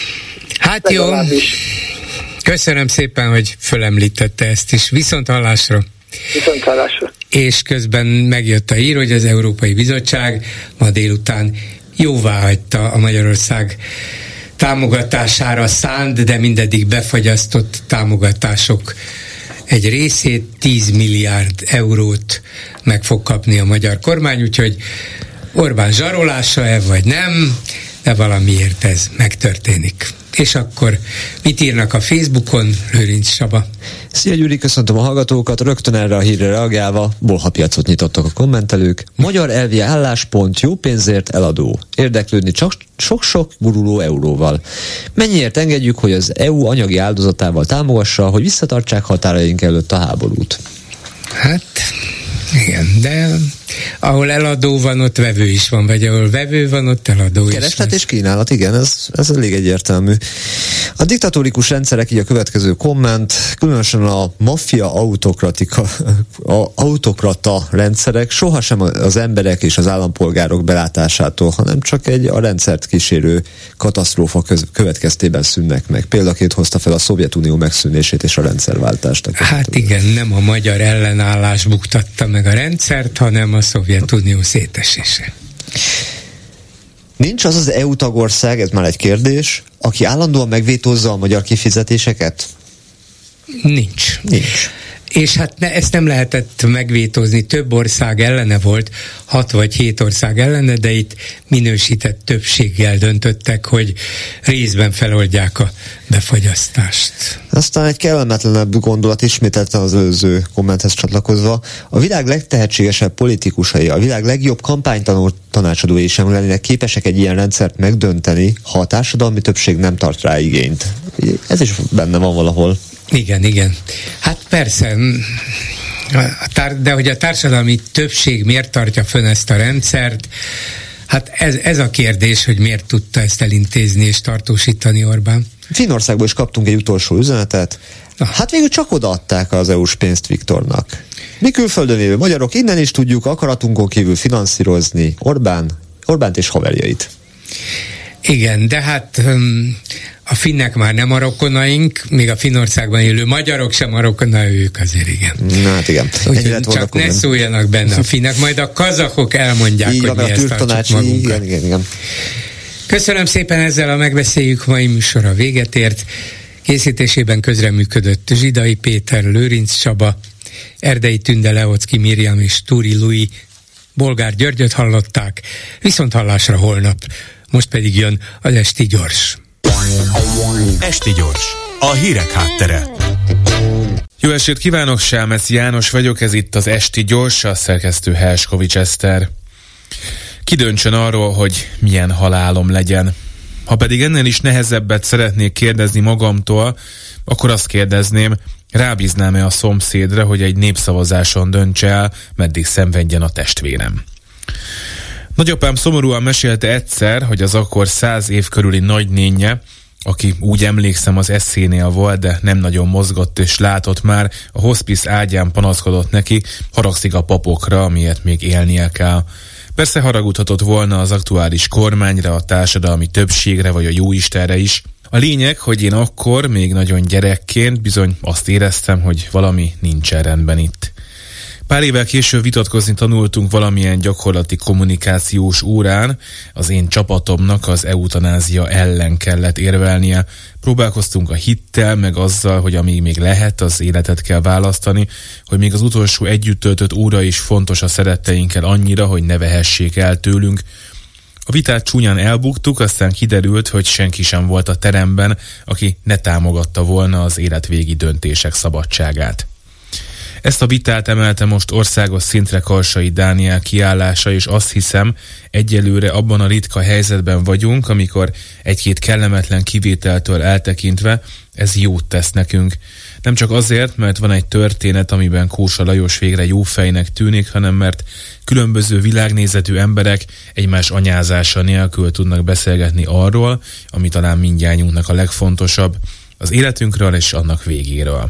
Speaker 3: Hát jó, köszönöm szépen, hogy fölemlítette ezt is. Viszont hallásra.
Speaker 14: Viszont hallásra.
Speaker 3: És közben megjött a hír, hogy az Európai Bizottság ma délután jóváhagyta a Magyarország támogatására szánt, de mindeddig befagyasztott támogatások egy részét, tíz milliárd eurót meg fog kapni a magyar kormány, úgyhogy Orbán zsarolása-e vagy nem, de valamiért ez megtörténik. És akkor mit írnak a Facebookon, Lőrinc Saba?
Speaker 15: Szia Gyuri, köszöntöm a hallgatókat, rögtön erre a hírre reagálva, bolhapiacot nyitottak a kommentelők. Magyar elvi álláspont, jó pénzért eladó. Érdeklődni csak sok-sok guruló euróval. Mennyiért engedjük, hogy az é u anyagi áldozatával támogassa, hogy visszatartsák határaink előtt a háborút?
Speaker 3: Hát, igen, de ahol eladó van, ott vevő is van, vagy ahol vevő van, ott eladó is.
Speaker 15: Kereslet és kínálat, igen, ez, ez elég egyértelmű. A diktatórikus rendszerek, így a következő komment, különösen a maffia autokratika, a autokrata rendszerek sohasem az emberek és az állampolgárok belátásától, hanem csak egy a rendszert kísérő katasztrófa köz, következtében szűnnek meg. Példaként hozta fel a Szovjetunió megszűnését és a rendszerváltást.
Speaker 3: Hát igen, nem a magyar ellenállás buktatta meg a rendszert, hanem a Szovjetunió szétesése.
Speaker 15: Nincs az az é u tagország, ez már egy kérdés, aki állandóan megvétózza a magyar kifizetéseket?
Speaker 3: Nincs.
Speaker 15: Nincs.
Speaker 3: És hát ne, ezt nem lehetett megvétózni, több ország ellene volt, hat vagy hét ország ellene, de itt minősített többséggel döntöttek, hogy részben feloldják a befagyasztást.
Speaker 15: Aztán egy kellemetlenebb gondolat ismételten az előző kommenthez csatlakozva. A világ legtehetségesebb politikusai, a világ legjobb kampánytanul tanácsadói sem lennének képesek egy ilyen rendszert megdönteni, ha a társadalmi többség nem tart rá igényt. Ez is benne van valahol.
Speaker 3: Igen, igen. Hát persze, de hogy a társadalmi többség miért tartja fönn ezt a rendszert, hát ez, ez a kérdés, hogy miért tudta ezt elintézni és tartósítani Orbán.
Speaker 15: Finnországból is kaptunk egy utolsó üzenetet. Hát végül csak odaadták az é u-s pénzt Viktornak. Mi külföldön élő magyarok innen is tudjuk akaratunkon kívül finanszírozni Orbán, Orbánt és haverjait.
Speaker 3: Igen, de hát a finnek már nem a rokonaink, még a Finnországban élő magyarok sem a rokona, ők azért igen.
Speaker 15: Na hát igen.
Speaker 3: Úgyhogy csak ne szóljanak benne a finnek, majd a kazakok elmondják, így hogy mi ezt tartsuk magunkat.
Speaker 15: Igen, igen, igen.
Speaker 3: Köszönöm szépen, ezzel a megbeszéljük mai műsora véget ért. Készítésében közreműködött Zsidai Péter, Lőrinc Csaba, Erdei Tünde, Leocki Miriam és Túri Lui, Bolgár Györgyöt hallották, viszont hallásra holnap. Most pedig jön az Esti Gyors.
Speaker 16: Esti Gyors, a hírek háttere. Jó estét kívánok, Sámesz János vagyok, ez itt az Esti Gyors, a szerkesztő Helskovics Eszter. Ki döntsön arról, hogy milyen halálom legyen. Ha pedig ennél is nehezebbet szeretnék kérdezni magamtól, akkor azt kérdezném, rábíznám-e a szomszédra, hogy egy népszavazáson döntse el, meddig szenvedjen a testvérem. Nagyapám szomorúan mesélte egyszer, hogy az akkor száz év körüli nagynénje, aki úgy emlékszem az eszénél volt, de nem nagyon mozgott és látott már, a hospice ágyán panaszkodott neki, haragszik a papokra, amiért még élnie kell. Persze haragudhatott volna az aktuális kormányra, a társadalmi többségre vagy a jóistenre is. A lényeg, hogy én akkor, még nagyon gyerekként bizony azt éreztem, hogy valami nincsen rendben itt. Pár évvel később vitatkozni tanultunk valamilyen gyakorlati kommunikációs órán, az én csapatomnak az eutanázia ellen kellett érvelnie. Próbálkoztunk a hittel, meg azzal, hogy amíg még lehet, az életet kell választani, hogy még az utolsó együtt töltött óra is fontos a szeretteinkkel annyira, hogy ne vehessék el tőlünk. A vitát csúnyán elbuktuk, aztán kiderült, hogy senki sem volt a teremben, aki ne támogatta volna az életvégi döntések szabadságát. Ezt a vitát emelte most országos szintre Karsai Dániel kiállása, és azt hiszem, egyelőre abban a ritka helyzetben vagyunk, amikor egy-két kellemetlen kivételtől eltekintve ez jót tesz nekünk. Nem csak azért, mert van egy történet, amiben Kósa Lajos végre jó fejnek tűnik, hanem mert különböző világnézetű emberek egymás anyázása nélkül tudnak beszélgetni arról, ami talán mindnyájunknak a legfontosabb, az életünkről és annak végéről.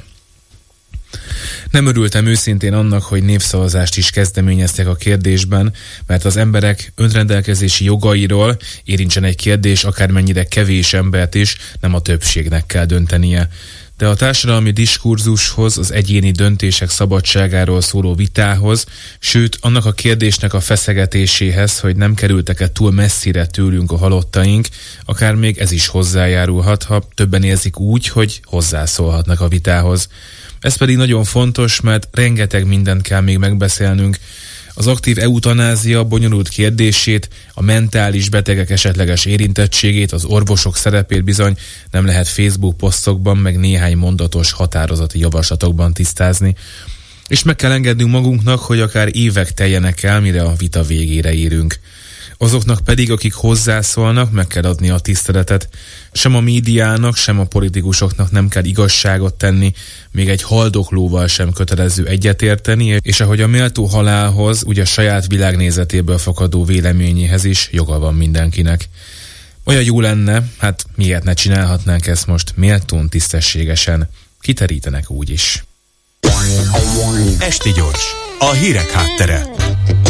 Speaker 16: Nem örültem őszintén annak, hogy népszavazást is kezdeményeztek a kérdésben, mert az emberek önrendelkezési jogairól érintsen egy kérdés, akármennyire kevés embert is, nem a többségnek kell döntenie. De a társadalmi diskurzushoz, az egyéni döntések szabadságáról szóló vitához, sőt annak a kérdésnek a feszegetéséhez, hogy nem kerültek-e túl messzire tőlünk a halottaink, akár még ez is hozzájárulhat, ha többen érzik úgy, hogy hozzászólhatnak a vitához. Ez pedig nagyon fontos, mert rengeteg mindent kell még megbeszélnünk. Az aktív eutanázia bonyolult kérdését, a mentális betegek esetleges érintettségét, az orvosok szerepét bizony nem lehet Facebook posztokban, meg néhány mondatos határozati javaslatokban tisztázni. És meg kell engednünk magunknak, hogy akár évek teljenek el, mire a vita végére érünk. Azoknak pedig, akik hozzászólnak, meg kell adni a tiszteletet. Sem a médiának, sem a politikusoknak nem kell igazságot tenni, még egy haldoklóval sem kötelező egyetérteni, és ahogy a méltó halálhoz, ugye a saját világnézetéből fakadó véleményéhez is joga van mindenkinek. Olyan jó lenne, hát miért ne csinálhatnánk ezt most méltón, tisztességesen? Kiterítenek úgyis. Esti Gyors, a hírek háttere.